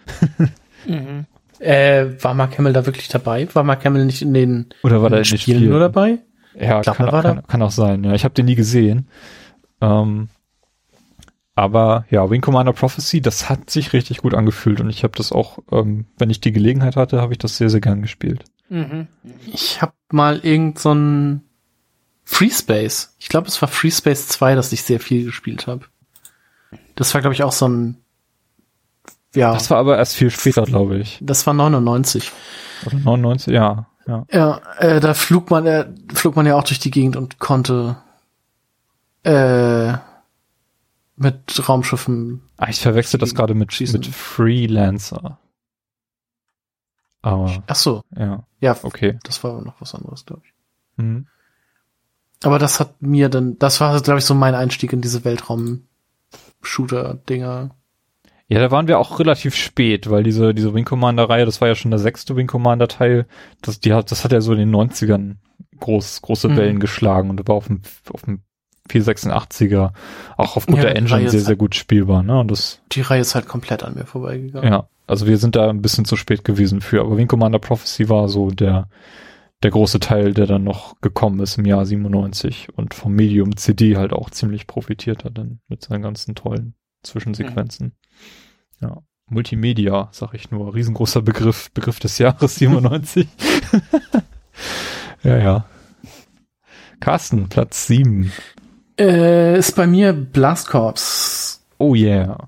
War Mark Hamill da wirklich dabei? War Mark Hamill nicht in den Oder war der in den Spielen nur dabei? Ja, kann auch sein. Ja, ich habe den nie gesehen. Aber ja, Wing Commander Prophecy, das hat sich richtig gut angefühlt und ich habe das auch, wenn ich die Gelegenheit hatte, habe ich das sehr, sehr gern gespielt. Ich habe mal irgend so ein FreeSpace. Ich glaube, es war FreeSpace 2, das ich sehr viel gespielt habe. Das war, glaube ich, auch so ein, ja. Das war aber erst viel später, glaube ich. Das war 99. Oder 99, ja. Ja, da flog man ja auch durch die Gegend und konnte mit Raumschiffen. Ich verwechsel das gerade mit Freelancer. Aber. Ach so. Ja. Ja, okay. Das war noch was anderes, glaube ich. Mhm. Aber das war, glaube ich, so mein Einstieg in diese Weltraum-Shooter-Dinger. Ja, da waren wir auch relativ spät, weil diese Wing Commander-Reihe, das war ja schon der 6. Wing Commander-Teil, das hat ja so in den 90ern große Wellen geschlagen und war auf dem 486er auch aufgrund der Engine sehr, sehr gut spielbar, ne? Und die Reihe ist halt komplett an mir vorbeigegangen. Ja, also wir sind da ein bisschen zu spät gewesen für, aber Wing Commander Prophecy war so der große Teil, der dann noch gekommen ist im Jahr 97 und vom Medium CD halt auch ziemlich profitiert hat dann mit seinen ganzen tollen Zwischensequenzen. Ja, Multimedia, sag ich nur, riesengroßer Begriff des Jahres 97. Ja. Carsten, Platz 7. Ist bei mir Blast Corps. Oh yeah.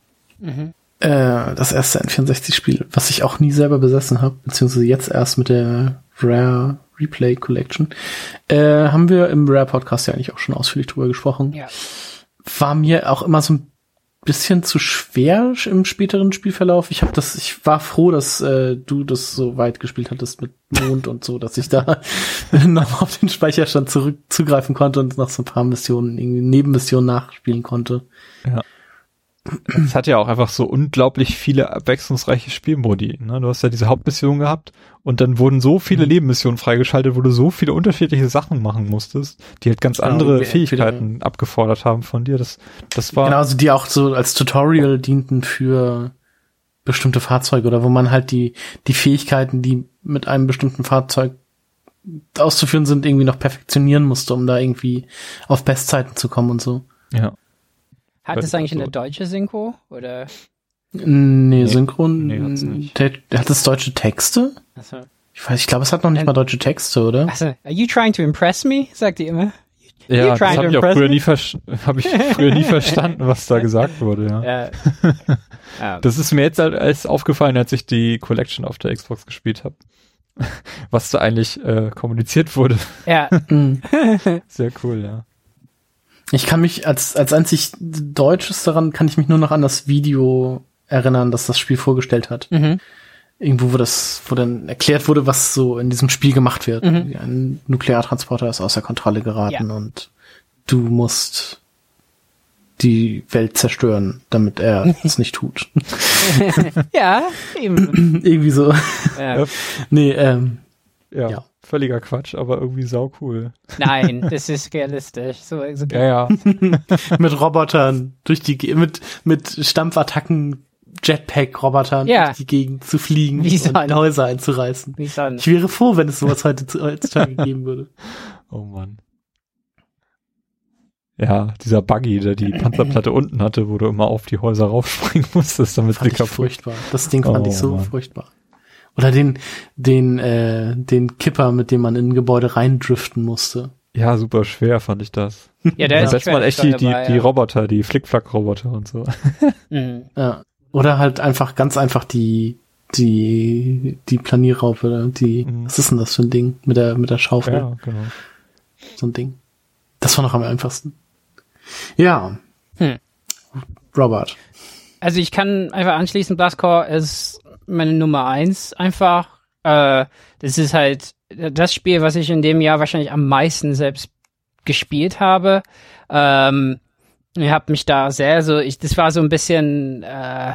Das erste N64-Spiel, was ich auch nie selber besessen habe, beziehungsweise jetzt erst mit der Rare Replay Collection. Haben wir im Rare Podcast ja eigentlich auch schon ausführlich drüber gesprochen. Ja. War mir auch immer so ein bisschen zu schwer im späteren Spielverlauf. Ich war froh, dass du das so weit gespielt hattest mit Mond und so, dass ich da noch auf den Speicherstand zugreifen konnte und noch so ein paar Missionen, irgendwie Nebenmissionen nachspielen konnte. Ja. Es hat ja auch einfach so unglaublich viele abwechslungsreiche Spielmodi. Ne? Du hast ja diese Hauptmission gehabt und dann wurden so viele Nebenmissionen freigeschaltet, wo du so viele unterschiedliche Sachen machen musstest, die halt ganz andere Fähigkeiten abgefordert haben von dir. Das war genau, also die auch so als Tutorial dienten für bestimmte Fahrzeuge oder wo man halt die Fähigkeiten, die mit einem bestimmten Fahrzeug auszuführen sind, irgendwie noch perfektionieren musste, um da irgendwie auf Bestzeiten zu kommen und so. Ja. Hat es eigentlich eine deutsche Synchro? Oder? Nee, Synchron. Nee, hat's nicht. Hat es deutsche Texte? Achso. Ich glaube, es hat noch nicht mal deutsche Texte, oder? Achso, are you trying to impress me? Sagt die immer. Ja, das habe ich auch früher nie verstanden, was da gesagt wurde, ja. Das ist mir jetzt halt erst aufgefallen, als ich die Collection auf der Xbox gespielt habe. Was da eigentlich kommuniziert wurde. Ja. Sehr cool, ja. Ich kann mich als einzig Deutsches daran, kann ich mich nur noch an das Video erinnern, das das Spiel vorgestellt hat. Irgendwo, wo dann erklärt wurde, was so in diesem Spiel gemacht wird. Ein Nukleartransporter ist außer Kontrolle geraten und du musst die Welt zerstören, damit er es nicht tut. Ja, eben. Irgendwie so. Ja. Nee, ja. Völliger Quatsch, aber irgendwie sau cool. Nein, das ist realistisch. So ja. Mit Robotern durch mit Stampfattacken, Jetpack-Robotern durch die Gegend zu fliegen und Häuser einzureißen. Ich wäre froh, wenn es sowas heutzutage geben würde. Oh Mann. Ja, dieser Buggy, der die Panzerplatte unten hatte, wo du immer auf die Häuser raufspringen musstest, damit fand ich furchtbar. Das Ding fand ich so furchtbar. Oder den Kipper, mit dem man in ein Gebäude reindriften musste. Ja, super schwer fand ich das. Ja, der setzt man echt die Roboter, die Flickflack-Roboter und so. Ja. Oder halt ganz einfach die Planierraupe, was ist denn das für ein Ding? Mit der Schaufel. Ja, genau. So ein Ding. Das war noch am einfachsten. Ja. Robert. Also ich kann einfach anschließen, Blast Corps ist meine Nummer 1 einfach. Das ist halt das Spiel, was ich in dem Jahr wahrscheinlich am meisten selbst gespielt habe. Ich habe mich da das war so ein bisschen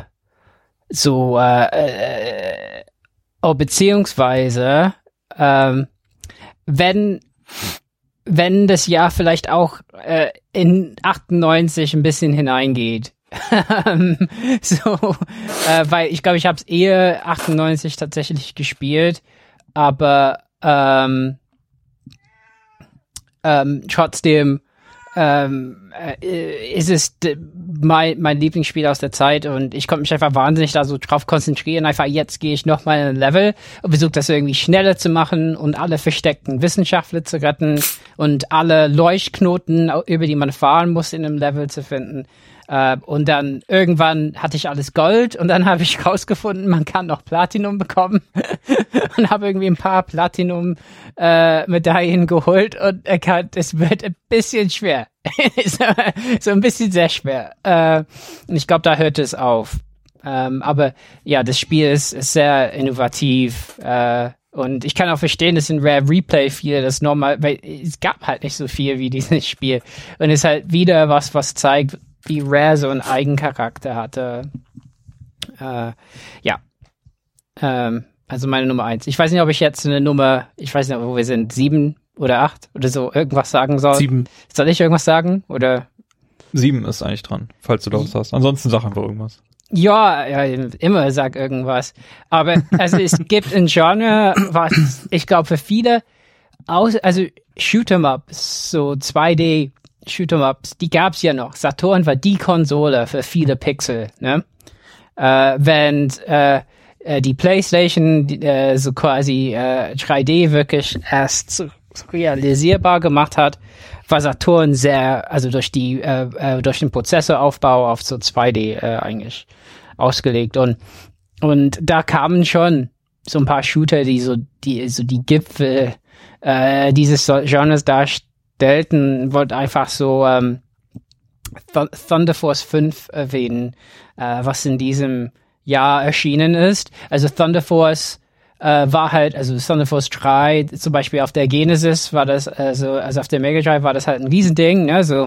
beziehungsweise wenn das Jahr vielleicht auch in 98 ein bisschen hineingeht. Weil ich glaube, ich habe es eher 98 tatsächlich gespielt, aber trotzdem ist es mein Lieblingsspiel aus der Zeit und ich konnte mich einfach wahnsinnig da so drauf konzentrieren. Einfach jetzt gehe ich nochmal in ein Level und versuche das irgendwie schneller zu machen und alle versteckten Wissenschaftler zu retten und alle Leuchtknoten, über die man fahren muss, in einem Level zu finden. Und dann irgendwann hatte ich alles Gold und dann habe ich rausgefunden, man kann noch Platinum bekommen und habe irgendwie ein paar Platinum-Medaillen geholt und es wird ein bisschen schwer. So ein bisschen sehr schwer. Und ich glaube, da hört es auf. Aber ja, das Spiel ist sehr innovativ. Und ich kann auch verstehen, dass in Rare Replay viele das normal, weil es gab halt nicht so viel wie dieses Spiel. Und es ist halt wieder was zeigt, wie Rare so einen Eigencharakter hatte. Also meine Nummer 1. Ich weiß nicht, ob ich jetzt eine Nummer, ich weiß nicht, wo wir sind, 7 oder 8 oder so, irgendwas sagen soll. 7. Soll ich irgendwas sagen? Oder? 7 ist eigentlich dran, falls du da was hast. Ansonsten sag einfach irgendwas. Ja, immer sag irgendwas. Aber also es gibt ein Genre, was ich glaube für viele, also Shoot'em-Ups, so 2D Shoot'em-Ups, die gab's ja noch. Saturn war die Konsole für viele Pixel, ne? Während die PlayStation so quasi 3D wirklich erst so realisierbar gemacht hat, war Saturn sehr, also durch den Prozessoraufbau auf so 2D eigentlich ausgelegt und da kamen schon so ein paar Shooter, die die Gipfel dieses Genres darstellten. Wollte einfach so Thunder Force 5 erwähnen, was in diesem Jahr erschienen ist. Also Thunder Force war halt, also Thunder Force 3 zum Beispiel auf der Genesis war das, also auf der Mega Drive war das halt ein Riesending, ne, so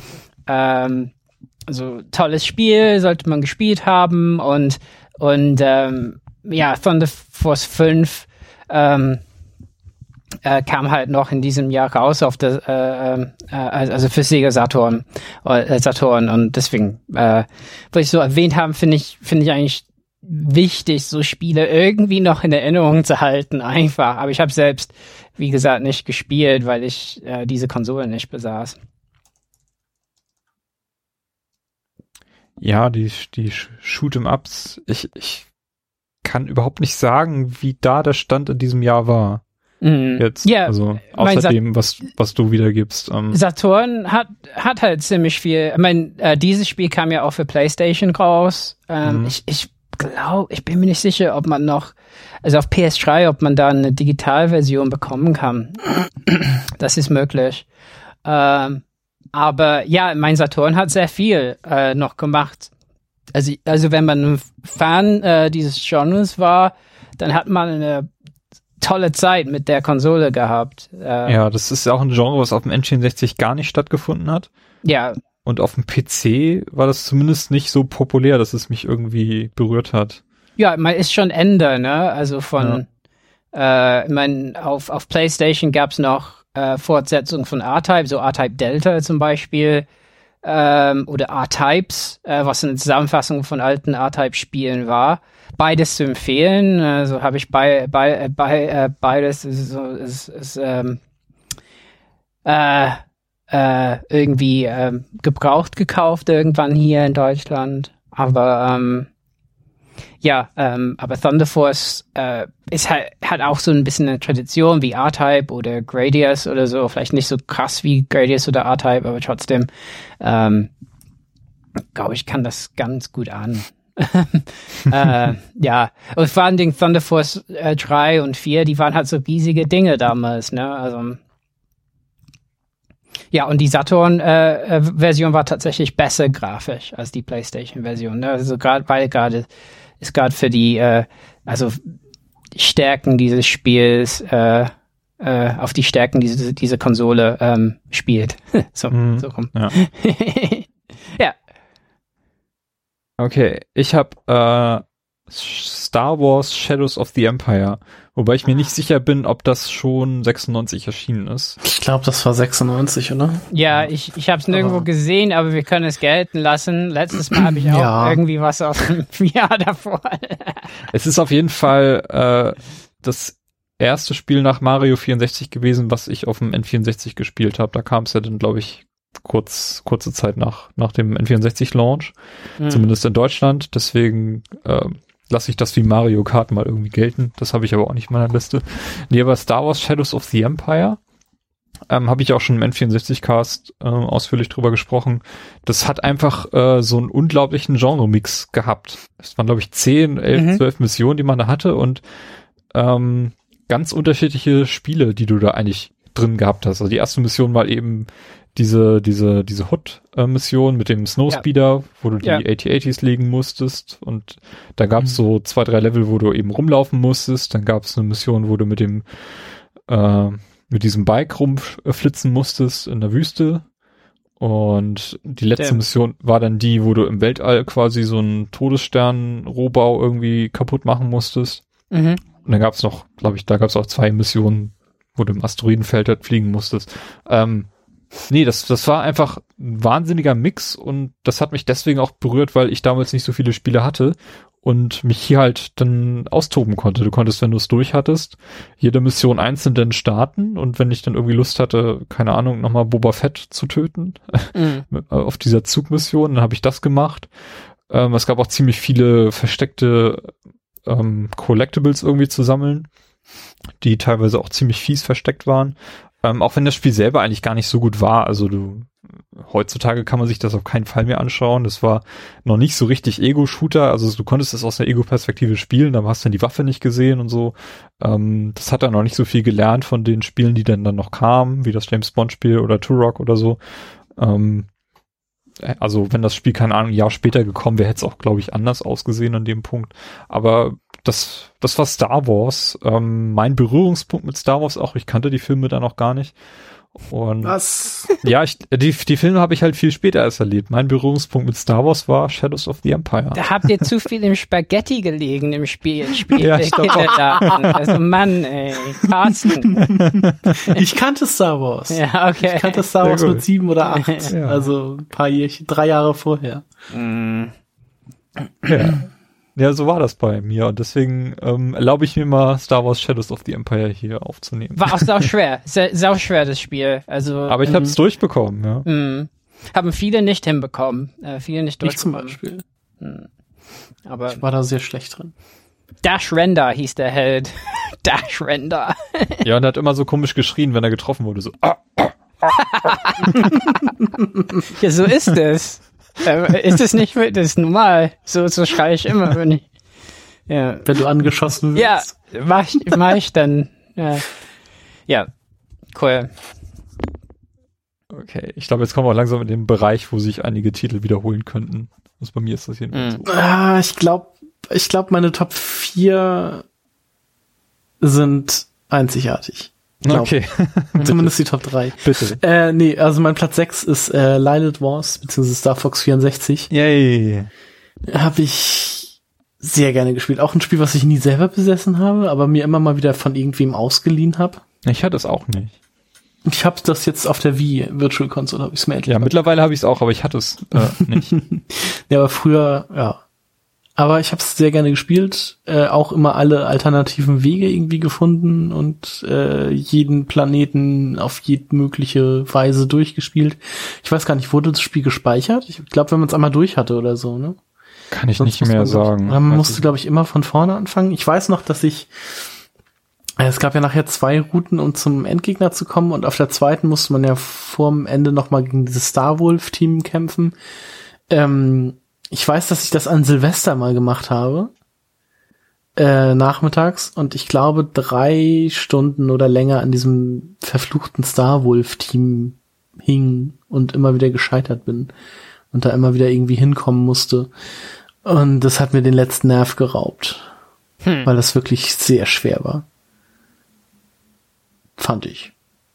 tolles Spiel, sollte man gespielt haben und ja, Thunder Force 5 kam halt noch in diesem Jahr raus auf der, also für Sega Saturn und deswegen, was ich so erwähnt haben, finde ich eigentlich wichtig, so Spiele irgendwie noch in Erinnerung zu halten, einfach. Aber ich habe selbst, wie gesagt, nicht gespielt, weil ich diese Konsole nicht besaß. Ja, die Shoot'em-Ups, ich kann überhaupt nicht sagen, wie da der Stand in diesem Jahr war. Jetzt, ja, also außer dem, was du wiedergibst. Saturn hat halt ziemlich viel. Ich meine, dieses Spiel kam ja auch für PlayStation raus. Ich glaube, ich bin mir nicht sicher, ob man noch, also auf PS3, ob man da eine Digitalversion bekommen kann. Das ist möglich. Aber ja, mein Saturn hat sehr viel noch gemacht. Also wenn man ein Fan dieses Genres war, dann hat man eine tolle Zeit mit der Konsole gehabt. Ja, das ist auch ein Genre, was auf dem N64 gar nicht stattgefunden hat. Ja. Und auf dem PC war das zumindest nicht so populär, dass es mich irgendwie berührt hat. Ja, man ist schon Ende, ne? Also von, ich meine, auf PlayStation gab's noch Fortsetzungen von R-Type, so R-Type Delta zum Beispiel, oder R-Types, was eine Zusammenfassung von alten R-Type-Spielen war. Beides zu empfehlen, also habe ich beides irgendwie gebraucht gekauft irgendwann hier in Deutschland. Aber aber Thunder Force ist hat auch so ein bisschen eine Tradition wie R-Type oder Gradius oder so. Vielleicht nicht so krass wie Gradius oder R-Type, aber trotzdem glaube ich, kann das ganz gut an. Ja, und vor allen Dingen Thunder Force 3 und 4, die waren halt so riesige Dinge damals, ne? Also ja, und die Saturn-Version war tatsächlich besser grafisch als die PlayStation-Version, ne? Also gerade für die also Stärken dieses Spiels auf die Stärken diese Konsole spielt. So rum. Ja. Ja. Okay, ich habe Star Wars Shadows of the Empire, wobei ich mir nicht sicher bin, ob das schon 96 erschienen ist. Ich glaube, das war 96, oder? Ja, ich habe es nirgendwo gesehen, aber wir können es gelten lassen. Letztes Mal habe ich auch irgendwie was aus dem Jahr davor. Es ist auf jeden Fall das erste Spiel nach Mario 64 gewesen, was ich auf dem N64 gespielt habe. Da kam es ja dann, glaube ich, kurze Zeit nach dem N64-Launch, zumindest in Deutschland. Deswegen lasse ich das wie Mario Kart mal irgendwie gelten. Das habe ich aber auch nicht in meiner Liste. Nee, aber Star Wars Shadows of the Empire habe ich auch schon im N64-Cast ausführlich drüber gesprochen. Das hat einfach so einen unglaublichen Genre-Mix gehabt. Es waren, glaube ich, 10, 11, 12 Missionen, die man da hatte und ganz unterschiedliche Spiele, die du da eigentlich drin gehabt hast. Also die erste Mission war eben diese Hood-Mission mit dem Snowspeeder, wo du die AT-ATs legen musstest und da gab es so 2, 3 Level, wo du eben rumlaufen musstest. Dann gab es eine Mission, wo du mit diesem Bike rumflitzen musstest in der Wüste. Und die letzte Mission war dann die, wo du im Weltall quasi so einen Todesstern-Rohbau irgendwie kaputt machen musstest. Und dann gab es noch, glaube ich, da gab es auch 2 Missionen, wo du im Asteroidenfeld halt fliegen musstest. Nee, das war einfach ein wahnsinniger Mix und das hat mich deswegen auch berührt, weil ich damals nicht so viele Spiele hatte und mich hier halt dann austoben konnte. Du konntest, wenn du es durch hattest, jede Mission einzeln dann starten und wenn ich dann irgendwie Lust hatte, keine Ahnung, nochmal Boba Fett zu töten auf dieser Zugmission, dann habe ich das gemacht. Es gab auch ziemlich viele versteckte Collectibles irgendwie zu sammeln, die teilweise auch ziemlich fies versteckt waren. Auch wenn das Spiel selber eigentlich gar nicht so gut war. Also heutzutage kann man sich das auf keinen Fall mehr anschauen. Das war noch nicht so richtig Ego-Shooter. Also du konntest es aus der Ego-Perspektive spielen, da hast du dann die Waffe nicht gesehen und so. Das hat dann noch nicht so viel gelernt von den Spielen, die dann noch kamen, wie das James-Bond-Spiel oder Turok oder so. Also wenn das Spiel, keine Ahnung, ein Jahr später gekommen wäre, hätte es auch, glaube ich, anders ausgesehen an dem Punkt. Aber das war Star Wars. Mein Berührungspunkt mit Star Wars auch. Ich kannte die Filme da noch gar nicht. Und was? Ja, die Filme habe ich halt viel später erst erlebt. Mein Berührungspunkt mit Star Wars war Shadows of the Empire. Da habt ihr zu viel im Spaghetti gelegen im Spiel ja, ich Kindergarten. Also Mann, ey, Carsten. Ich kannte Star Wars. Ja, okay. Ich kannte Star Wars mit 7 oder 8. Ja. Also ein paar Jährchen, 3 Jahre vorher. Ja, so war das bei mir und deswegen erlaube ich mir mal Star Wars Shadows of the Empire hier aufzunehmen. War auch sauschwer, sauschwer das Spiel. Also, aber ich habe es durchbekommen, ja. Haben viele nicht hinbekommen, viele nicht durchbekommen. Ich zum Beispiel. Aber ich war da sehr schlecht drin. Dash Render hieß der Held. Dash Render. Ja, und er hat immer so komisch geschrien, wenn er getroffen wurde, so. Ja, so ist es. Ist es nicht, das ist normal. So schreie ich immer, wenn du angeschossen wirst. Ja, mach ich dann. Ja, cool. Okay, ich glaube, jetzt kommen wir auch langsam in den Bereich, wo sich einige Titel wiederholen könnten. Also bei mir ist das jedenfalls so. Ich glaube, meine Top 4 sind einzigartig. Okay. Zumindest die Top 3. Bitte. Nee, also mein Platz 6 ist Lilith Wars, beziehungsweise Star Fox 64. Yay. Habe ich sehr gerne gespielt. Auch ein Spiel, was ich nie selber besessen habe, aber mir immer mal wieder von irgendwem ausgeliehen habe. Ich hatte es auch nicht. Ich habe das jetzt auf der Wii Virtual Console, habe ich es mir endlich. Ja, mittlerweile habe ich es auch, aber ich hatte es nicht. Ja, aber früher, ja. Aber ich habe es sehr gerne gespielt, auch immer alle alternativen Wege irgendwie gefunden und jeden Planeten auf jede mögliche Weise durchgespielt. Ich weiß gar nicht, wurde das Spiel gespeichert? Ich glaube, wenn man es einmal durch hatte oder so, ne? Kann ich nicht mehr sagen. Man musste, glaube ich, immer von vorne anfangen. Ich weiß noch, dass es gab ja nachher 2 Routen, um zum Endgegner zu kommen und auf der zweiten musste man ja vorm Ende nochmal gegen dieses Starwolf-Team kämpfen. Ich weiß, dass ich das an Silvester mal gemacht habe, nachmittags, und ich glaube 3 Stunden oder länger an diesem verfluchten Starwolf-Team hing und immer wieder gescheitert bin und da immer wieder irgendwie hinkommen musste. Und das hat mir den letzten Nerv geraubt, weil das wirklich sehr schwer war. Fand ich.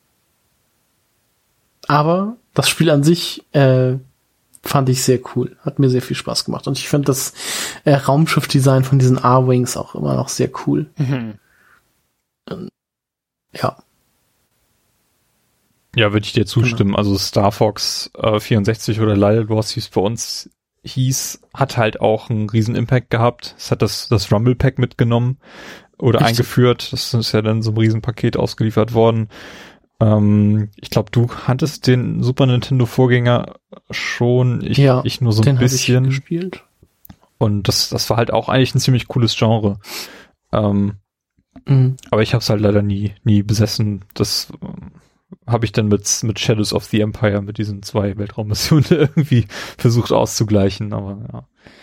Aber das Spiel an sich fand ich sehr cool. Hat mir sehr viel Spaß gemacht. Und ich finde das Raumschiff-Design von diesen A-Wings auch immer noch sehr cool. Ja. Ja, würde ich dir zustimmen. Genau. Also Star Fox 64 oder Lilith Wars, wie es bei uns hieß, hat halt auch einen riesen Impact gehabt. Es hat das Rumble Pack mitgenommen oder eingeführt. Das ist ja dann so ein Riesenpaket ausgeliefert worden. Ich glaube, du hattest den Super Nintendo Vorgänger schon, ich nur so ein bisschen ich gespielt. Und das war halt auch eigentlich ein ziemlich cooles Genre. Aber ich habe es halt leider nie besessen. Das habe ich dann mit Shadows of the Empire, mit diesen 2 Weltraummissionen irgendwie versucht auszugleichen, aber ja.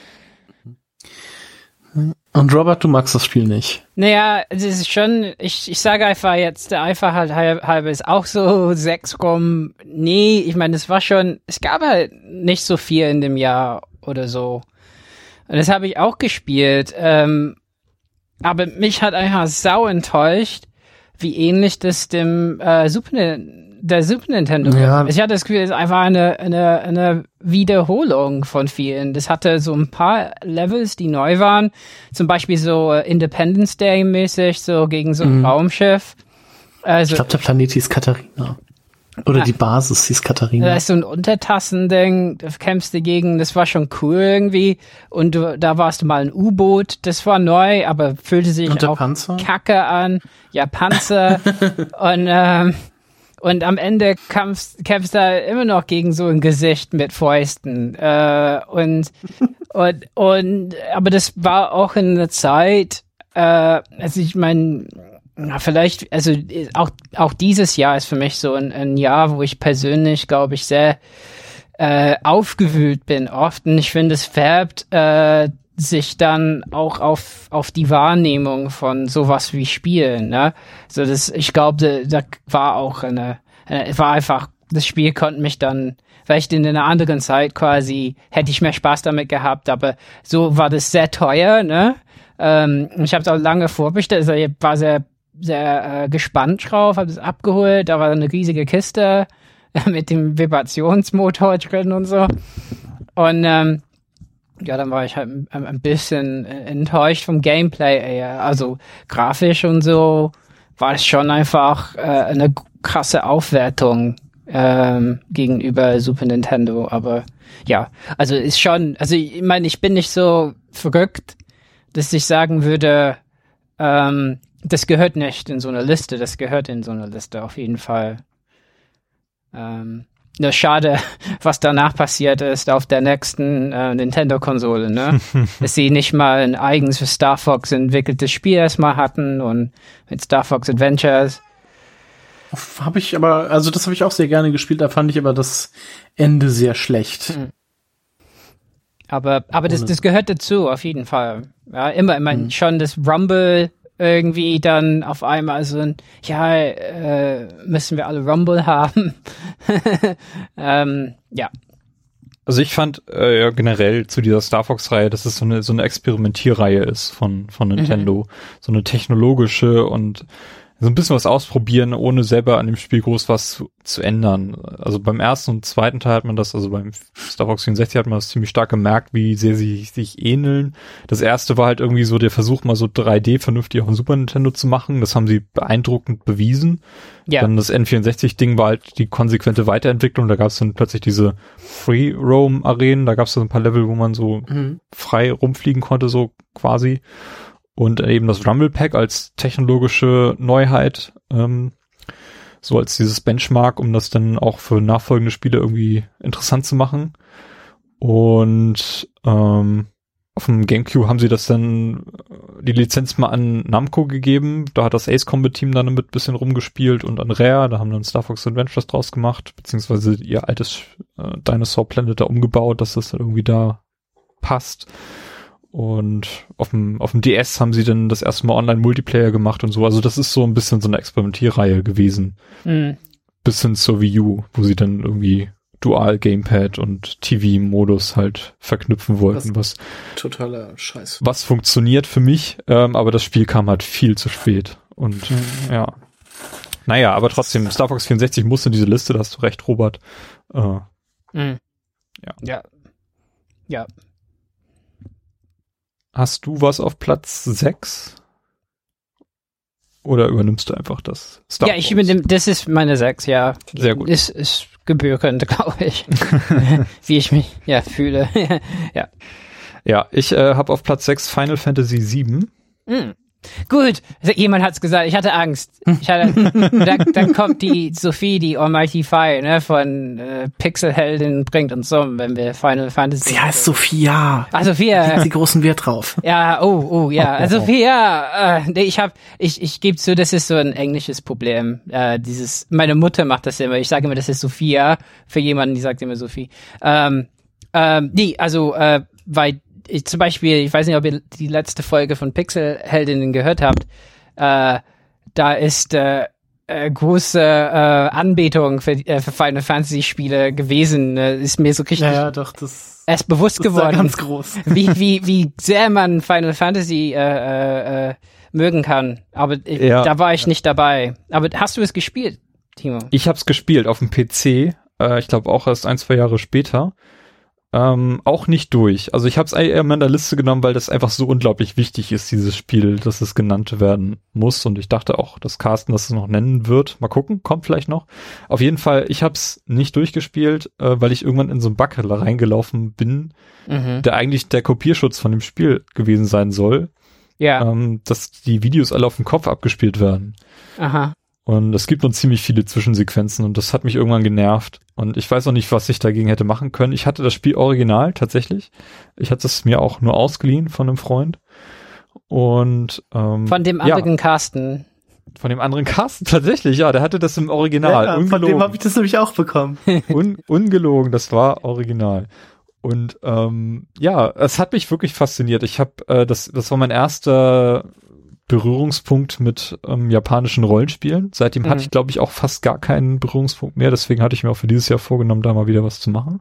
Und Robert, du magst das Spiel nicht. Naja, es ist schon, ich sage einfach jetzt, der Einfachheit halber ist auch so 6 rum. Nee, ich meine, es gab halt nicht so viel in dem Jahr oder so. Und das habe ich auch gespielt. Aber mich hat einfach sau enttäuscht, wie ähnlich das dem Super Nintendo ja. Ich hatte das Gefühl, es ist einfach eine Wiederholung von vielen. Das hatte so ein paar Levels, die neu waren. Zum Beispiel so Independence Day mäßig, so gegen so ein Raumschiff. Also, ich glaube, der Planet hieß Katharina. Oder die Basis hieß Katharina. Da ist so ein Untertassending, da kämpfst du gegen, das war schon cool irgendwie. Und da warst du mal ein U-Boot, das war neu, aber fühlte sich auch Panzer? Kacke an. Ja, Panzer. Und am Ende kämpfst du immer noch gegen so ein Gesicht mit Fäusten. Aber das war auch in der Zeit, also ich meine, vielleicht, also auch dieses Jahr ist für mich so ein Jahr, wo ich persönlich, glaube ich, sehr aufgewühlt bin oft. Und ich finde, es färbt sich dann auch auf die Wahrnehmung von sowas wie Spielen. Ne? So ich glaube, da war auch war einfach, das Spiel konnte mich dann, vielleicht in einer anderen Zeit quasi, hätte ich mehr Spaß damit gehabt, aber so war das sehr teuer. Ne? Ich habe es auch lange vorbestellt, also ich war sehr sehr gespannt drauf, habe es abgeholt, da war eine riesige Kiste mit dem Vibrationsmotor drin und so. Und dann war ich halt ein bisschen enttäuscht vom Gameplay eher. Also grafisch und so war es schon einfach eine krasse Aufwertung gegenüber Super Nintendo. Aber ja, also ist schon, also ich meine, ich bin nicht so verrückt, dass ich sagen würde, das gehört nicht in so eine Liste, das gehört in so eine Liste auf jeden Fall. Nur schade, was danach passiert ist auf der nächsten Nintendo-Konsole, ne? Dass sie nicht mal ein eigens für Star Fox entwickeltes Spiel erstmal hatten und mit Star Fox Adventures. Das habe ich auch sehr gerne gespielt, da fand ich aber das Ende sehr schlecht. Aber das gehört dazu, auf jeden Fall. Ja, immer, ich meine, schon das Rumble irgendwie dann auf einmal so ein, müssen wir alle Rumble haben. Ja. Also ich fand generell zu dieser Star Fox-Reihe, dass es so eine Experimentierreihe ist von Nintendo. So eine technologische und so ein bisschen was ausprobieren, ohne selber an dem Spiel groß was zu ändern. Also beim ersten und zweiten Teil hat man das, also beim Star Fox 64 hat man das ziemlich stark gemerkt, wie sehr sie sich ähneln. Das erste war halt irgendwie so der Versuch, mal so 3D vernünftig auf dem Super Nintendo zu machen. Das haben sie beeindruckend bewiesen. Ja. Dann das N64-Ding war halt die konsequente Weiterentwicklung. Da gab es dann plötzlich diese Free-Roam-Arenen. Da gab es so ein paar Level, wo man so frei rumfliegen konnte, so quasi. Und eben das Rumble Pack als technologische Neuheit, so als dieses Benchmark, um das dann auch für nachfolgende Spiele irgendwie interessant zu machen. Und auf dem GameCube haben sie das dann die Lizenz mal an Namco gegeben. Da hat das Ace Combat Team dann damit ein bisschen rumgespielt und an Rare, da haben dann Star Fox Adventures draus gemacht, beziehungsweise ihr altes Dinosaur Planet da umgebaut, dass das dann irgendwie da passt. Und auf dem DS haben sie dann das erste Mal Online-Multiplayer gemacht und so. Also das ist so ein bisschen so eine Experimentierreihe gewesen. Bis hin zur Wii U, wo sie dann irgendwie Dual-Gamepad und TV-Modus halt verknüpfen wollten. Was totaler Scheiß. Was funktioniert für mich, aber das Spiel kam halt viel zu spät. Und ja. Naja, aber trotzdem, Star Fox 64 muss in diese Liste, da hast du recht, Robert. Ja. Hast du was auf Platz 6? Oder übernimmst du einfach das Star Fox? Ja, das ist meine 6, ja. Sehr gut. Ist gebührend, glaube ich. Wie ich mich fühle. Ja. Ja, ich habe auf Platz 6 Final Fantasy 7. Gut, jemand hat's gesagt, ich hatte Angst. Dann kommt die Sophie, die Almighty Fire, ne, von Pixelheldin bringt uns um, wenn wir Final Fantasy. Sie heißt Sophia. Ah, Sophia. Da sie großen Wert drauf. Ja, ja. Also Sophia, ich gebe zu, das ist so ein englisches Problem. Meine Mutter macht das immer. Ich sage immer, das ist Sophia für jemanden, die sagt immer Sophie. Weil zum Beispiel, ich weiß nicht, ob ihr die letzte Folge von Pixelheldinnen gehört habt, da ist große Anbetung für Final Fantasy Spiele gewesen. Ist mir so richtig doch, das erst bewusst geworden, ist ganz groß. wie sehr man Final Fantasy mögen kann. Aber da war ich nicht dabei. Aber hast du es gespielt, Timo? Ich habe es gespielt auf dem PC. Ich glaube auch erst 1-2 Jahre später. Auch nicht durch. Also ich habe es eher in meiner Liste genommen, weil das einfach so unglaublich wichtig ist, dieses Spiel, dass es genannt werden muss. Und ich dachte auch, dass Carsten das noch nennen wird. Mal gucken, kommt vielleicht noch. Auf jeden Fall, ich habe es nicht durchgespielt, weil ich irgendwann in so einen Bug reingelaufen bin, der eigentlich der Kopierschutz von dem Spiel gewesen sein soll. Ja. Dass die Videos alle auf dem Kopf abgespielt werden. Aha. Und es gibt noch ziemlich viele Zwischensequenzen und das hat mich irgendwann genervt. Und ich weiß auch nicht, was ich dagegen hätte machen können. Ich hatte das Spiel original tatsächlich. Ich hatte es mir auch nur ausgeliehen von einem Freund. Und von dem anderen Carsten. Von dem anderen Carsten tatsächlich, ja. Der hatte das im Original. Ja, von dem habe ich das nämlich auch bekommen. Ungelogen, das war original. Und es hat mich wirklich fasziniert. Ich habe, das war mein erster Berührungspunkt mit japanischen Rollenspielen. Seitdem hatte ich, glaube ich, auch fast gar keinen Berührungspunkt mehr. Deswegen hatte ich mir auch für dieses Jahr vorgenommen, da mal wieder was zu machen.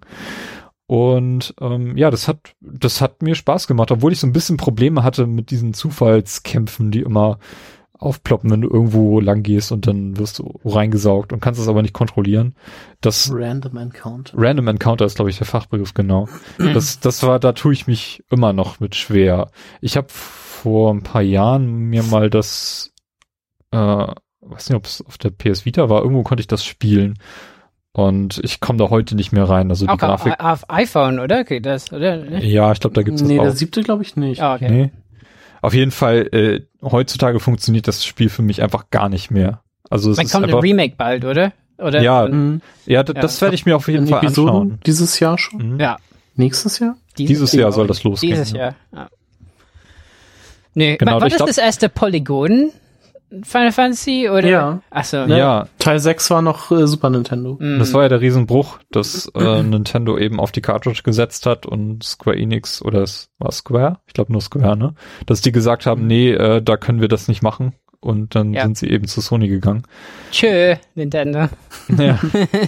Und das hat mir Spaß gemacht, obwohl ich so ein bisschen Probleme hatte mit diesen Zufallskämpfen, die immer aufploppen, wenn du irgendwo lang gehst und dann wirst du reingesaugt und kannst es aber nicht kontrollieren. Random Encounter. Random Encounter ist, glaube ich, der Fachbegriff, genau. Da tue ich mich immer noch mit schwer. Ich habe vor ein paar Jahren mir mal das, weiß nicht, ob es auf der PS Vita war, irgendwo konnte ich das spielen. Und ich komme da heute nicht mehr rein. Also die auch Grafik. Auf iPhone, oder? Geht das, oder? Ja, ich glaube, da gibt's das auch. Nee, der 7. glaube ich nicht. Ah, okay. Nee. Auf jeden Fall, heutzutage funktioniert das Spiel für mich einfach gar nicht mehr. Also es Man ist kommt einfach, ein Remake bald, oder? Ja, das werde ich mir auf jeden Fall anschauen. Dieses Jahr schon? Mhm. Ja. Nächstes Jahr? Dieses Jahr soll das losgehen. Dieses Jahr, ja. Nee, Genau, war das erste Polygon Final Fantasy, oder? Ja. Achso. Ja. Teil 6 war noch Super Nintendo. Das war ja der Riesenbruch, dass Nintendo eben auf die Cartridge gesetzt hat und Square Enix, oder es war Square? Ich glaube nur Square, ne? Dass die gesagt haben, nee, da können wir das nicht machen. Und dann sind sie eben zu Sony gegangen. Tschö, Nintendo. Ja.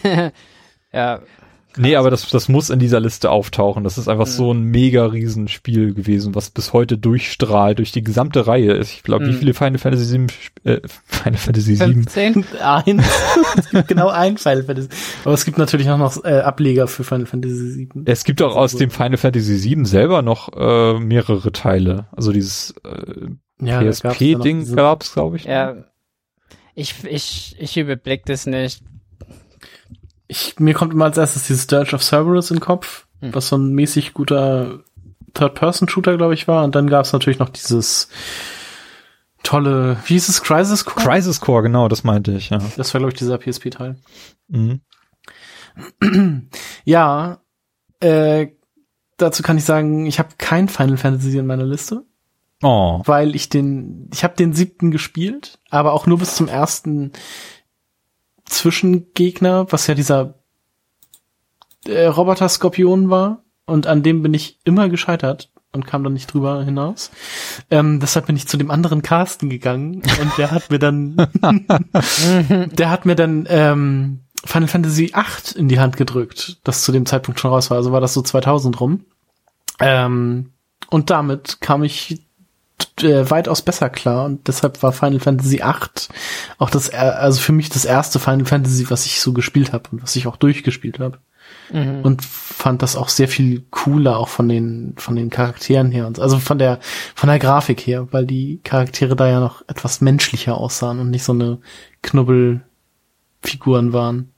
Ja. Nee, aber das muss in dieser Liste auftauchen. Das ist einfach so ein mega Riesenspiel gewesen, was bis heute durchstrahlt durch die gesamte Reihe. Ich glaube, wie viele Final Fantasy 7 15? Eins. Es gibt genau ein Final Fantasy. Aber es gibt natürlich auch noch Ableger für Final Fantasy 7. Es gibt auch aus dem Final Fantasy 7 selber noch mehrere Teile. Also dieses PSP-Ding gab's, glaube ich. Ja. Ich überblick das nicht. Mir kommt immer als erstes dieses Dirge of Cerberus in den Kopf, was so ein mäßig guter Third-Person-Shooter, glaube ich, war. Und dann gab es natürlich noch dieses tolle, wie hieß es, Crisis Core? Crisis Core, genau, das meinte ich, ja. Das war, glaube ich, dieser PSP-Teil. Mhm. Ja, dazu kann ich sagen, ich habe kein Final Fantasy in meiner Liste. Oh. Weil ich habe den 7. gespielt, aber auch nur bis zum ersten Zwischengegner, was ja dieser Roboter-Skorpion war, und an dem bin ich immer gescheitert und kam dann nicht drüber hinaus. Deshalb bin ich zu dem anderen Carsten gegangen und der hat mir dann Final Fantasy 8 in die Hand gedrückt, das zu dem Zeitpunkt schon raus war, also war das so 2000 rum. Und damit kam ich weitaus besser klar, und deshalb war Final Fantasy 8 auch also für mich das erste Final Fantasy, was ich so gespielt habe und was ich auch durchgespielt habe. Und fand das auch sehr viel cooler, auch von den Charakteren her, also von der Grafik her, weil die Charaktere da ja noch etwas menschlicher aussahen und nicht so eine Knubbelfiguren waren.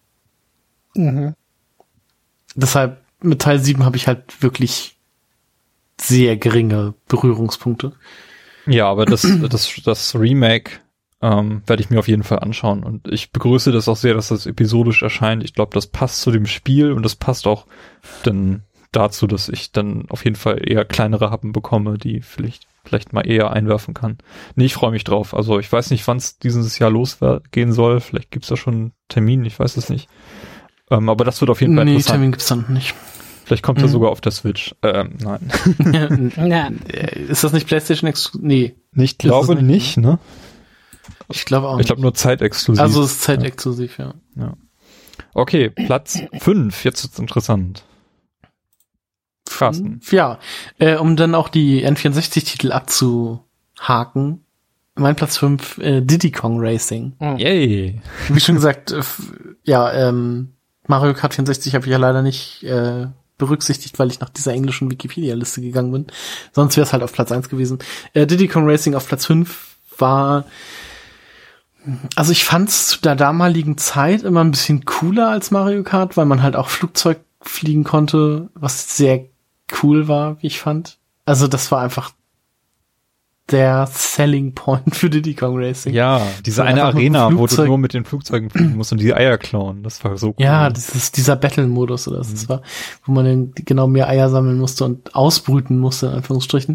Deshalb mit Teil 7 habe ich halt wirklich sehr geringe Berührungspunkte. Ja, aber das Remake werde ich mir auf jeden Fall anschauen. Und ich begrüße das auch sehr, dass das episodisch erscheint. Ich glaube, das passt zu dem Spiel und das passt auch dann dazu, dass ich dann auf jeden Fall eher kleinere Happen bekomme, die vielleicht mal eher einwerfen kann. Nee, ich freue mich drauf. Also ich weiß nicht, wann es dieses Jahr losgehen soll. Vielleicht gibt's da schon einen Termin, ich weiß es nicht. Aber das wird auf jeden Fall interessant. Nee, Termin gibt's dann noch nicht. Vielleicht kommt er sogar auf der Switch. Nein. Ist das nicht PlayStation Nee. Ich glaube nicht, ne? Ich glaube auch nicht. Ich glaube nur zeitexklusiv. Also es ist zeitexklusiv, ja. Okay, Platz 5. Jetzt wird's interessant. Carsten. Ja, um dann auch die N64-Titel abzuhaken. Mein Platz 5, Diddy Kong Racing. Yay. Wie schon gesagt, Mario Kart 64 habe ich ja leider nicht berücksichtigt, weil ich nach dieser englischen Wikipedia-Liste gegangen bin. Sonst wäre es halt auf Platz 1 gewesen. Diddy Kong Racing auf Platz 5 war... Also ich fand's zu der damaligen Zeit immer ein bisschen cooler als Mario Kart, weil man halt auch Flugzeug fliegen konnte, was sehr cool war, wie ich fand. Also das war einfach der Selling Point für Diddy Kong Racing. Ja, diese eine Arena, wo du nur mit den Flugzeugen fliegen musst und die Eier klauen. Das war so cool. Ja, dieser Battle-Modus oder das war, wo man dann genau mehr Eier sammeln musste und ausbrüten musste, in Anführungsstrichen.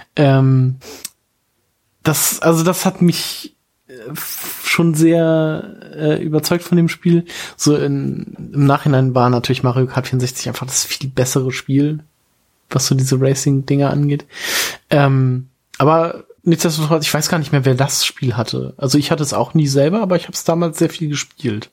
Das hat mich schon sehr überzeugt von dem Spiel. So im Nachhinein war natürlich Mario Kart 64 einfach das viel bessere Spiel, was so diese Racing-Dinger angeht. Aber nichtsdestotrotz, ich weiß gar nicht mehr, wer das Spiel hatte. Also ich hatte es auch nie selber, aber ich habe es damals sehr viel gespielt.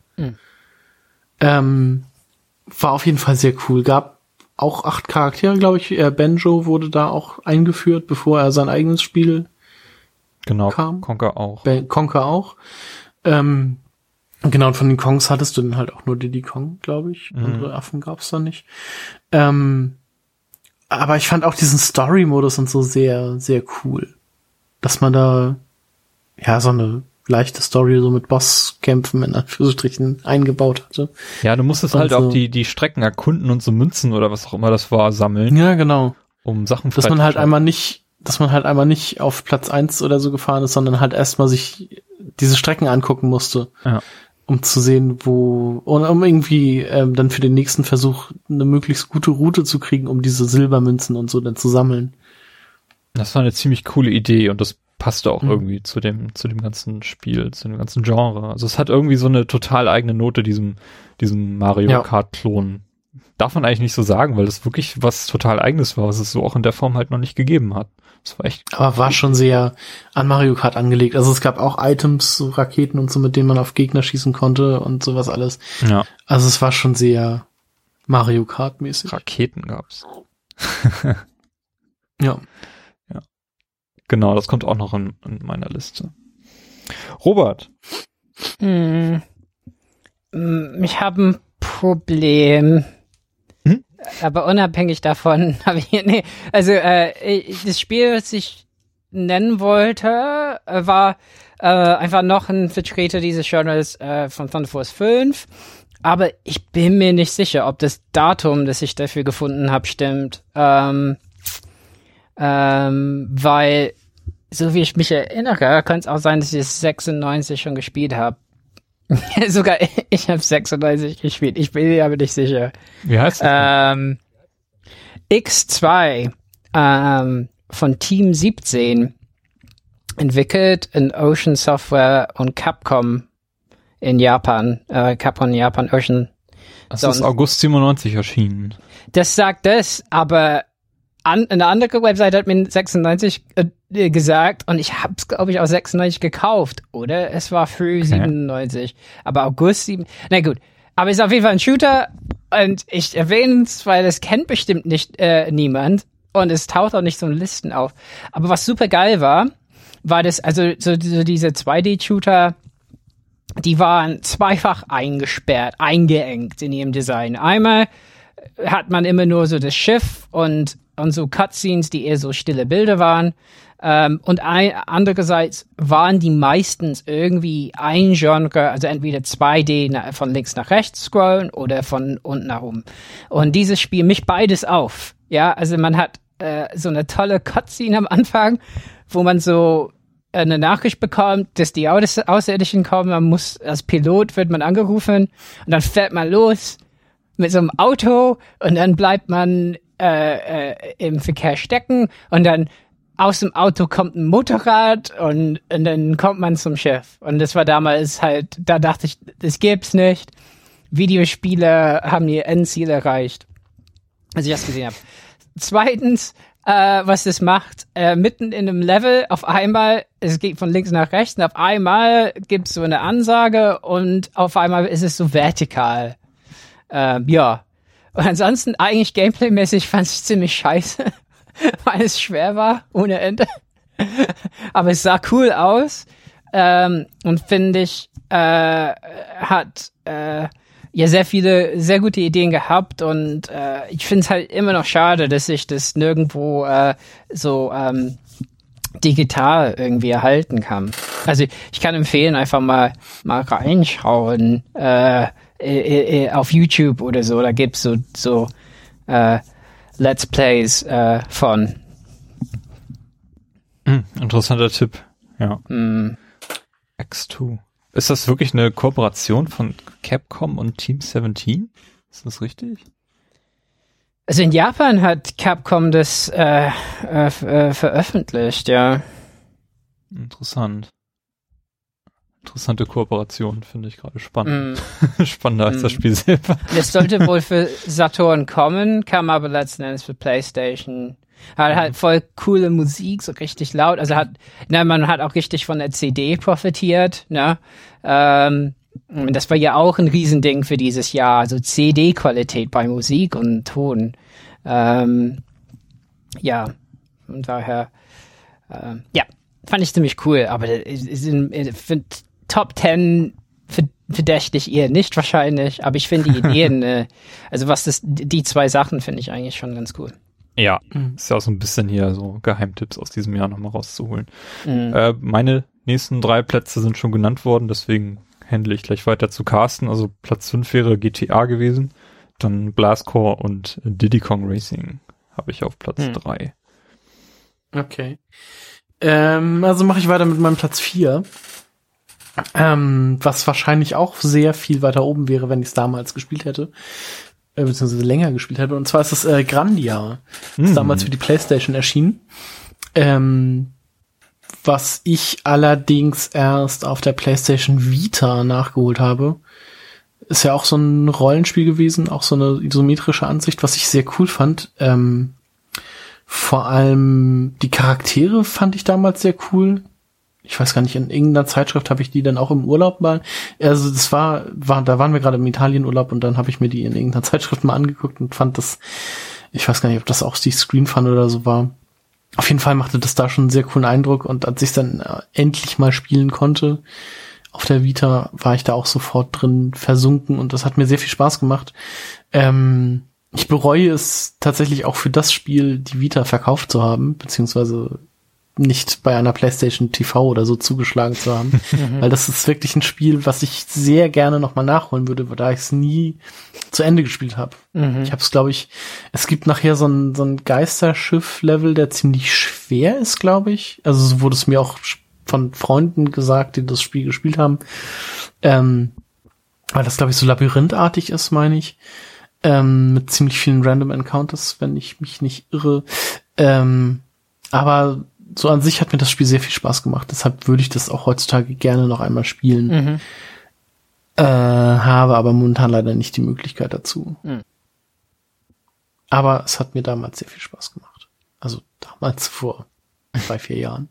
War auf jeden Fall sehr cool. Gab auch 8 Charaktere, glaube ich. Banjo wurde da auch eingeführt, bevor er sein eigenes Spiel kam. Conker auch. Conker auch. Genau, und von den Kongs hattest du dann halt auch nur Diddy Kong, glaube ich. Andere Affen gab's da nicht. Aber ich fand auch diesen Story-Modus und so sehr, sehr cool. Dass man da so eine leichte Story so mit Bosskämpfen in Anführungsstrichen eingebaut hatte. Ja, du musstest halt auch die Strecken erkunden und so Münzen oder was auch immer das war, sammeln. Ja, genau. Um Sachen dass man halt einmal nicht auf Platz 1 oder so gefahren ist, sondern halt erstmal sich diese Strecken angucken musste. Ja. Um zu sehen, um irgendwie dann für den nächsten Versuch eine möglichst gute Route zu kriegen, um diese Silbermünzen und so dann zu sammeln. Das war eine ziemlich coole Idee und das passte auch irgendwie zu dem ganzen Spiel, zu dem ganzen Genre. Also es hat irgendwie so eine total eigene Note, diesem Mario Kart-Klon. Darf man eigentlich nicht so sagen, weil das wirklich was total Eigenes war, was es so auch in der Form halt noch nicht gegeben hat. Das war echt. Aber war schon sehr an Mario Kart angelegt. Also es gab auch Items, so Raketen und so, mit denen man auf Gegner schießen konnte und sowas alles. Ja. Also es war schon sehr Mario Kart-mäßig. Raketen gab's. Ja. Genau, das kommt auch noch in meiner Liste. Robert. Ich habe ein Problem. Aber unabhängig davon habe ich, das Spiel, was ich nennen wollte, war einfach noch ein Vertreter dieses Genres von Thunder Force 5. Aber ich bin mir nicht sicher, ob das Datum, das ich dafür gefunden habe, stimmt. Weil, so wie ich mich erinnere, kann es auch sein, dass ich es 96 schon gespielt habe. Sogar ich habe 96 gespielt. Ich bin mir aber nicht sicher. Wie heißt das? X2 von Team 17 entwickelt in Ocean Software und Capcom in Japan. Capcom in Japan, Ocean. Das ist August 97 erschienen. Das sagt es, aber eine andere Website hat mir 96 gesagt und ich habe es, glaube ich, auch 96 gekauft, oder? Es war früh 97, aber August 7. Na gut, aber es ist auf jeden Fall ein Shooter und ich erwähne es, weil es kennt bestimmt nicht niemand und es taucht auch nicht so in Listen auf. Aber was super geil war das, also so diese 2D-Shooter, die waren zweifach eingeengt in ihrem Design. Einmal hat man immer nur so das Schiff und so Cutscenes, die eher so stille Bilder waren. Und andererseits waren die meistens irgendwie ein Genre, also entweder 2D von links nach rechts scrollen oder von unten nach oben. Und dieses Spiel mischt beides auf. Ja, also man hat so eine tolle Cutscene am Anfang, wo man so eine Nachricht bekommt, dass die Außerirdischen kommen. Man muss, als Pilot wird man angerufen und dann fährt man los mit so einem Auto und dann bleibt man im Verkehr stecken und dann aus dem Auto kommt ein Motorrad und dann kommt man zum Schiff. Und das war damals halt, da dachte ich, das gibt's nicht. Videospiele haben ihr Endziel erreicht, als ich das gesehen habe. Zweitens, was das macht, mitten in einem Level auf einmal, es geht von links nach rechts und auf einmal gibt's so eine Ansage und auf einmal ist es so vertikal. Ja. Und ansonsten eigentlich gameplaymäßig fand ich ziemlich scheiße, weil es schwer war, ohne Ende. Aber es sah cool aus und finde ich, hat ja sehr viele, sehr gute Ideen gehabt und ich finde es halt immer noch schade, dass ich das nirgendwo so digital irgendwie erhalten kann. Also ich kann empfehlen, einfach mal reinschauen auf YouTube oder so, da gibt's so Let's Plays von. Interessanter Tipp, ja. X2. Ist das wirklich eine Kooperation von Capcom und Team 17? Ist das richtig? Also in Japan hat Capcom das veröffentlicht, ja. Interessant. Interessante Kooperation, finde ich gerade spannend. Spannender als das Spiel selber. Das sollte wohl für Saturn kommen, kam aber letzten Endes für PlayStation. Hat halt voll coole Musik, so richtig laut. Also man hat auch richtig von der CD profitiert, ne? Das war ja auch ein Riesending für dieses Jahr, also CD-Qualität bei Musik und Ton. Ja, von daher, ja, fand ich ziemlich cool, aber für Top 10 verdächtig eher nicht wahrscheinlich, aber ich finde die Ideen, also die zwei Sachen finde ich eigentlich schon ganz cool. Ja, ist ja auch so ein bisschen hier so Geheimtipps aus diesem Jahr nochmal rauszuholen. Meine nächsten 3 Plätze sind schon genannt worden, deswegen handle ich gleich weiter zu Carsten. Also Platz 5 wäre GTA gewesen, dann Blastcore und Diddy Kong Racing habe ich auf Platz 3. Okay. Also mache ich weiter mit meinem Platz 4. Was wahrscheinlich auch sehr viel weiter oben wäre, wenn ich es damals gespielt hätte. Beziehungsweise länger gespielt hätte. Und zwar ist es Grandia. Ist damals für die PlayStation erschienen. Was ich allerdings erst auf der PlayStation Vita nachgeholt habe. Ist ja auch so ein Rollenspiel gewesen, auch so eine isometrische Ansicht, was ich sehr cool fand. Vor allem die Charaktere fand ich damals sehr cool. Ich weiß gar nicht, in irgendeiner Zeitschrift habe ich die dann auch im Urlaub mal. Also das da waren wir gerade im Italienurlaub und dann habe ich mir die in irgendeiner Zeitschrift mal angeguckt und fand das, ich weiß gar nicht, ob das auch die Screen Fun oder so war. Auf jeden Fall machte das da schon einen sehr coolen Eindruck und als ich es dann endlich mal spielen konnte auf der Vita, war ich da auch sofort drin versunken und das hat mir sehr viel Spaß gemacht. Ich bereue es tatsächlich auch für das Spiel, die Vita verkauft zu haben, beziehungsweise nicht bei einer PlayStation TV oder so zugeschlagen zu haben, weil das ist wirklich ein Spiel, was ich sehr gerne nochmal nachholen würde, da ich es nie zu Ende gespielt habe. Ich habe es, glaube ich, es gibt nachher so ein Geisterschiff-Level, der ziemlich schwer ist, glaube ich. Also so wurde es mir auch von Freunden gesagt, die das Spiel gespielt haben, weil das, glaube ich, so labyrinthartig ist, meine ich, mit ziemlich vielen Random Encounters, wenn ich mich nicht irre. Aber so an sich hat mir das Spiel sehr viel Spaß gemacht. Deshalb würde ich das auch heutzutage gerne noch einmal spielen. Habe aber momentan leider nicht die Möglichkeit dazu. Aber es hat mir damals sehr viel Spaß gemacht. Also damals vor 3-4 Jahren.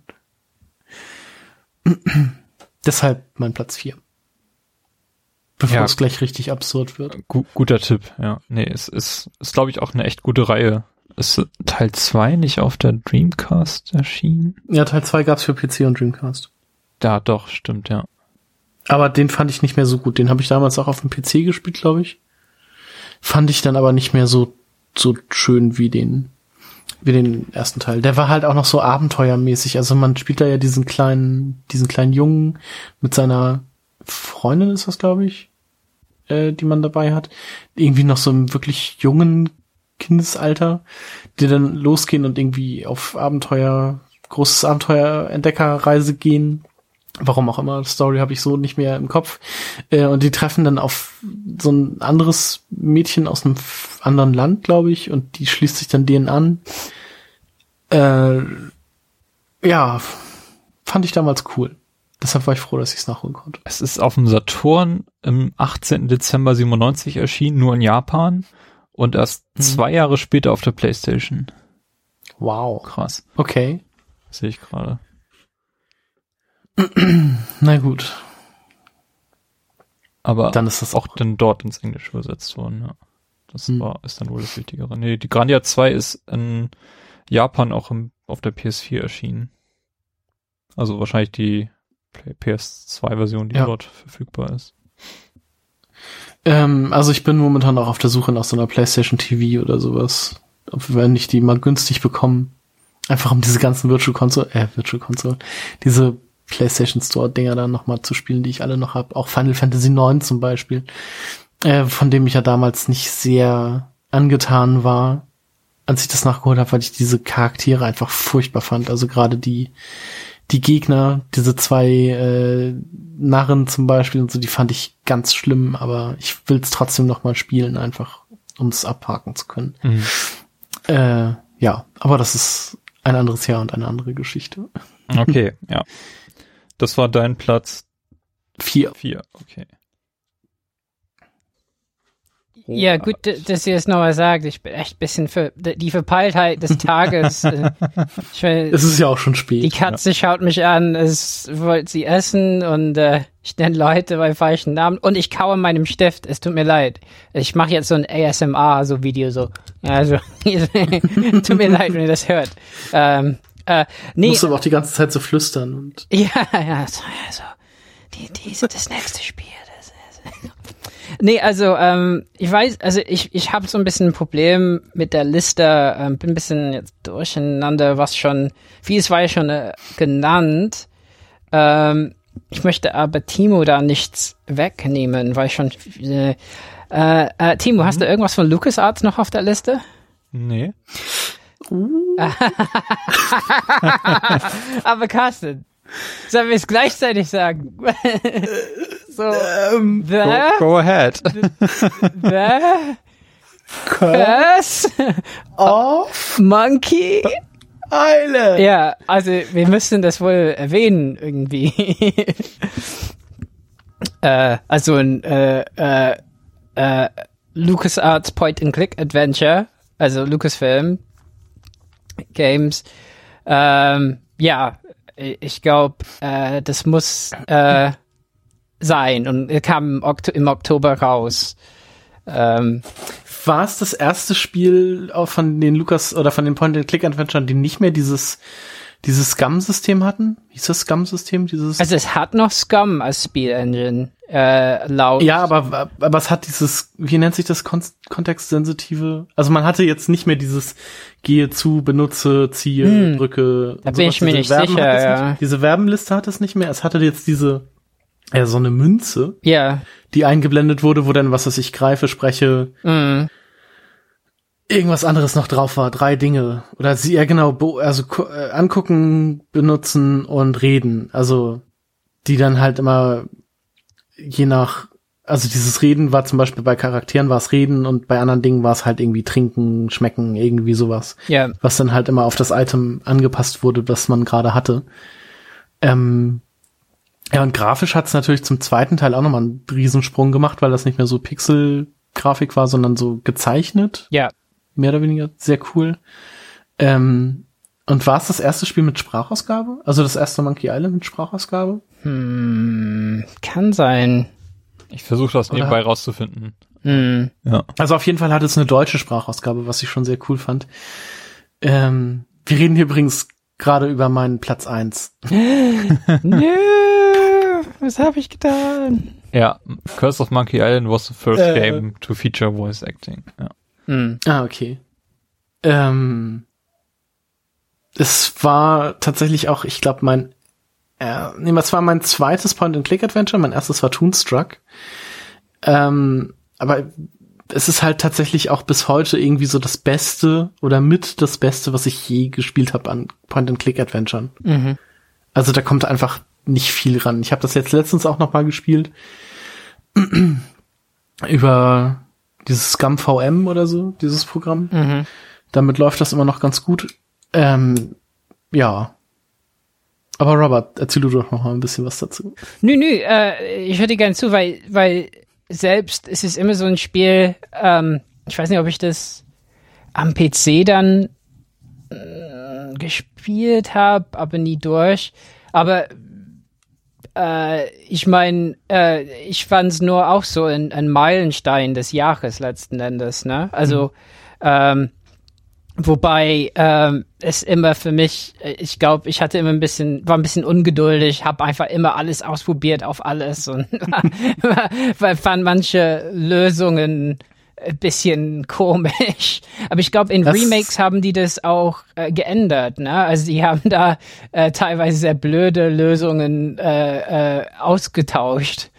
Deshalb mein Platz 4. Bevor es gleich richtig absurd wird. Guter Tipp, ja. Nee, es ist glaube ich, auch eine echt gute Reihe. Ist Teil 2 nicht auf der Dreamcast erschienen? Ja, Teil 2 gab's für PC und Dreamcast. Ja, doch, stimmt, ja. Aber den fand ich nicht mehr so gut. Den habe ich damals auch auf dem PC gespielt, glaube ich. Fand ich dann aber nicht mehr so schön wie den ersten Teil. Der war halt auch noch so abenteuermäßig. Also man spielt da ja diesen kleinen Jungen mit seiner Freundin, ist das, glaube ich, die man dabei hat. Irgendwie noch so einem wirklich jungen Kindesalter, die dann losgehen und irgendwie auf großes Abenteuer-Entdeckerreise gehen. Warum auch immer, Story habe ich so nicht mehr im Kopf. Und die treffen dann auf so ein anderes Mädchen aus einem anderen Land, glaube ich, und die schließt sich dann denen an. Ja, fand ich damals cool. Deshalb war ich froh, dass ich es nachholen konnte. Es ist auf dem Saturn im 18. Dezember 97 erschienen, nur in Japan und erst 2 Jahre später auf der PlayStation. Wow. Krass. Okay. Sehe ich gerade. Na gut. Aber dann ist das auch dann dort ins Englische übersetzt worden, ja. Das ist dann wohl das Wichtigere. Nee, die Grandia 2 ist in Japan auch auf der PS4 erschienen. Also wahrscheinlich die PS2-Version, die dort verfügbar ist. Also ich bin momentan auch auf der Suche nach so einer PlayStation TV oder sowas. Wenn ich die mal günstig bekomme. Einfach um diese ganzen Virtual Console, diese PlayStation Store-Dinger dann nochmal zu spielen, die ich alle noch habe. Auch Final Fantasy 9 zum Beispiel. Von dem ich ja damals nicht sehr angetan war, als ich das nachgeholt habe, weil ich diese Charaktere einfach furchtbar fand. Also gerade die Gegner, diese 2 Narren zum Beispiel und so, die fand ich ganz schlimm, aber ich will es trotzdem noch mal spielen, einfach um es abhaken zu können. Ja, aber das ist ein anderes Jahr und eine andere Geschichte. Okay, ja. Das war dein Platz 4. 4, okay. Ja, gut, dass ihr es nochmal sagt. Ich bin echt ein bisschen für die Verpeiltheit des Tages. Es ist ja auch schon spät. Die Katze schaut mich an, es wollte sie essen und ich nenne Leute bei falschen Namen und ich kaue meinem Stift. Es tut mir leid. Ich mache jetzt so ein ASMR, so Video, so. Also, tut mir leid, wenn ihr das hört. Nee. Musst du aber auch die ganze Zeit so flüstern und. Ja, so. Das nächste Spiel. Nee, also ich weiß, also ich habe so ein bisschen ein Problem mit der Liste, bin ein bisschen jetzt durcheinander, vieles war ja schon genannt. Ich möchte aber Timo da nichts wegnehmen, weil schon Timo, hast du irgendwas von LucasArts noch auf der Liste? Nee. Aber Carsten, sollen wir es gleichzeitig sagen? So, go ahead. The Curse of Monkey Island. Ja, also wir müssen das wohl erwähnen irgendwie. Also ein LucasArts Point-and-Click-Adventure, also Lucasfilm Games. Ja, ich glaube, das muss sein und kam im Oktober raus. War es das erste Spiel auch von den von den Point-and-Click-Adventuren, die nicht mehr dieses Scum-System hatten? Hieß das Scum-System? Also es hat noch Scum als Spielengine, laut. Ja, aber es hat wie nennt sich das, kontextsensitive? Also man hatte jetzt nicht mehr dieses gehe zu, benutze, ziehe, drücke. Da bin ich mir nicht sicher, ja. Diese Verbenliste hat es nicht mehr. Es hatte jetzt so eine Münze, ja, die eingeblendet wurde, wo dann, was weiß ich, greife, spreche, irgendwas anderes noch drauf war, 3 Dinge. Oder angucken, benutzen und reden. Also, die dann halt immer also dieses Reden war zum Beispiel bei Charakteren war es Reden und bei anderen Dingen war es halt irgendwie trinken, schmecken, irgendwie sowas. Ja. Was dann halt immer auf das Item angepasst wurde, das man gerade hatte. Ja, und grafisch hat es natürlich zum zweiten Teil auch nochmal einen Riesensprung gemacht, weil das nicht mehr so Pixel-Grafik war, sondern so gezeichnet. Ja. Mehr oder weniger sehr cool. Und war es das erste Spiel mit Sprachausgabe? Also das erste Monkey Island mit Sprachausgabe? Kann sein. Ich versuche das nebenbei rauszufinden. Ja. Also auf jeden Fall hat es eine deutsche Sprachausgabe, was ich schon sehr cool fand. Wir reden hier übrigens gerade über meinen Platz 1. Nö, was habe ich getan? Ja, Curse of Monkey Island was the first game to feature voice acting. Ja. Okay. Es war tatsächlich auch, ich glaube, es war mein zweites Point-and-Click-Adventure, mein erstes war Toonstruck. Aber es ist halt tatsächlich auch bis heute irgendwie so das Beste oder mit das Beste, was ich je gespielt habe an Point-and-Click-Adventuren. Mhm. Also da kommt einfach nicht viel ran. Ich habe das jetzt letztens auch noch mal gespielt über dieses Scum VM oder so, dieses Programm. Mhm. Damit läuft das immer noch ganz gut. Ja. Aber Robert, erzähl du doch noch mal ein bisschen was dazu. Nö, ich höre dir gerne zu, weil selbst ist es immer so ein Spiel, ich weiß nicht, ob ich das am PC dann gespielt habe, aber nie durch. Aber ich meine, ich fand es nur auch so ein Meilenstein des Jahres letzten Endes, ne? Also, wobei es immer für mich, ich glaube, ich hatte immer war ein bisschen ungeduldig, habe einfach immer alles ausprobiert auf alles und weil fand manche Lösungen ein bisschen komisch. Aber ich glaube, in Remakes haben die das auch geändert, ne? Also die haben da teilweise sehr blöde Lösungen ausgetauscht.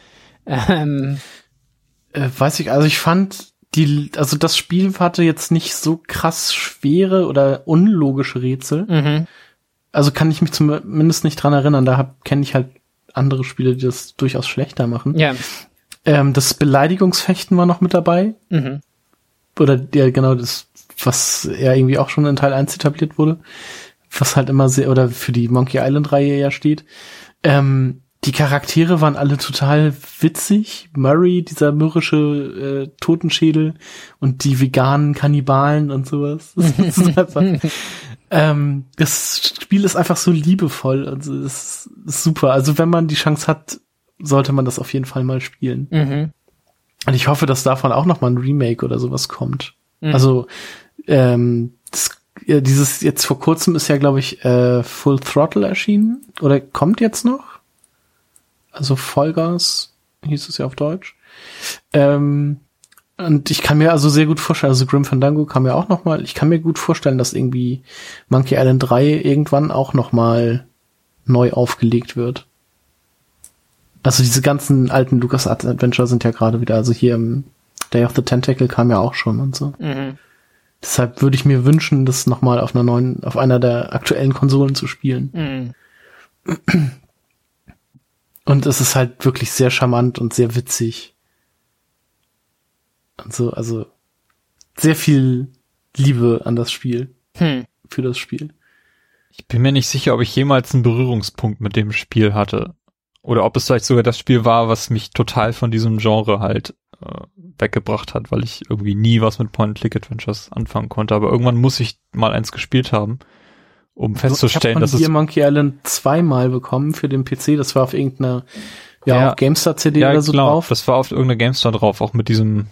Weiß ich, also ich fand also das Spiel hatte jetzt nicht so krass schwere oder unlogische Rätsel. Mhm. Also kann ich mich zumindest nicht dran erinnern. Da kenne ich halt andere Spiele, die das durchaus schlechter machen. Ja. Das Beleidigungsfechten war noch mit dabei. Mhm. Oder ja, genau, das, was ja irgendwie auch schon in Teil 1 etabliert wurde. Was halt immer oder für die Monkey Island-Reihe ja steht. Die Charaktere waren alle total witzig. Murray, dieser mürrische Totenschädel und die veganen Kannibalen und sowas. Das ist einfach, das Spiel ist einfach so liebevoll. Also es ist super. Also wenn man die Chance hat, sollte man das auf jeden Fall mal spielen. Mhm. Und ich hoffe, dass davon auch noch mal ein Remake oder sowas kommt. Mhm. Also dieses jetzt vor kurzem ist ja, glaube ich, Full Throttle erschienen. Oder kommt jetzt noch? Also Vollgas hieß es ja auf Deutsch. Und ich kann mir also sehr gut vorstellen, also Grim Fandango kam ja auch noch mal, ich kann mir gut vorstellen, dass irgendwie Monkey Island 3 irgendwann auch noch mal neu aufgelegt wird. Also diese ganzen alten LucasArts Adventure sind ja gerade wieder, also hier im Day of the Tentacle kam ja auch schon und so. Mhm. Deshalb würde ich mir wünschen, das noch mal auf einer der aktuellen Konsolen zu spielen. Mhm. Und es ist halt wirklich sehr charmant und sehr witzig. Und so, also sehr viel Liebe an das Spiel. Für das Spiel. Ich bin mir nicht sicher, ob ich jemals einen Berührungspunkt mit dem Spiel hatte. Oder ob es vielleicht sogar das Spiel war, was mich total von diesem Genre halt weggebracht hat, weil ich irgendwie nie was mit Point-and-Click-Adventures anfangen konnte. Aber irgendwann muss ich mal eins gespielt haben, um festzustellen, dass ich habe Monkey Island 2 mal bekommen für den PC. Das war auf irgendeiner auf GameStar-CD oder so drauf. Das war auf irgendeiner GameStar drauf, auch mit diesem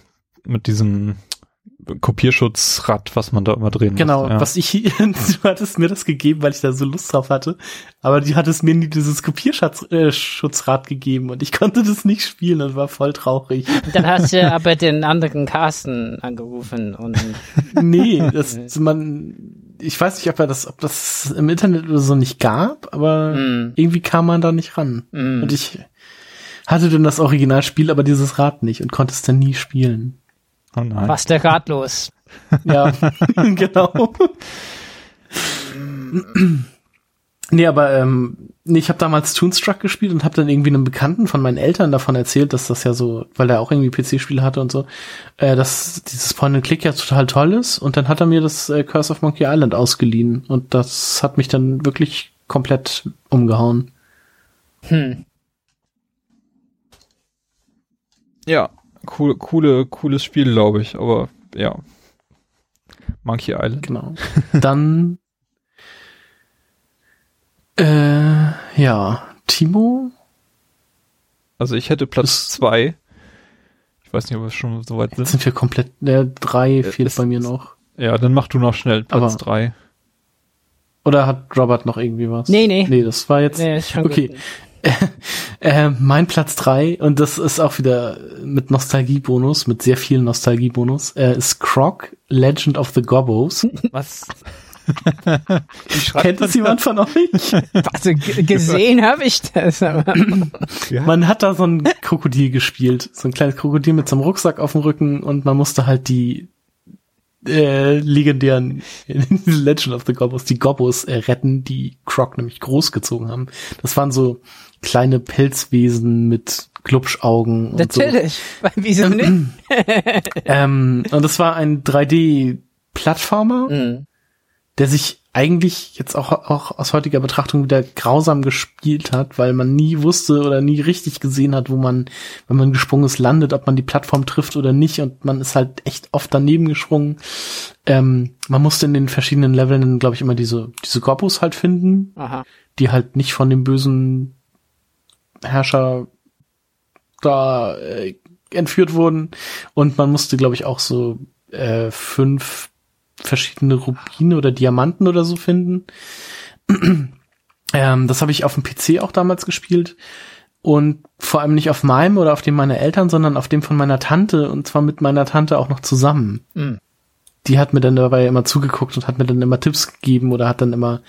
Kopierschutzrad, was man da immer drehen genau, muss. Ja. Du hattest mir das gegeben, weil ich da so Lust drauf hatte, aber du hattest mir nie dieses Kopierschutzrad gegeben und ich konnte das nicht spielen und war voll traurig. Dann hast du aber den anderen Carsten angerufen und nee, ich weiß nicht, ob das im Internet oder so nicht gab, aber irgendwie kam man da nicht ran. Und ich hatte dann das Originalspiel, aber dieses Rad nicht und konnte es dann nie spielen. Oh nein. was der ratlos. Ja, genau. Nee, aber ich habe damals Toonstruck gespielt und habe dann irgendwie einem Bekannten von meinen Eltern davon erzählt, dass das ja so, weil er auch irgendwie PC-Spiele hatte und so, dass dieses Point-and-Click ja total toll ist. Und dann hat er mir das Curse of Monkey Island ausgeliehen und das hat mich dann wirklich komplett umgehauen. Ja, cooles Spiel, glaube ich, aber ja. Monkey Island. Genau. Dann Timo? Also ich hätte Platz 2. Ich weiß nicht, ob wir schon so weit sind. Jetzt sind wir komplett, 3 fehlt bei mir noch. Ja, dann mach du noch schnell Platz 3. Oder hat Robert noch irgendwie was? Nee. Nee, das war jetzt, Nee, ist schon okay. gut. Mein Platz 3, und das ist auch wieder mit Nostalgiebonus, mit sehr viel Nostalgiebonus, ist Croc, Legend of the Gobbos. Was? Kennt das jemand von euch? Also gesehen habe ich das. Aber Ja. Man hat da so ein Krokodil gespielt. So ein kleines Krokodil mit so einem Rucksack auf dem Rücken und man musste halt die legendären Legend of the Gobbos, die Gobbos retten, die Croc nämlich großgezogen haben. Das waren so kleine Pilzwesen mit Glubschaugen und natürlich. Wieso nicht? und das war ein 3D-Plattformer, der sich eigentlich jetzt auch aus heutiger Betrachtung wieder grausam gespielt hat, weil man nie wusste oder nie richtig gesehen hat, wo man, wenn man gesprungen ist, landet, ob man die Plattform trifft oder nicht, und man ist halt echt oft daneben gesprungen. Man musste in den verschiedenen Leveln, glaube ich, immer diese Gobbos halt finden, Aha. die halt nicht von dem bösen Herrscher da entführt wurden, und man musste, glaube ich, auch so 5 verschiedene Rubine oder Diamanten oder so finden. Das habe ich auf dem PC auch damals gespielt, und vor allem nicht auf meinem oder auf dem meiner Eltern, sondern auf dem von meiner Tante, und zwar mit meiner Tante auch noch zusammen. Die hat mir dann dabei immer zugeguckt und hat mir dann immer Tipps gegeben oder hat dann immer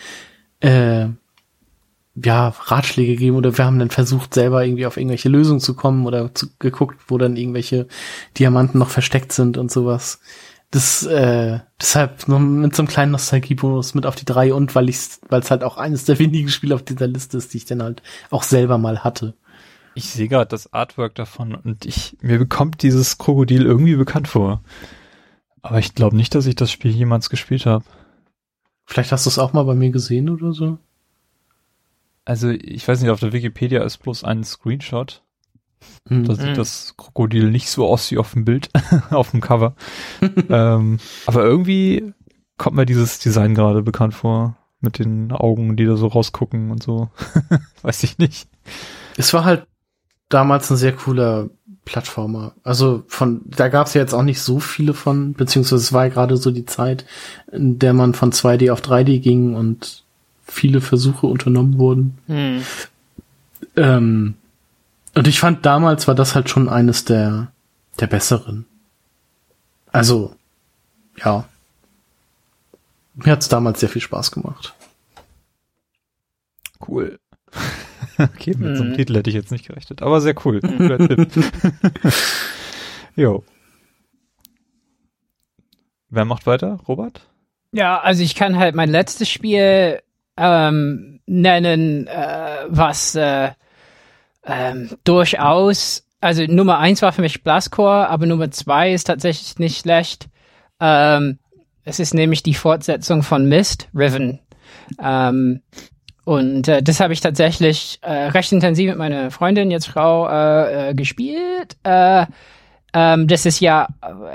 Ratschläge gegeben, oder wir haben dann versucht, selber irgendwie auf irgendwelche Lösungen zu kommen oder geguckt, wo dann irgendwelche Diamanten noch versteckt sind und sowas. Das, deshalb nur mit so einem kleinen Nostalgiebonus mit auf die 3, und weil es halt auch eines der wenigen Spiele auf dieser Liste ist, die ich dann halt auch selber mal hatte. Ich sehe gerade das Artwork davon und mir bekommt dieses Krokodil irgendwie bekannt vor. Aber ich glaube nicht, dass ich das Spiel jemals gespielt habe. Vielleicht hast du es auch mal bei mir gesehen oder so? Also ich weiß nicht, auf der Wikipedia ist bloß ein Screenshot. Da sieht das Krokodil nicht so aus wie auf dem Bild, auf dem Cover. Aber irgendwie kommt mir dieses Design gerade bekannt vor. Mit den Augen, die da so rausgucken und so. Weiß ich nicht. Es war halt damals ein sehr cooler Plattformer. Also da gab es ja jetzt auch nicht so viele von, beziehungsweise es war ja gerade so die Zeit, in der man von 2D auf 3D ging und viele Versuche unternommen wurden. Und ich fand, damals war das halt schon eines der besseren. Also, ja. Mir hat's damals sehr viel Spaß gemacht. Cool. Okay, mit so einem Titel hätte ich jetzt nicht gerechnet, aber sehr cool. Guter Tipp. Jo. Wer macht weiter? Robert? Ja, also ich kann halt mein letztes Spiel nennen, was durchaus, also Nummer 1 war für mich Blastcore, aber Nummer 2 ist tatsächlich nicht schlecht. Es ist nämlich die Fortsetzung von Myst, Riven. Und das habe ich tatsächlich recht intensiv mit meiner Freundin, jetzt Frau, gespielt. Es ist ja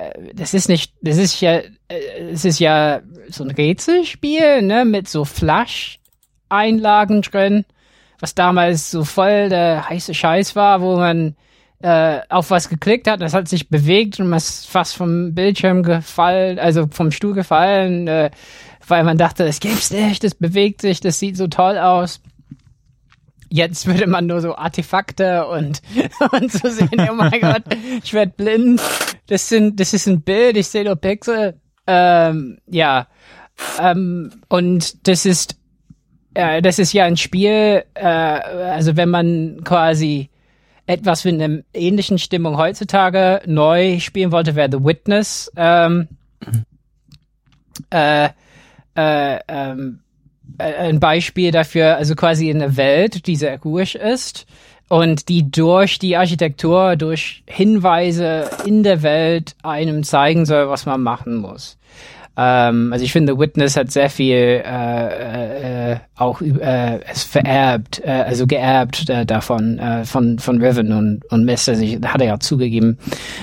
so ein Rätselspiel, ne, mit so Flash-Einlagen drin, was damals so voll der heiße Scheiß war, wo man auf was geklickt hat, das hat sich bewegt und man ist fast vom Bildschirm gefallen, also vom Stuhl gefallen, weil man dachte, das gibt's nicht, das bewegt sich, das sieht so toll aus. Jetzt würde man nur so Artefakte und so sehen, oh mein Gott, ich werde blind, das ist ein Bild, ich sehe nur Pixel. Und das ist ja ein Spiel, also wenn man quasi etwas mit einer ähnlichen Stimmung heutzutage neu spielen wollte, wäre The Witness. Ein Beispiel dafür, also quasi eine Welt, die sehr ruhig ist und die durch die Architektur, durch Hinweise in der Welt einem zeigen soll, was man machen muss. Also ich finde, The Witness hat sehr viel auch es vererbt, also geerbt davon, von Riven und Myst, also hat er ja zugegeben,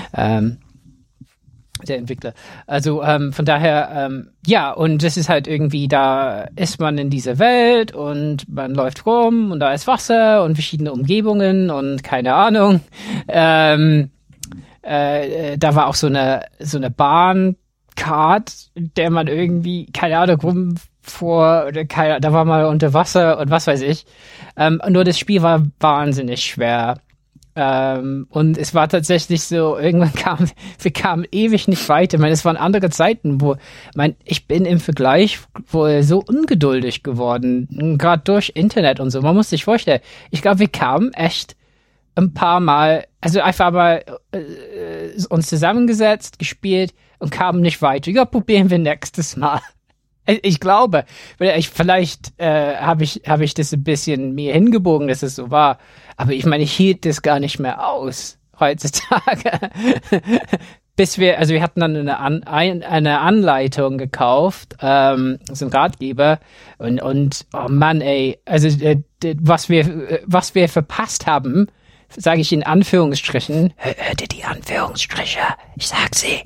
der Entwickler. Also von daher, und das ist halt irgendwie, da ist man in dieser Welt und man läuft rum und da ist Wasser und verschiedene Umgebungen und keine Ahnung. Da war auch so eine Bahnkart, der man irgendwie, keine Ahnung, rumfuhr oder da war mal unter Wasser und was weiß ich. Nur das Spiel war wahnsinnig schwer. Und es war tatsächlich so, irgendwann wir kamen ewig nicht weiter. Ich meine, es waren andere Zeiten, ich bin im Vergleich wohl so ungeduldig geworden, gerade durch Internet und so. Man muss sich vorstellen, ich glaube, wir kamen echt ein paar Mal, also einfach mal uns zusammengesetzt, gespielt und kamen nicht weiter. Ja, probieren wir nächstes Mal. Ich glaube, vielleicht habe ich das ein bisschen mir hingebogen, dass es so war. Aber ich meine, ich hielt das gar nicht mehr aus heutzutage. Wir hatten dann eine Anleitung gekauft, so ein Ratgeber und oh Mann, ey, also was wir verpasst haben, sage ich in Anführungsstrichen, hört ihr die Anführungsstriche? Ich sag sie.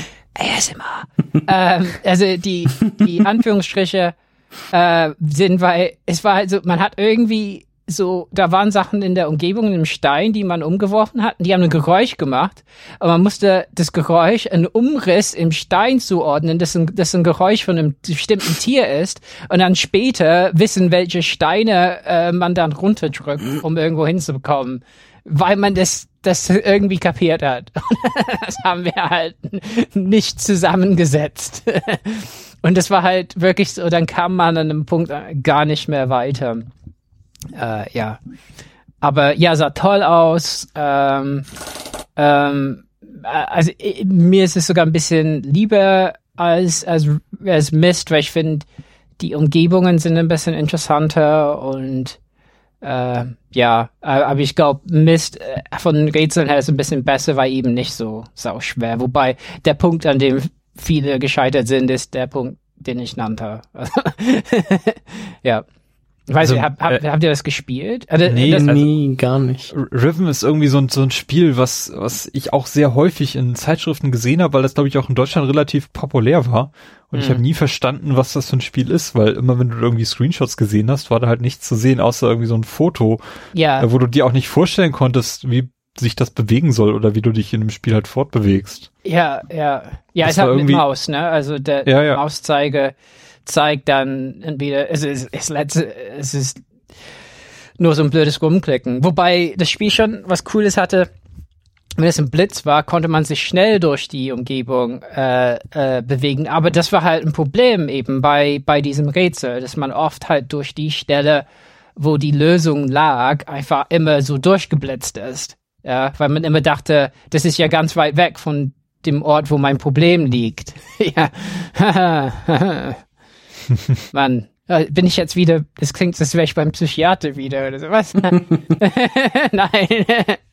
ASMR. Also die Anführungsstriche sind, weil es war halt so, man hat irgendwie so, da waren Sachen in der Umgebung, im Stein, die man umgeworfen hat, und die haben ein Geräusch gemacht, und man musste das Geräusch, einen Umriss im Stein zuordnen, das ein Geräusch von einem bestimmten Tier ist, und dann später wissen, welche Steine man dann runterdrückt, um irgendwo hinzubekommen, weil man das irgendwie kapiert hat. Das haben wir halt nicht zusammengesetzt. Und das war halt wirklich so, dann kam man an einem Punkt gar nicht mehr weiter. Ja. Aber ja, sah toll aus. Also mir ist es sogar ein bisschen lieber als Myst, weil ich finde, die Umgebungen sind ein bisschen interessanter und ja, aber ich glaube, Myst von den Rätseln her ist ein bisschen besser, weil eben nicht so sauschwer. Wobei der Punkt, an dem viele gescheitert sind, ist der Punkt, den ich nannte. Ja. Ich weiß nicht, habt ihr das gespielt? Nee, gar nicht. Riven ist irgendwie so ein Spiel, was ich auch sehr häufig in Zeitschriften gesehen habe, weil das, glaube ich, auch in Deutschland relativ populär war. Und ich habe nie verstanden, was das für ein Spiel ist, weil immer, wenn du irgendwie Screenshots gesehen hast, war da halt nichts zu sehen, außer irgendwie so ein Foto, wo du dir auch nicht vorstellen konntest, wie sich das bewegen soll oder wie du dich in dem Spiel halt fortbewegst. Ja, es hat mit Maus, ne? Also der Mauszeiger zeigt dann entweder, es ist nur so ein blödes Rumklicken. Wobei das Spiel schon was Cooles hatte. Wenn es ein Blitz war, konnte man sich schnell durch die Umgebung bewegen. Aber das war halt ein Problem eben bei diesem Rätsel, dass man oft halt durch die Stelle, wo die Lösung lag, einfach immer so durchgeblitzt ist. Ja, weil man immer dachte, das ist ja ganz weit weg von dem Ort, wo mein Problem liegt. Ja. Mann, bin ich jetzt wieder, das klingt, als wäre ich beim Psychiater wieder oder sowas. Nein.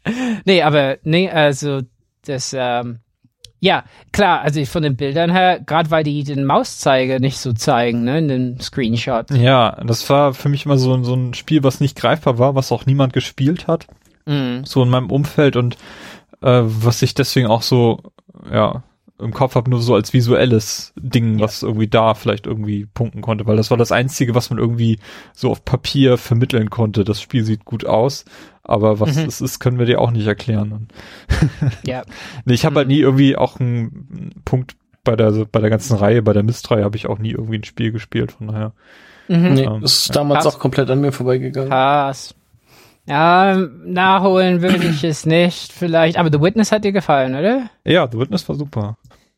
Also das, ja, klar, also von den Bildern her, gerade weil die den Mauszeiger nicht so zeigen, ne, in den Screenshots. Ja, das war für mich immer so ein Spiel, was nicht greifbar war, was auch niemand gespielt hat. So in meinem Umfeld und was ich deswegen auch so, ja, im Kopf habe, nur so als visuelles Ding, was irgendwie da vielleicht irgendwie punkten konnte, weil das war das Einzige, was man irgendwie so auf Papier vermitteln konnte. Das Spiel sieht gut aus, aber was es ist, können wir dir auch nicht erklären. Ja. Nee, ich habe halt nie irgendwie auch einen Punkt bei der ganzen Reihe, bei der Myst-Reihe habe ich auch nie irgendwie ein Spiel gespielt, von daher. Nee, das ist damals auch komplett an mir vorbeigegangen. Krass. Ja, nachholen würde ich es nicht, vielleicht. Aber The Witness hat dir gefallen, oder? Ja, The Witness war super.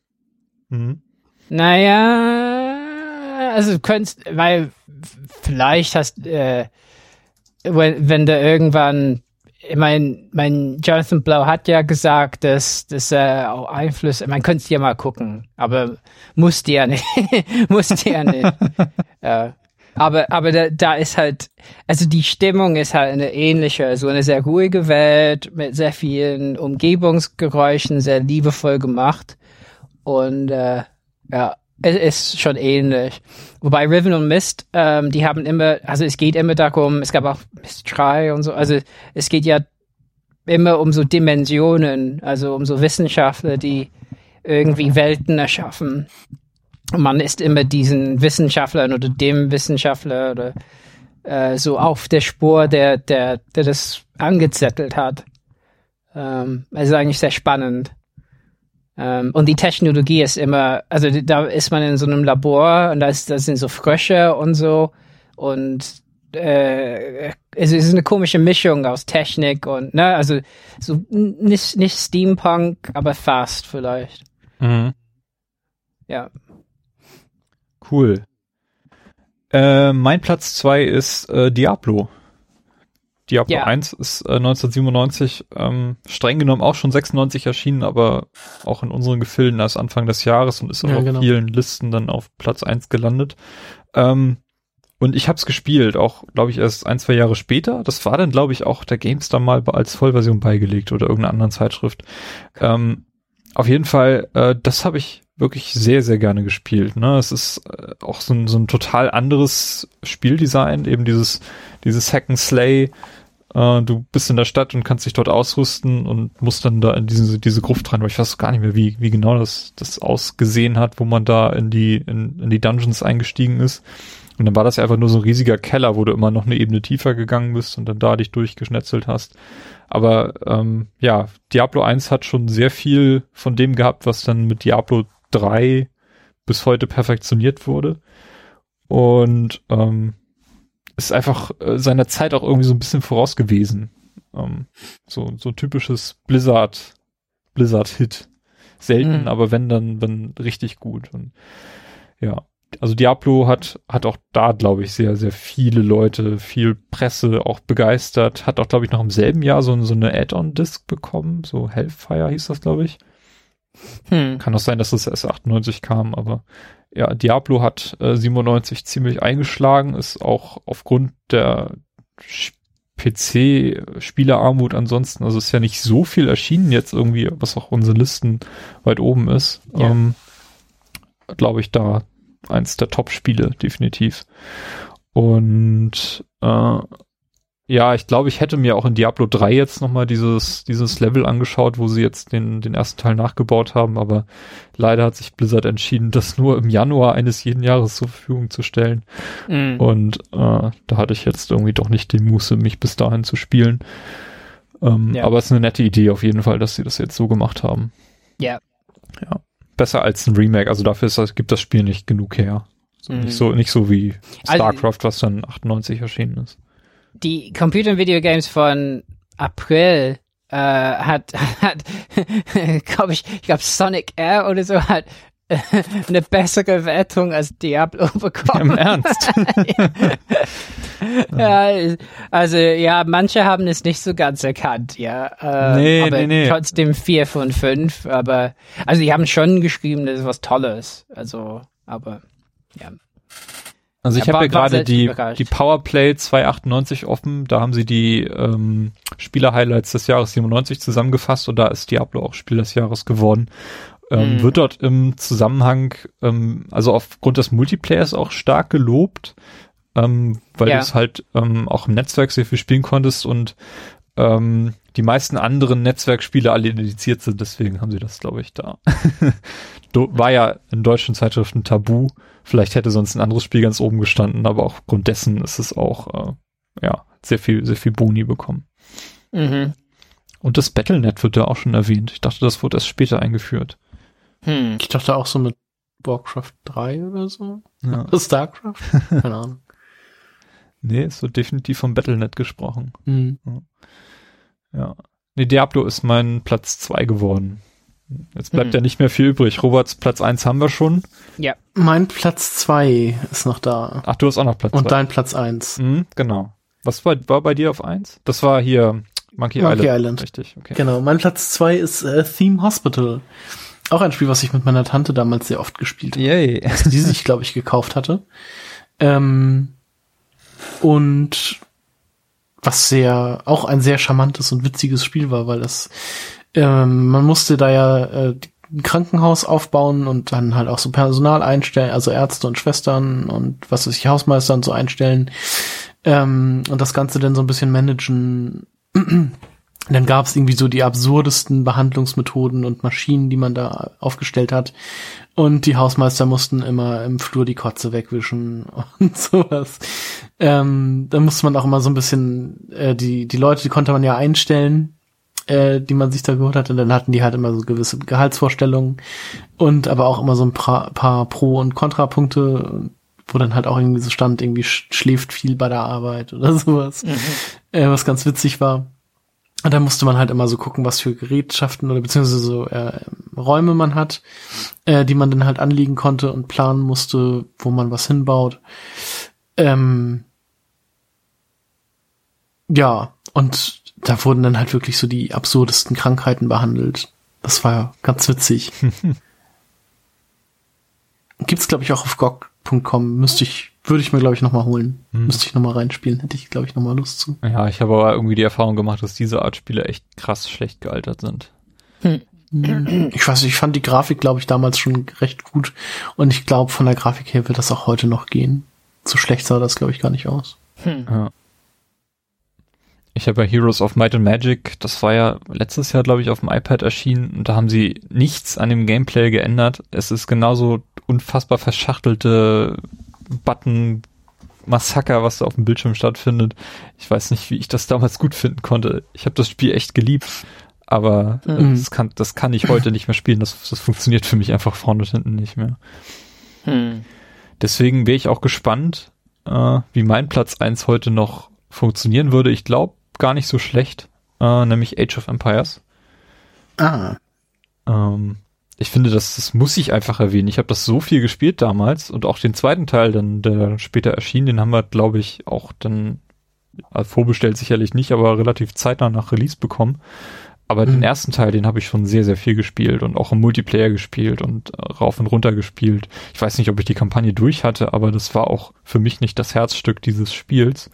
Naja, also du könntest, weil vielleicht hast, wenn du irgendwann, ich mein Jonathan Blow hat ja gesagt, dass auch Einfluss, man könnte es ja mal gucken, aber musst ja nicht. Ja. Aber da ist halt, also die Stimmung ist halt eine ähnliche, so eine sehr ruhige Welt mit sehr vielen Umgebungsgeräuschen, sehr liebevoll gemacht. Und ja, es ist schon ähnlich. Wobei Riven und Myst, die haben immer, also es geht immer darum, es gab auch Myst 3 und so, also es geht ja immer um so Dimensionen, also um so Wissenschaftler, die irgendwie Welten erschaffen. Man ist immer diesen Wissenschaftlern oder dem Wissenschaftler oder so auf der Spur, der das angezettelt hat. Also eigentlich sehr spannend. Und die Technologie ist immer, also da ist man in so einem Labor und da sind so Frösche und so und es ist eine komische Mischung aus Technik und, ne, also so nicht Steampunk, aber fast vielleicht. Mhm. Ja. Cool. Mein Platz 2 ist Diablo. Diablo 1 ist 1997 streng genommen auch schon 96 erschienen, aber auch in unseren Gefilden erst Anfang des Jahres und ist auch auf vielen Listen dann auf Platz 1 gelandet. Und ich habe es gespielt, auch, glaube ich, erst 1-2 Jahre später. Das war dann, glaube ich, auch der GameStar mal als Vollversion beigelegt oder irgendeiner anderen Zeitschrift. Auf jeden Fall, das habe ich wirklich sehr, sehr gerne gespielt. Ne? Es ist auch so ein total anderes Spieldesign, eben dieses Hack and Slay. Du bist in der Stadt und kannst dich dort ausrüsten und musst dann da in diese Gruft rein, weil ich weiß gar nicht mehr, wie genau das ausgesehen hat, wo man da in die Dungeons eingestiegen ist. Und dann war das ja einfach nur so ein riesiger Keller, wo du immer noch eine Ebene tiefer gegangen bist und dann da dich durchgeschnetzelt hast. Aber Diablo 1 hat schon sehr viel von dem gehabt, was dann mit Diablo 3 bis heute perfektioniert wurde. Und ist einfach seiner Zeit auch irgendwie so ein bisschen voraus gewesen. So typisches Blizzard-Hit. Selten, aber wenn richtig gut. Und ja, also Diablo hat auch da, glaube ich, sehr, sehr viele Leute, viel Presse auch begeistert. Hat auch, glaube ich, noch im selben Jahr so eine Add-on-Disc bekommen. So Hellfire hieß das, glaube ich. Kann auch sein, dass das erst 98 kam, aber ja, Diablo hat 97 ziemlich eingeschlagen, ist auch aufgrund der PC-Spielerarmut ansonsten, also ist ja nicht so viel erschienen jetzt irgendwie, was auch unsere Listen weit oben ist. Ja. Glaube ich, da eins der Top-Spiele, definitiv. Und ich glaube, ich hätte mir auch in Diablo 3 jetzt nochmal dieses Level angeschaut, wo sie jetzt den ersten Teil nachgebaut haben, aber leider hat sich Blizzard entschieden, das nur im Januar eines jeden Jahres zur Verfügung zu stellen. Und da hatte ich jetzt irgendwie doch nicht die Muße, mich bis dahin zu spielen. Aber es ist eine nette Idee auf jeden Fall, dass sie das jetzt so gemacht haben. Ja. Ja. Besser als ein Remake, also dafür gibt das Spiel nicht genug her. Nicht so wie StarCraft, was dann 98 erschienen ist. Die Computer- und Videogames von April hat glaube ich glaube Sonic Air oder so hat eine bessere Wertung als Diablo bekommen. Im Ernst? Ja, also ja, manche haben es nicht so ganz erkannt, ja. Nee. Trotzdem 4 von 5, aber also die haben schon geschrieben, das ist was Tolles. Also, aber ja. Also ich habe ja gerade die Powerplay 298 offen, da haben sie die Spieler-Highlights des Jahres 97 zusammengefasst und da ist Diablo auch Spiel des Jahres geworden. Wird dort im Zusammenhang, also aufgrund des Multiplayers auch stark gelobt, weil du es halt auch im Netzwerk sehr viel spielen konntest und die meisten anderen Netzwerkspiele alle indiziert sind, deswegen haben sie das, glaube ich, da. War ja in deutschen Zeitschriften tabu. Vielleicht hätte sonst ein anderes Spiel ganz oben gestanden, aber auch aufgrund dessen ist es auch sehr viel Boni bekommen. Mhm. Und das Battle.net wird da auch schon erwähnt. Ich dachte, das wurde erst später eingeführt. Ich dachte auch so mit Warcraft 3 oder so. Ja. StarCraft? Keine Ahnung. Nee, es wird definitiv vom Battle.net gesprochen. Mhm. Ja. Nee, Diablo ist mein Platz 2 geworden. Jetzt bleibt ja nicht mehr viel übrig. Roberts Platz 1 haben wir schon. Ja. Mein Platz 2 ist noch da. Ach, du hast auch noch Platz 2. Und dein Platz 1. Genau. Was war bei dir auf 1? Das war hier Monkey Island. Richtig, okay. Genau. Mein Platz 2 ist Theme Hospital. Auch ein Spiel, was ich mit meiner Tante damals sehr oft gespielt habe. Yay. Die sich, glaube ich, gekauft hatte. Und was auch ein sehr charmantes und witziges Spiel war, weil das man musste da ja ein Krankenhaus aufbauen und dann halt auch so Personal einstellen, also Ärzte und Schwestern und was weiß ich, Hausmeister und so einstellen und das Ganze dann so ein bisschen managen. Dann gab es irgendwie so die absurdesten Behandlungsmethoden und Maschinen, die man da aufgestellt hat. Und die Hausmeister mussten immer im Flur die Kotze wegwischen und sowas. Da musste man auch immer so ein bisschen, die Leute, die konnte man ja einstellen, die man sich da geholt hat. Und dann hatten die halt immer so gewisse Gehaltsvorstellungen und aber auch immer so ein paar Pro- und Kontrapunkte. wo dann halt auch irgendwie so stand, irgendwie schläft viel bei der Arbeit oder sowas, was ganz witzig war. Und dann musste man halt immer so gucken, was für Gerätschaften oder beziehungsweise so Räume man hat, die man dann halt anlegen konnte und planen musste, wo man was hinbaut. Ja, und da wurden dann halt wirklich so die absurdesten Krankheiten behandelt. Das war ganz witzig. Gibt's, glaube ich, auch auf GOG.com. Würde ich mir, glaube ich, nochmal holen. Müsste ich nochmal reinspielen. Hätte ich, glaube ich, nochmal Lust zu. Ja, ich habe aber irgendwie die Erfahrung gemacht, dass diese Art Spiele echt krass schlecht gealtert sind. Ich weiß nicht, ich fand die Grafik, glaube ich, damals schon recht gut. Und ich glaube, von der Grafik her wird das auch heute noch gehen. So schlecht sah das, glaube ich, gar nicht aus. Ja. Ich habe ja Heroes of Might and Magic, das war ja letztes Jahr, glaube ich, auf dem iPad erschienen und da haben sie nichts an dem Gameplay geändert. Es ist genauso unfassbar verschachtelte Button-Massaker, was da auf dem Bildschirm stattfindet. Ich weiß nicht, wie ich das damals gut finden konnte. Ich habe das Spiel echt geliebt, aber das kann ich heute nicht mehr spielen. Das funktioniert für mich einfach vorne und hinten nicht mehr. Deswegen wäre ich auch gespannt, wie mein Platz 1 heute noch funktionieren würde. Ich glaube, gar nicht so schlecht, nämlich Age of Empires. Ich finde, das muss ich einfach erwähnen. Ich habe das so viel gespielt damals und auch den zweiten Teil, dann, der später erschien, den haben wir, glaube ich, auch dann vorbestellt sicherlich nicht, aber relativ zeitnah nach Release bekommen. Aber den ersten Teil, den habe ich schon sehr, sehr viel gespielt und auch im Multiplayer gespielt und rauf und runter gespielt. Ich weiß nicht, ob ich die Kampagne durch hatte, aber das war auch für mich nicht das Herzstück dieses Spiels.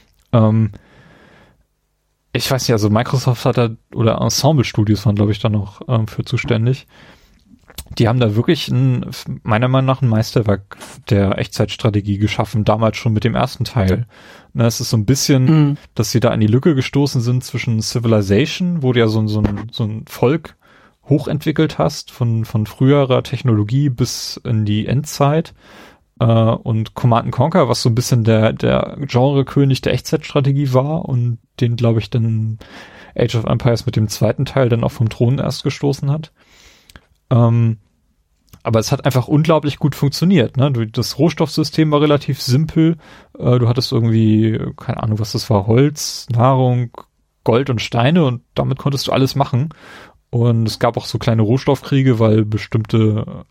Ich weiß nicht, also Microsoft hat da, oder Ensemble Studios waren, glaube ich, da noch für zuständig. Die haben da wirklich meiner Meinung nach ein Meisterwerk der Echtzeitstrategie geschaffen, damals schon mit dem ersten Teil. Na, es ist so ein bisschen, dass sie da in die Lücke gestoßen sind zwischen Civilization, wo du ja so ein Volk hochentwickelt hast, von früherer Technologie bis in die Endzeit. Und Command & Conquer, was so ein bisschen der Genrekönig der Echtzeitstrategie war und den, glaube ich, dann Age of Empires mit dem zweiten Teil dann auch vom Thron erst gestoßen hat. Aber es hat einfach unglaublich gut funktioniert, ne? Das Rohstoffsystem war relativ simpel. Du hattest irgendwie, keine Ahnung, was das war, Holz, Nahrung, Gold und Steine und damit konntest du alles machen. Und es gab auch so kleine Rohstoffkriege, weil bestimmte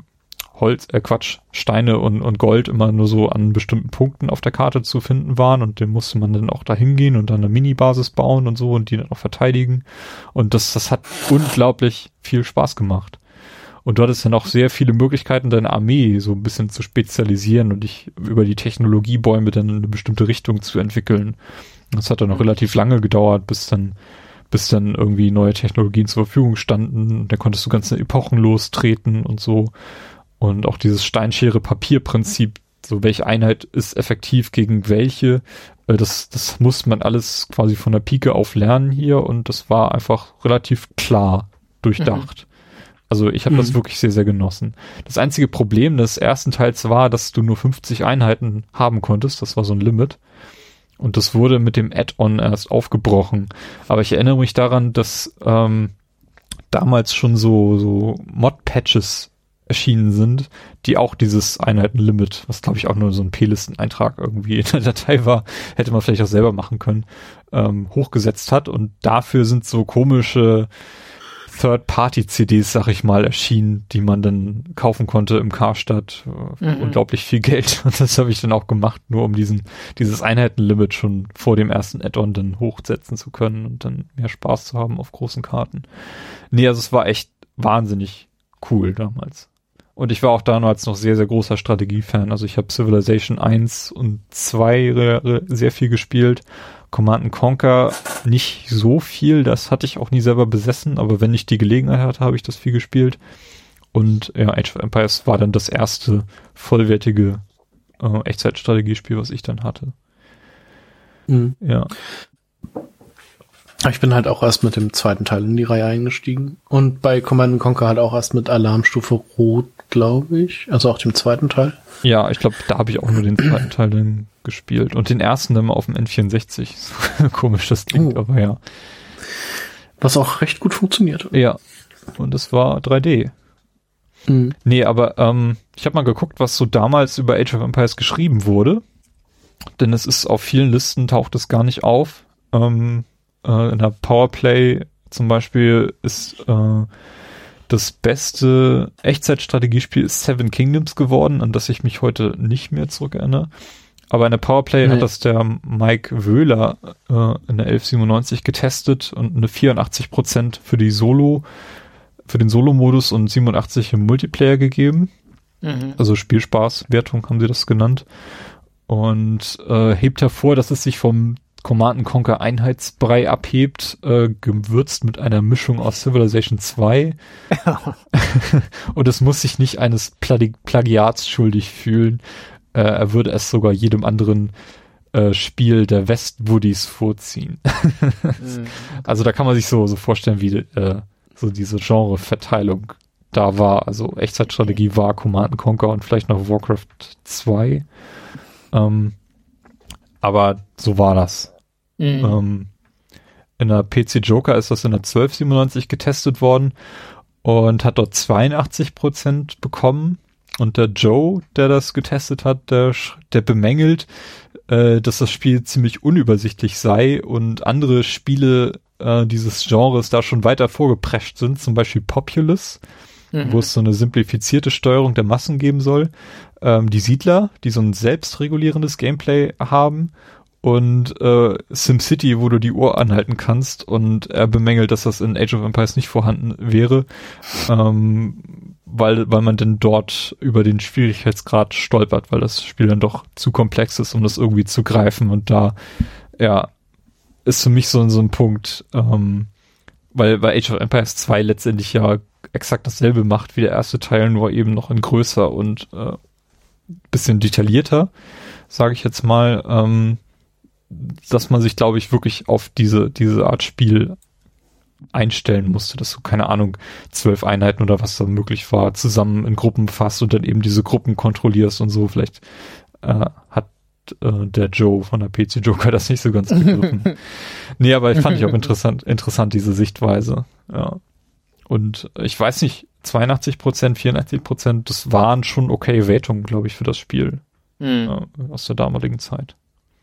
Steine und Gold immer nur so an bestimmten Punkten auf der Karte zu finden waren und dem musste man dann auch da hingehen und dann eine Mini-Basis bauen und so und die dann auch verteidigen. Und das hat unglaublich viel Spaß gemacht. Und du hattest dann auch sehr viele Möglichkeiten, deine Armee so ein bisschen zu spezialisieren und dich über die Technologiebäume dann in eine bestimmte Richtung zu entwickeln. Das hat dann auch relativ lange gedauert, bis dann irgendwie neue Technologien zur Verfügung standen. Da konntest du ganze Epochen lostreten und so. Und auch dieses Steinschere-Papier-Prinzip, so welche Einheit ist effektiv gegen welche, das muss man alles quasi von der Pike auf lernen hier und das war einfach relativ klar durchdacht. Also ich habe das wirklich sehr, sehr genossen. Das einzige Problem des ersten Teils war, dass du nur 50 Einheiten haben konntest. Das war so ein Limit. Und das wurde mit dem Add-on erst aufgebrochen. Aber ich erinnere mich daran, dass damals schon so Mod-Patches erschienen sind, die auch dieses Einheitenlimit, was glaube ich auch nur so ein P-Listen-Eintrag irgendwie in der Datei war, hätte man vielleicht auch selber machen können, hochgesetzt hat. Und dafür sind so komische Third-Party-CDs, sag ich mal, erschienen, die man dann kaufen konnte im Karstadt. Unglaublich viel Geld. Und das habe ich dann auch gemacht, nur um dieses Einheitenlimit schon vor dem ersten Add-on dann hochsetzen zu können und dann mehr Spaß zu haben auf großen Karten. Nee, also es war echt wahnsinnig cool damals. Und ich war auch damals noch sehr, sehr großer Strategie-Fan. Also ich habe Civilization 1 und 2 sehr viel gespielt. Command & Conquer nicht so viel, das hatte ich auch nie selber besessen, aber wenn ich die Gelegenheit hatte, habe ich das viel gespielt. Und ja, Age of Empires war dann das erste vollwertige Echtzeitstrategiespiel, was ich dann hatte. Ja. Ich bin halt auch erst mit dem zweiten Teil in die Reihe eingestiegen. Und bei Command & Conquer halt auch erst mit Alarmstufe Rot, glaube ich. Also auch dem zweiten Teil. Ja, ich glaube, da habe ich auch nur den zweiten Teil dann gespielt. Und den ersten dann mal auf dem N64. So komisch das klingt, aber ja. Was auch recht gut funktioniert. Ja. Und es war 3D. Nee, aber ich habe mal geguckt, was so damals über Age of Empires geschrieben wurde. Denn es ist auf vielen Listen, taucht es gar nicht auf. In der Powerplay zum Beispiel ist das beste Echtzeitstrategiespiel ist Seven Kingdoms geworden, an das ich mich heute nicht mehr zurückerinnere. Aber in der Powerplay hat das der Mike Wöhler in der 1197 getestet und eine 84% für den Solo-Modus und 87 im Multiplayer gegeben. Also Spielspaß-Wertung haben sie das genannt. Und hebt hervor, dass es sich vom Command & Conquer Einheitsbrei abhebt, gewürzt mit einer Mischung aus Civilization 2. Und es muss sich nicht eines Plagiats schuldig fühlen. Er würde es sogar jedem anderen Spiel der West-Woodies vorziehen. Also da kann man sich so vorstellen, wie so diese Genre-Verteilung da war. Also Echtzeitstrategie war Command & Conquer und vielleicht noch Warcraft 2. Aber so war das. In der PC Joker ist das in der 1297 getestet worden und hat dort 82% bekommen. Und der Joe, der das getestet hat, der bemängelt, dass das Spiel ziemlich unübersichtlich sei und andere Spiele dieses Genres da schon weiter vorgeprescht sind, zum Beispiel Populous, wo es so eine simplifizierte Steuerung der Massen geben soll. Die Siedler, die so ein selbstregulierendes Gameplay haben und SimCity, wo du die Uhr anhalten kannst, und er bemängelt, dass das in Age of Empires nicht vorhanden wäre, weil man denn dort über den Schwierigkeitsgrad stolpert, weil das Spiel dann doch zu komplex ist, um das irgendwie zu greifen, und da, ja, ist für mich so ein Punkt, weil Age of Empires 2 letztendlich ja exakt dasselbe macht wie der erste Teil, nur eben noch in größer und bisschen detaillierter, sage ich jetzt mal, dass man sich, glaube ich, wirklich auf diese Art Spiel einstellen musste, dass du, keine Ahnung, 12 Einheiten oder was da möglich war, zusammen in Gruppen fasst und dann eben diese Gruppen kontrollierst und so. Vielleicht hat der Joe von der PC Joker das nicht so ganz begriffen. Nee, aber fand ich auch interessant, diese Sichtweise. Ja. Und ich weiß nicht, 82%, 84%, das waren schon okay Wertungen, glaube ich, für das Spiel aus der damaligen Zeit.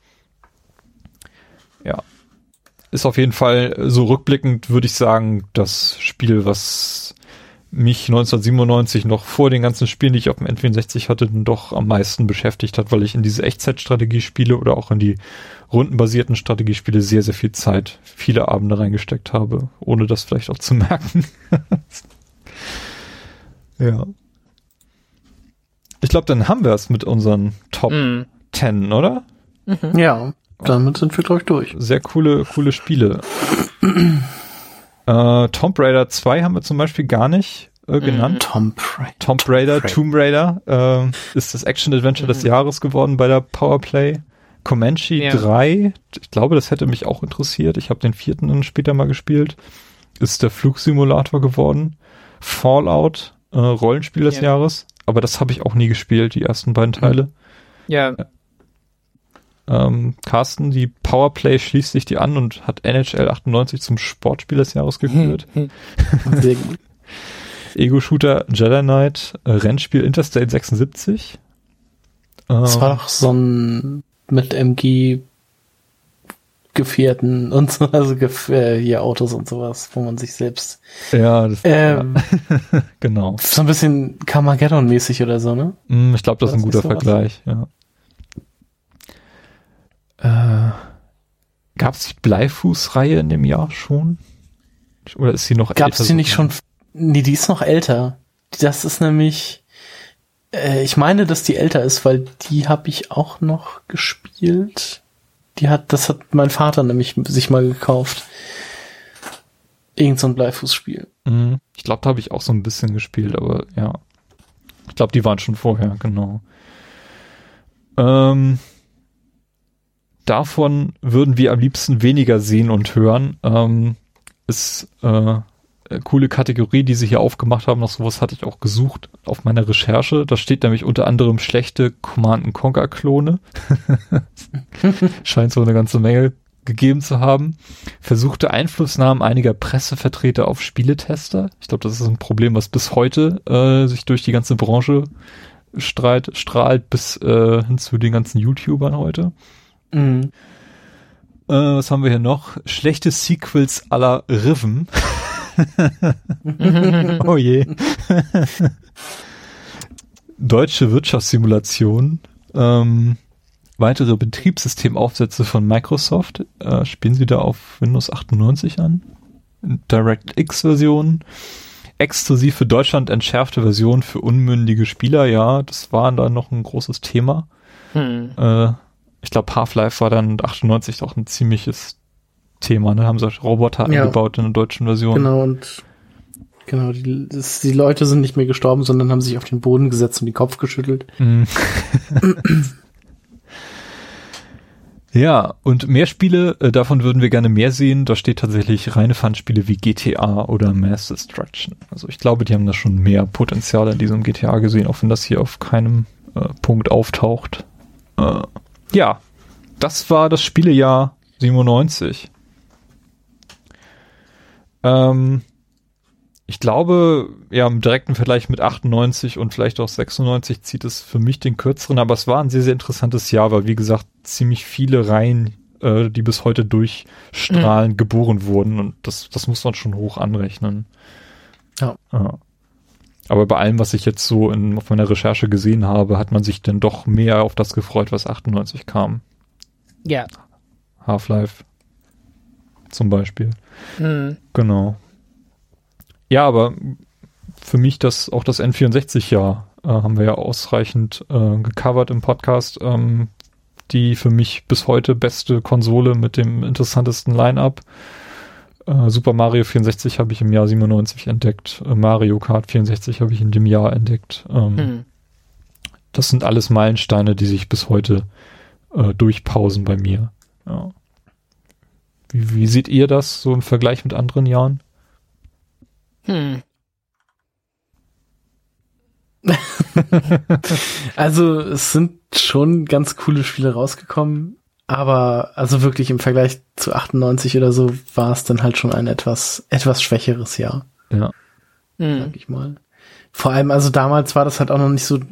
Ja. Ist auf jeden Fall so rückblickend, würde ich sagen, das Spiel, was mich 1997 noch vor den ganzen Spielen, die ich auf dem N64 hatte, dann doch am meisten beschäftigt hat, weil ich in diese Echtzeitstrategiespiele oder auch in die rundenbasierten Strategiespiele sehr, sehr viel Zeit, viele Abende reingesteckt habe, ohne das vielleicht auch zu merken. Ja. Ich glaube, dann haben wir es mit unseren Top 10, oder? Ja, damit sind wir, glaube ich, durch. Sehr coole Spiele. Tomb Raider 2 haben wir zum Beispiel gar nicht genannt. Tomb Raider, Tomb Raider ist das Action-Adventure des Jahres geworden bei der Powerplay. Comanche 3, ich glaube, das hätte mich auch interessiert. Ich habe den 4. dann später mal gespielt. Ist der Flugsimulator geworden. Fallout, Rollenspiel des Jahres. Aber das habe ich auch nie gespielt, die ersten beiden Teile. Ja. Carsten, die Powerplay schließt sich die an und hat NHL 98 zum Sportspiel des Jahres gekürt. Sehr gut. Ego-Shooter Jedi Knight, Rennspiel Interstate 76. Das war doch so ein mit MG Gefährten und so, also hier Autos und sowas, wo man sich selbst ja, das genau. So ein bisschen Carmageddon-mäßig oder so, ne? Ich glaube, das ist ein guter Vergleich, ja. Gab es die Bleifuß-Reihe in dem Jahr schon? Oder ist sie noch älter? Gab es die nicht schon? Nee, die ist noch älter. Das ist nämlich, ich meine, dass die älter ist, weil die habe ich auch noch gespielt. Das hat mein Vater nämlich sich mal gekauft. Irgend so ein Bleifußspiel. Ich glaube, da habe ich auch so ein bisschen gespielt, aber ja. Ich glaube, die waren schon vorher, genau. Davon würden wir am liebsten weniger sehen und hören. Ist coole Kategorie, die sie hier aufgemacht haben. Noch sowas hatte ich auch gesucht auf meiner Recherche. Da steht nämlich unter anderem schlechte Command & Conquer Klone. Scheint so eine ganze Menge gegeben zu haben. Versuchte Einflussnahmen einiger Pressevertreter auf Spieletester. Ich glaube, das ist ein Problem, was bis heute sich durch die ganze Branche strahlt bis hin zu den ganzen YouTubern heute. Mhm. Was haben wir hier noch? Schlechte Sequels à la Riven. Oh je. Deutsche Wirtschaftssimulation. Weitere Betriebssystemaufsätze von Microsoft. Spielen sie da auf Windows 98 an? DirectX-Version. Exklusiv für Deutschland entschärfte Version für unmündige Spieler. Ja, das war dann noch ein großes Thema. Ich glaube, Half-Life war dann 98 auch ein ziemliches Thema. Ne? Haben sie Roboter eingebaut in der deutschen Version. Genau, und die Leute sind nicht mehr gestorben, sondern haben sich auf den Boden gesetzt und den Kopf geschüttelt. Ja, und mehr Spiele, davon würden wir gerne mehr sehen. Da steht tatsächlich reine Fun-Spiele wie GTA oder Mass Destruction. Also ich glaube, die haben da schon mehr Potenzial in diesem GTA gesehen, auch wenn das hier auf keinem Punkt auftaucht. Ja, das war das Spielejahr 97. Ich glaube, ja, im direkten Vergleich mit 98 und vielleicht auch 96 zieht es für mich den kürzeren, aber es war ein sehr, sehr interessantes Jahr, weil, wie gesagt, ziemlich viele Reihen, die bis heute durchstrahlen, geboren wurden und das muss man schon hoch anrechnen. Ja. Aber bei allem, was ich jetzt so auf meiner Recherche gesehen habe, hat man sich dann doch mehr auf das gefreut, was 98 kam. Ja. Half-Life zum Beispiel. Genau. Ja, aber für mich auch das N64-Jahr haben wir ja ausreichend gecovert im Podcast. Die für mich bis heute beste Konsole mit dem interessantesten Line-Up. Super Mario 64 habe ich im Jahr 97 entdeckt. Mario Kart 64 habe ich in dem Jahr entdeckt. Das sind alles Meilensteine, die sich bis heute durchpausen bei mir. Ja. Wie seht ihr das so im Vergleich mit anderen Jahren? Also es sind schon ganz coole Spiele rausgekommen, aber also wirklich im Vergleich zu 98 oder so war es dann halt schon ein etwas schwächeres Jahr. Ja. Sag ich mal. Vor allem, also damals war das halt auch noch nicht so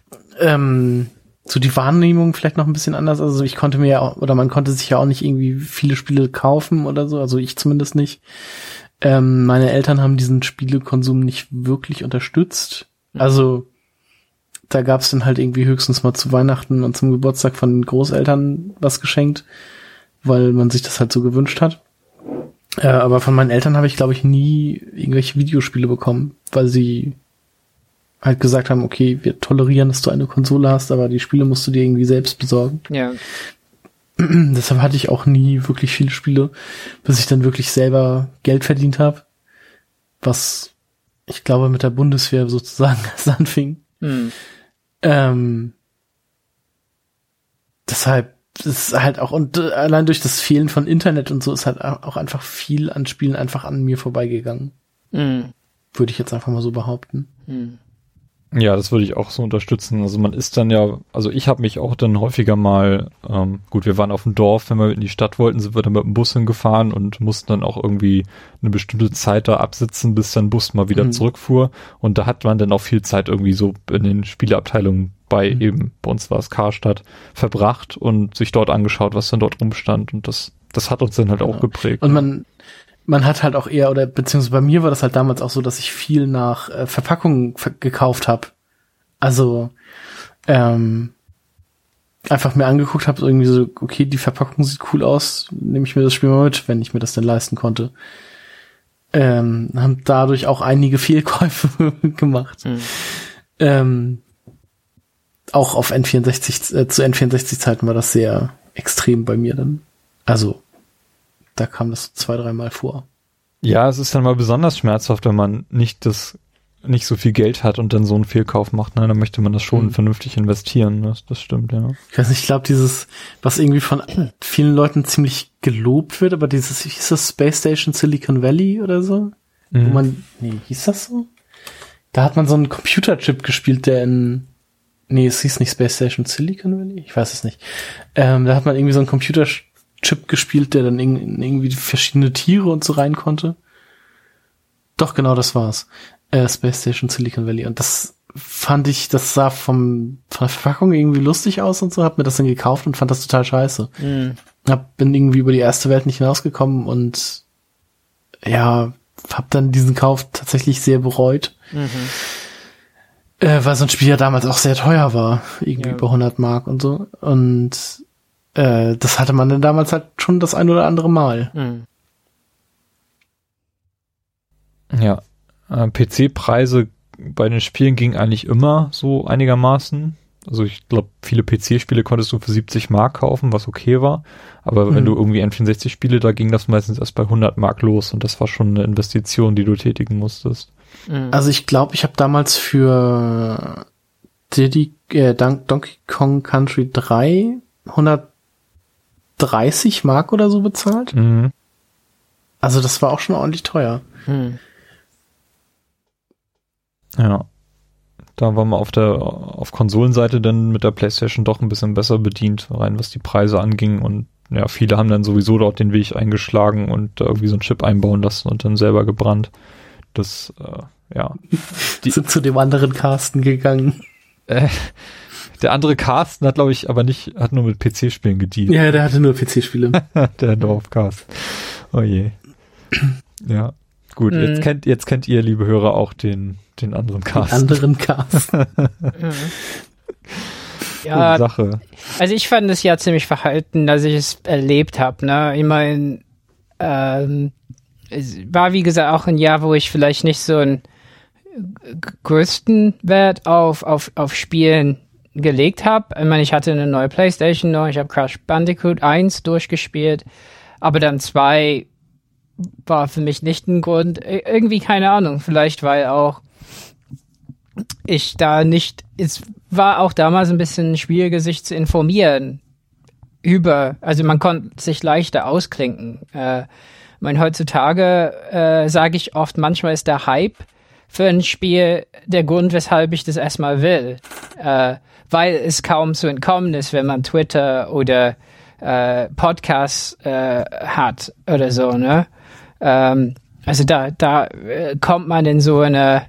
so die Wahrnehmung vielleicht noch ein bisschen anders. Also ich konnte mir ja auch, oder man konnte sich ja auch nicht irgendwie viele Spiele kaufen oder so, also ich zumindest nicht. Meine Eltern haben diesen Spielekonsum nicht wirklich unterstützt. Also da gab es dann halt irgendwie höchstens mal zu Weihnachten und zum Geburtstag von den Großeltern was geschenkt, weil man sich das halt so gewünscht hat. Aber von meinen Eltern habe ich, glaube ich, nie irgendwelche Videospiele bekommen, weil sie halt gesagt haben, okay, wir tolerieren, dass du eine Konsole hast, aber die Spiele musst du dir irgendwie selbst besorgen. Ja. Deshalb hatte ich auch nie wirklich viele Spiele, bis ich dann wirklich selber Geld verdient habe, was ich glaube mit der Bundeswehr sozusagen erst anfing. Deshalb ist halt auch, und allein durch das Fehlen von Internet und so ist halt auch einfach viel an Spielen einfach an mir vorbeigegangen. Würde ich jetzt einfach mal so behaupten. Ja, das würde ich auch so unterstützen. Also man ist dann ja, also ich habe mich auch dann häufiger mal, gut, wir waren auf dem Dorf, wenn wir in die Stadt wollten, sind wir dann mit dem Bus hingefahren und mussten dann auch irgendwie eine bestimmte Zeit da absitzen, bis dann Bus mal wieder zurückfuhr. Und da hat man dann auch viel Zeit irgendwie so in den Spieleabteilungen bei uns war es Karstadt, verbracht und sich dort angeschaut, was dann dort rumstand. Und das hat uns dann halt auch geprägt. Und man hat halt auch eher, oder beziehungsweise bei mir war das halt damals auch so, dass ich viel nach Verpackungen gekauft habe. Also einfach mir angeguckt habe, so irgendwie so, okay, die Verpackung sieht cool aus, nehme ich mir das Spiel mal mit, wenn ich mir das denn leisten konnte. Haben dadurch auch einige Fehlkäufe gemacht. Auch auf N64, zu N64-Zeiten war das sehr extrem bei mir dann. Also da kam das 2-3 Mal vor. Ja, es ist dann mal besonders schmerzhaft, wenn man nicht so viel Geld hat und dann so einen Fehlkauf macht. Ne? Dann möchte man das schon vernünftig investieren. Das stimmt, ja. Ich weiß nicht, ich glaube, dieses, was irgendwie von vielen Leuten ziemlich gelobt wird, aber dieses, hieß das Space Station Silicon Valley oder so? Wo hieß das so? Da hat man so einen Computerchip gespielt, es hieß nicht Space Station Silicon Valley? Ich weiß es nicht. Da hat man irgendwie so einen Computerchip Chip gespielt, der dann in irgendwie verschiedene Tiere und so rein konnte. Doch, genau, das war's. Space Station Silicon Valley. Und das fand ich, das sah von der Verpackung irgendwie lustig aus und so, hab mir das dann gekauft und fand das total scheiße. Bin irgendwie über die erste Welt nicht hinausgekommen und ja, hab dann diesen Kauf tatsächlich sehr bereut. Weil so ein Spiel ja damals auch sehr teuer war. Irgendwie über 100 Mark und so. Und das hatte man dann damals halt schon das ein oder andere Mal. Ja, PC-Preise bei den Spielen gingen eigentlich immer so einigermaßen. Also ich glaube, viele PC-Spiele konntest du für 70 Mark kaufen, was okay war. Aber wenn du irgendwie N64-Spiele, da ging das meistens erst bei 100 Mark los. Und das war schon eine Investition, die du tätigen musstest. Also ich glaube, ich habe damals für Donkey Kong Country 3 130 Mark oder so bezahlt. Also das war auch schon ordentlich teuer. Ja. Da war man auf Konsolenseite dann mit der PlayStation doch ein bisschen besser bedient, rein was die Preise anging. Und ja, viele haben dann sowieso dort den Weg eingeschlagen und da irgendwie so einen Chip einbauen lassen und dann selber gebrannt. Das, ja. Sind zu dem anderen Carsten gegangen. Der andere Carsten hat, glaube ich, aber nicht, hat nur mit PC-Spielen gedient. Ja, der hatte nur PC-Spiele. Der Dorfcast. Oh je. Ja. Gut, jetzt kennt ihr, liebe Hörer, auch den anderen Carsten. Den anderen Carsten. Ja, Sache. Also ich fand es ja ziemlich verhalten, dass ich es erlebt habe. Ne? Ich meine, es war wie gesagt auch ein Jahr, wo ich vielleicht nicht so einen größten Wert auf Spielen gelegt habe. Ich meine, ich hatte eine neue PlayStation noch, ich habe Crash Bandicoot 1 durchgespielt, aber dann 2 war für mich nicht ein Grund. Irgendwie keine Ahnung, vielleicht weil auch ich da nicht, es war auch damals ein bisschen schwieriger, sich zu informieren also man konnte sich leichter ausklinken. Ich meine, heutzutage sage ich oft, manchmal ist der Hype für ein Spiel der Grund, weshalb ich das erstmal will. Weil es kaum zu entkommen ist, wenn man Twitter oder Podcasts hat oder so, ne? Also da kommt man in so eine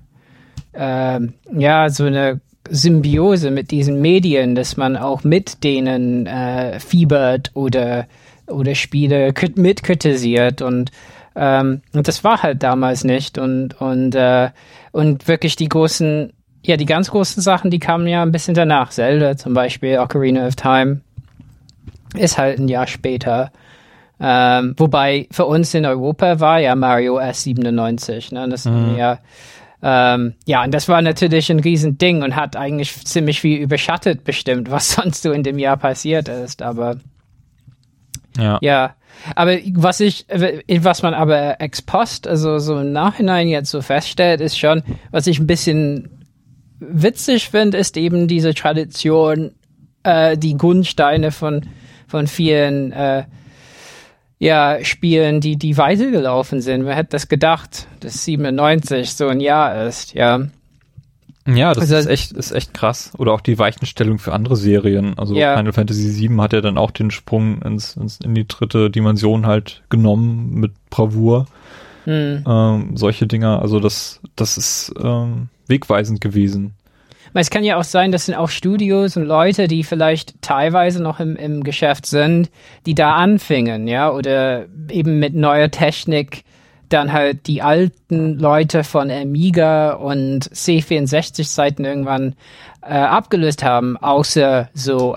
so eine Symbiose mit diesen Medien, dass man auch mit denen fiebert oder Spiele mitkritisiert und das war halt damals nicht und wirklich die ganz großen Sachen, die kamen ja ein bisschen danach. Zelda zum Beispiel, Ocarina of Time ist halt ein Jahr später. Wobei für uns in Europa war ja Mario erst 97, ne? Das und das war natürlich ein Riesending und hat eigentlich ziemlich viel überschattet bestimmt, was sonst so in dem Jahr passiert ist, aber ja. Aber was man aber ex post, also so im Nachhinein jetzt so feststellt, ist schon, was ich ein bisschen witzig finde, ist eben diese Tradition, die Grundsteine von vielen Spielen, die weitergelaufen sind. Wer hätte das gedacht, dass 97 so ein Jahr ist, ja. Ja, das ist echt krass. Oder auch die Weichenstellung für andere Serien. Also Final Fantasy VII hat ja dann auch den Sprung in die dritte Dimension halt genommen mit Bravour. Solche Dinger. Also das ist wegweisend gewesen. Es kann ja auch sein, das sind auch Studios und Leute, die vielleicht teilweise noch im Geschäft sind, die da anfingen, ja, oder eben mit neuer Technik dann halt die alten Leute von Amiga und C64-Seiten irgendwann abgelöst haben, außer so,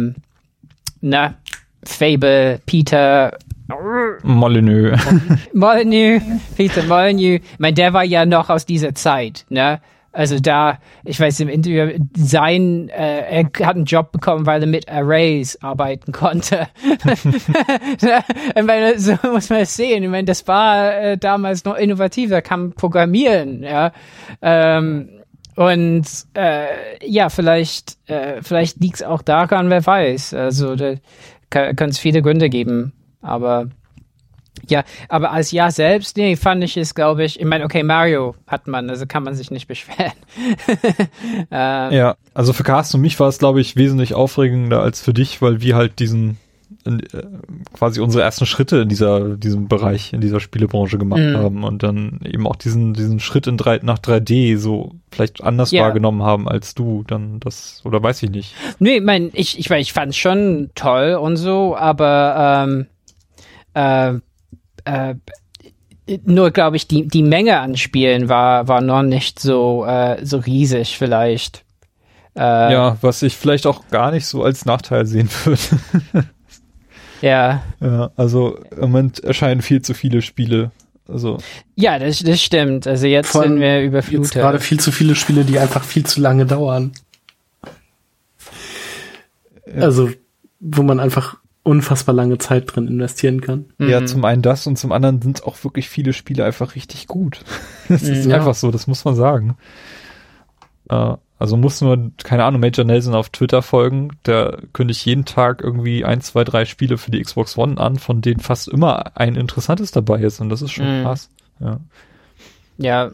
Fable, Peter Molyneux. Peter Molyneux. Ich meine, der war ja noch aus dieser Zeit, ne? Also da, ich weiß im Interview, er hat einen Job bekommen, weil er mit Arrays arbeiten konnte. Ich meine, so muss man es sehen. Ich meine, das war damals noch innovativ, da kann man programmieren, ja. Vielleicht liegt es auch daran, wer weiß. Also da kann es viele Gründe geben, aber als Jahr selbst, fand ich es, glaube ich meine, okay, Mario hat man, also kann man sich nicht beschweren. Ja, also für Carsten und mich war es, glaube ich, wesentlich aufregender als für dich, weil wir halt diesen quasi unsere ersten Schritte in diesem Bereich, in dieser Spielebranche gemacht haben und dann eben auch diesen Schritt nach 3D so vielleicht anders wahrgenommen haben als du, dann das, oder weiß ich nicht. Nee, ich fand es schon toll und so, aber nur, glaube ich, die Menge an Spielen war noch nicht so riesig vielleicht. Ja, was ich vielleicht auch gar nicht so als Nachteil sehen würde. Ja. Ja, also im Moment erscheinen viel zu viele Spiele. Also. Ja, das stimmt. Also jetzt sind wir überflutet. Jetzt gerade viel zu viele Spiele, die einfach viel zu lange dauern. Ja. Also, wo man einfach unfassbar lange Zeit drin investieren kann. Ja, zum einen das und zum anderen sind auch wirklich viele Spiele einfach richtig gut. Das ist einfach so, das muss man sagen. Also muss nur, keine Ahnung, Major Nelson auf Twitter folgen, der kündigt jeden Tag irgendwie 1, 2, 3 Spiele für die Xbox One an, von denen fast immer ein interessantes dabei ist und das ist schon krass. Ja,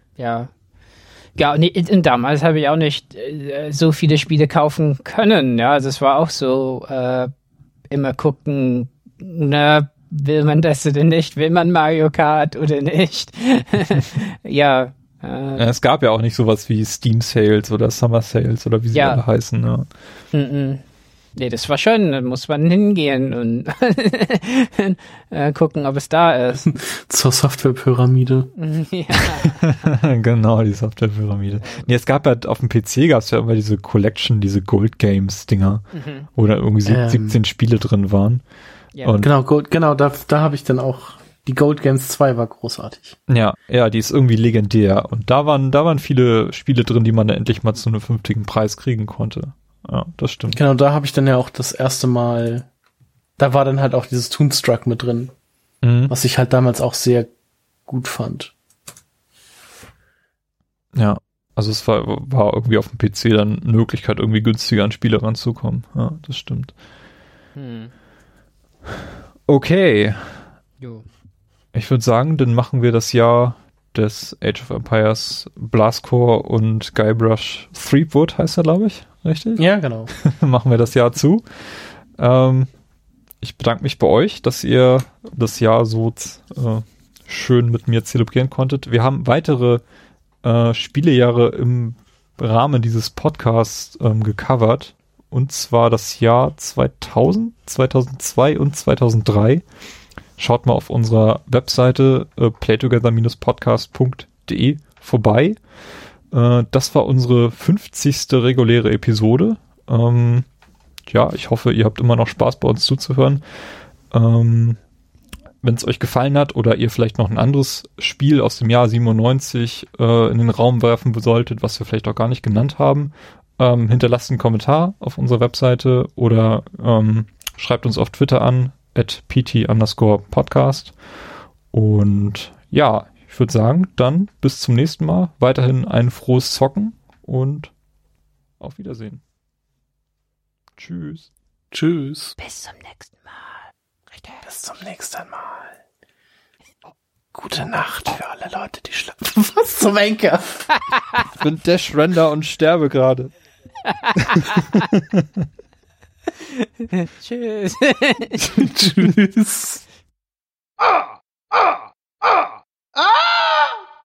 und damals habe ich auch nicht so viele Spiele kaufen können, ja, also es war auch so, immer gucken, will man das oder nicht, will man Mario Kart oder nicht? Ja, es gab ja auch nicht sowas wie Steam Sales oder Summer Sales oder wie sie alle heißen. Ja. Nee, das war schön. Da muss man hingehen und gucken, ob es da ist. Zur Softwarepyramide. Ja. Genau, die Softwarepyramide. Nee, es gab ja auf dem PC gab es ja immer diese Collection, diese Gold Games Dinger, wo da irgendwie 17 Spiele drin waren. Ja. Und genau, da habe ich dann auch die Gold Games 2 war großartig. Ja, die ist irgendwie legendär. Und da waren viele Spiele drin, die man da endlich mal zu einem vernünftigen Preis kriegen konnte. Ja, das stimmt. Genau, da habe ich dann ja auch das erste Mal, da war dann halt auch dieses Toonstruck mit drin, was ich halt damals auch sehr gut fand. Ja, also es war irgendwie auf dem PC dann eine Möglichkeit, irgendwie günstiger an Spiele ranzukommen. Ja, das stimmt. Okay. Jo. Ich würde sagen, dann machen wir das Jahr des Age of Empires Blastcore und Guybrush Threepwood heißt er, glaube ich. Richtig? Ja, genau. Machen wir das Jahr zu. Ich bedanke mich bei euch, dass ihr das Jahr so schön mit mir zelebrieren konntet. Wir haben weitere Spielejahre im Rahmen dieses Podcasts gecovert. Und zwar das Jahr 2000, 2002 und 2003. Schaut mal auf unserer Webseite playtogether-podcast.de vorbei. Das war unsere 50. reguläre Episode. Ich hoffe, ihr habt immer noch Spaß bei uns zuzuhören. Wenn es euch gefallen hat oder ihr vielleicht noch ein anderes Spiel aus dem Jahr 97 in den Raum werfen solltet, was wir vielleicht auch gar nicht genannt haben, hinterlasst einen Kommentar auf unserer Webseite oder schreibt uns auf Twitter an @pt_podcast. Und ja, ich würde sagen, dann bis zum nächsten Mal. Weiterhin ein frohes Zocken und auf Wiedersehen. Tschüss. Tschüss. Bis zum nächsten Mal. Richtig. Bis zum nächsten Mal. Gute Nacht für alle Leute, die schlafen. Was zum Henker? Ich bin Dash Render und sterbe gerade. Tschüss. Tschüss. Ah!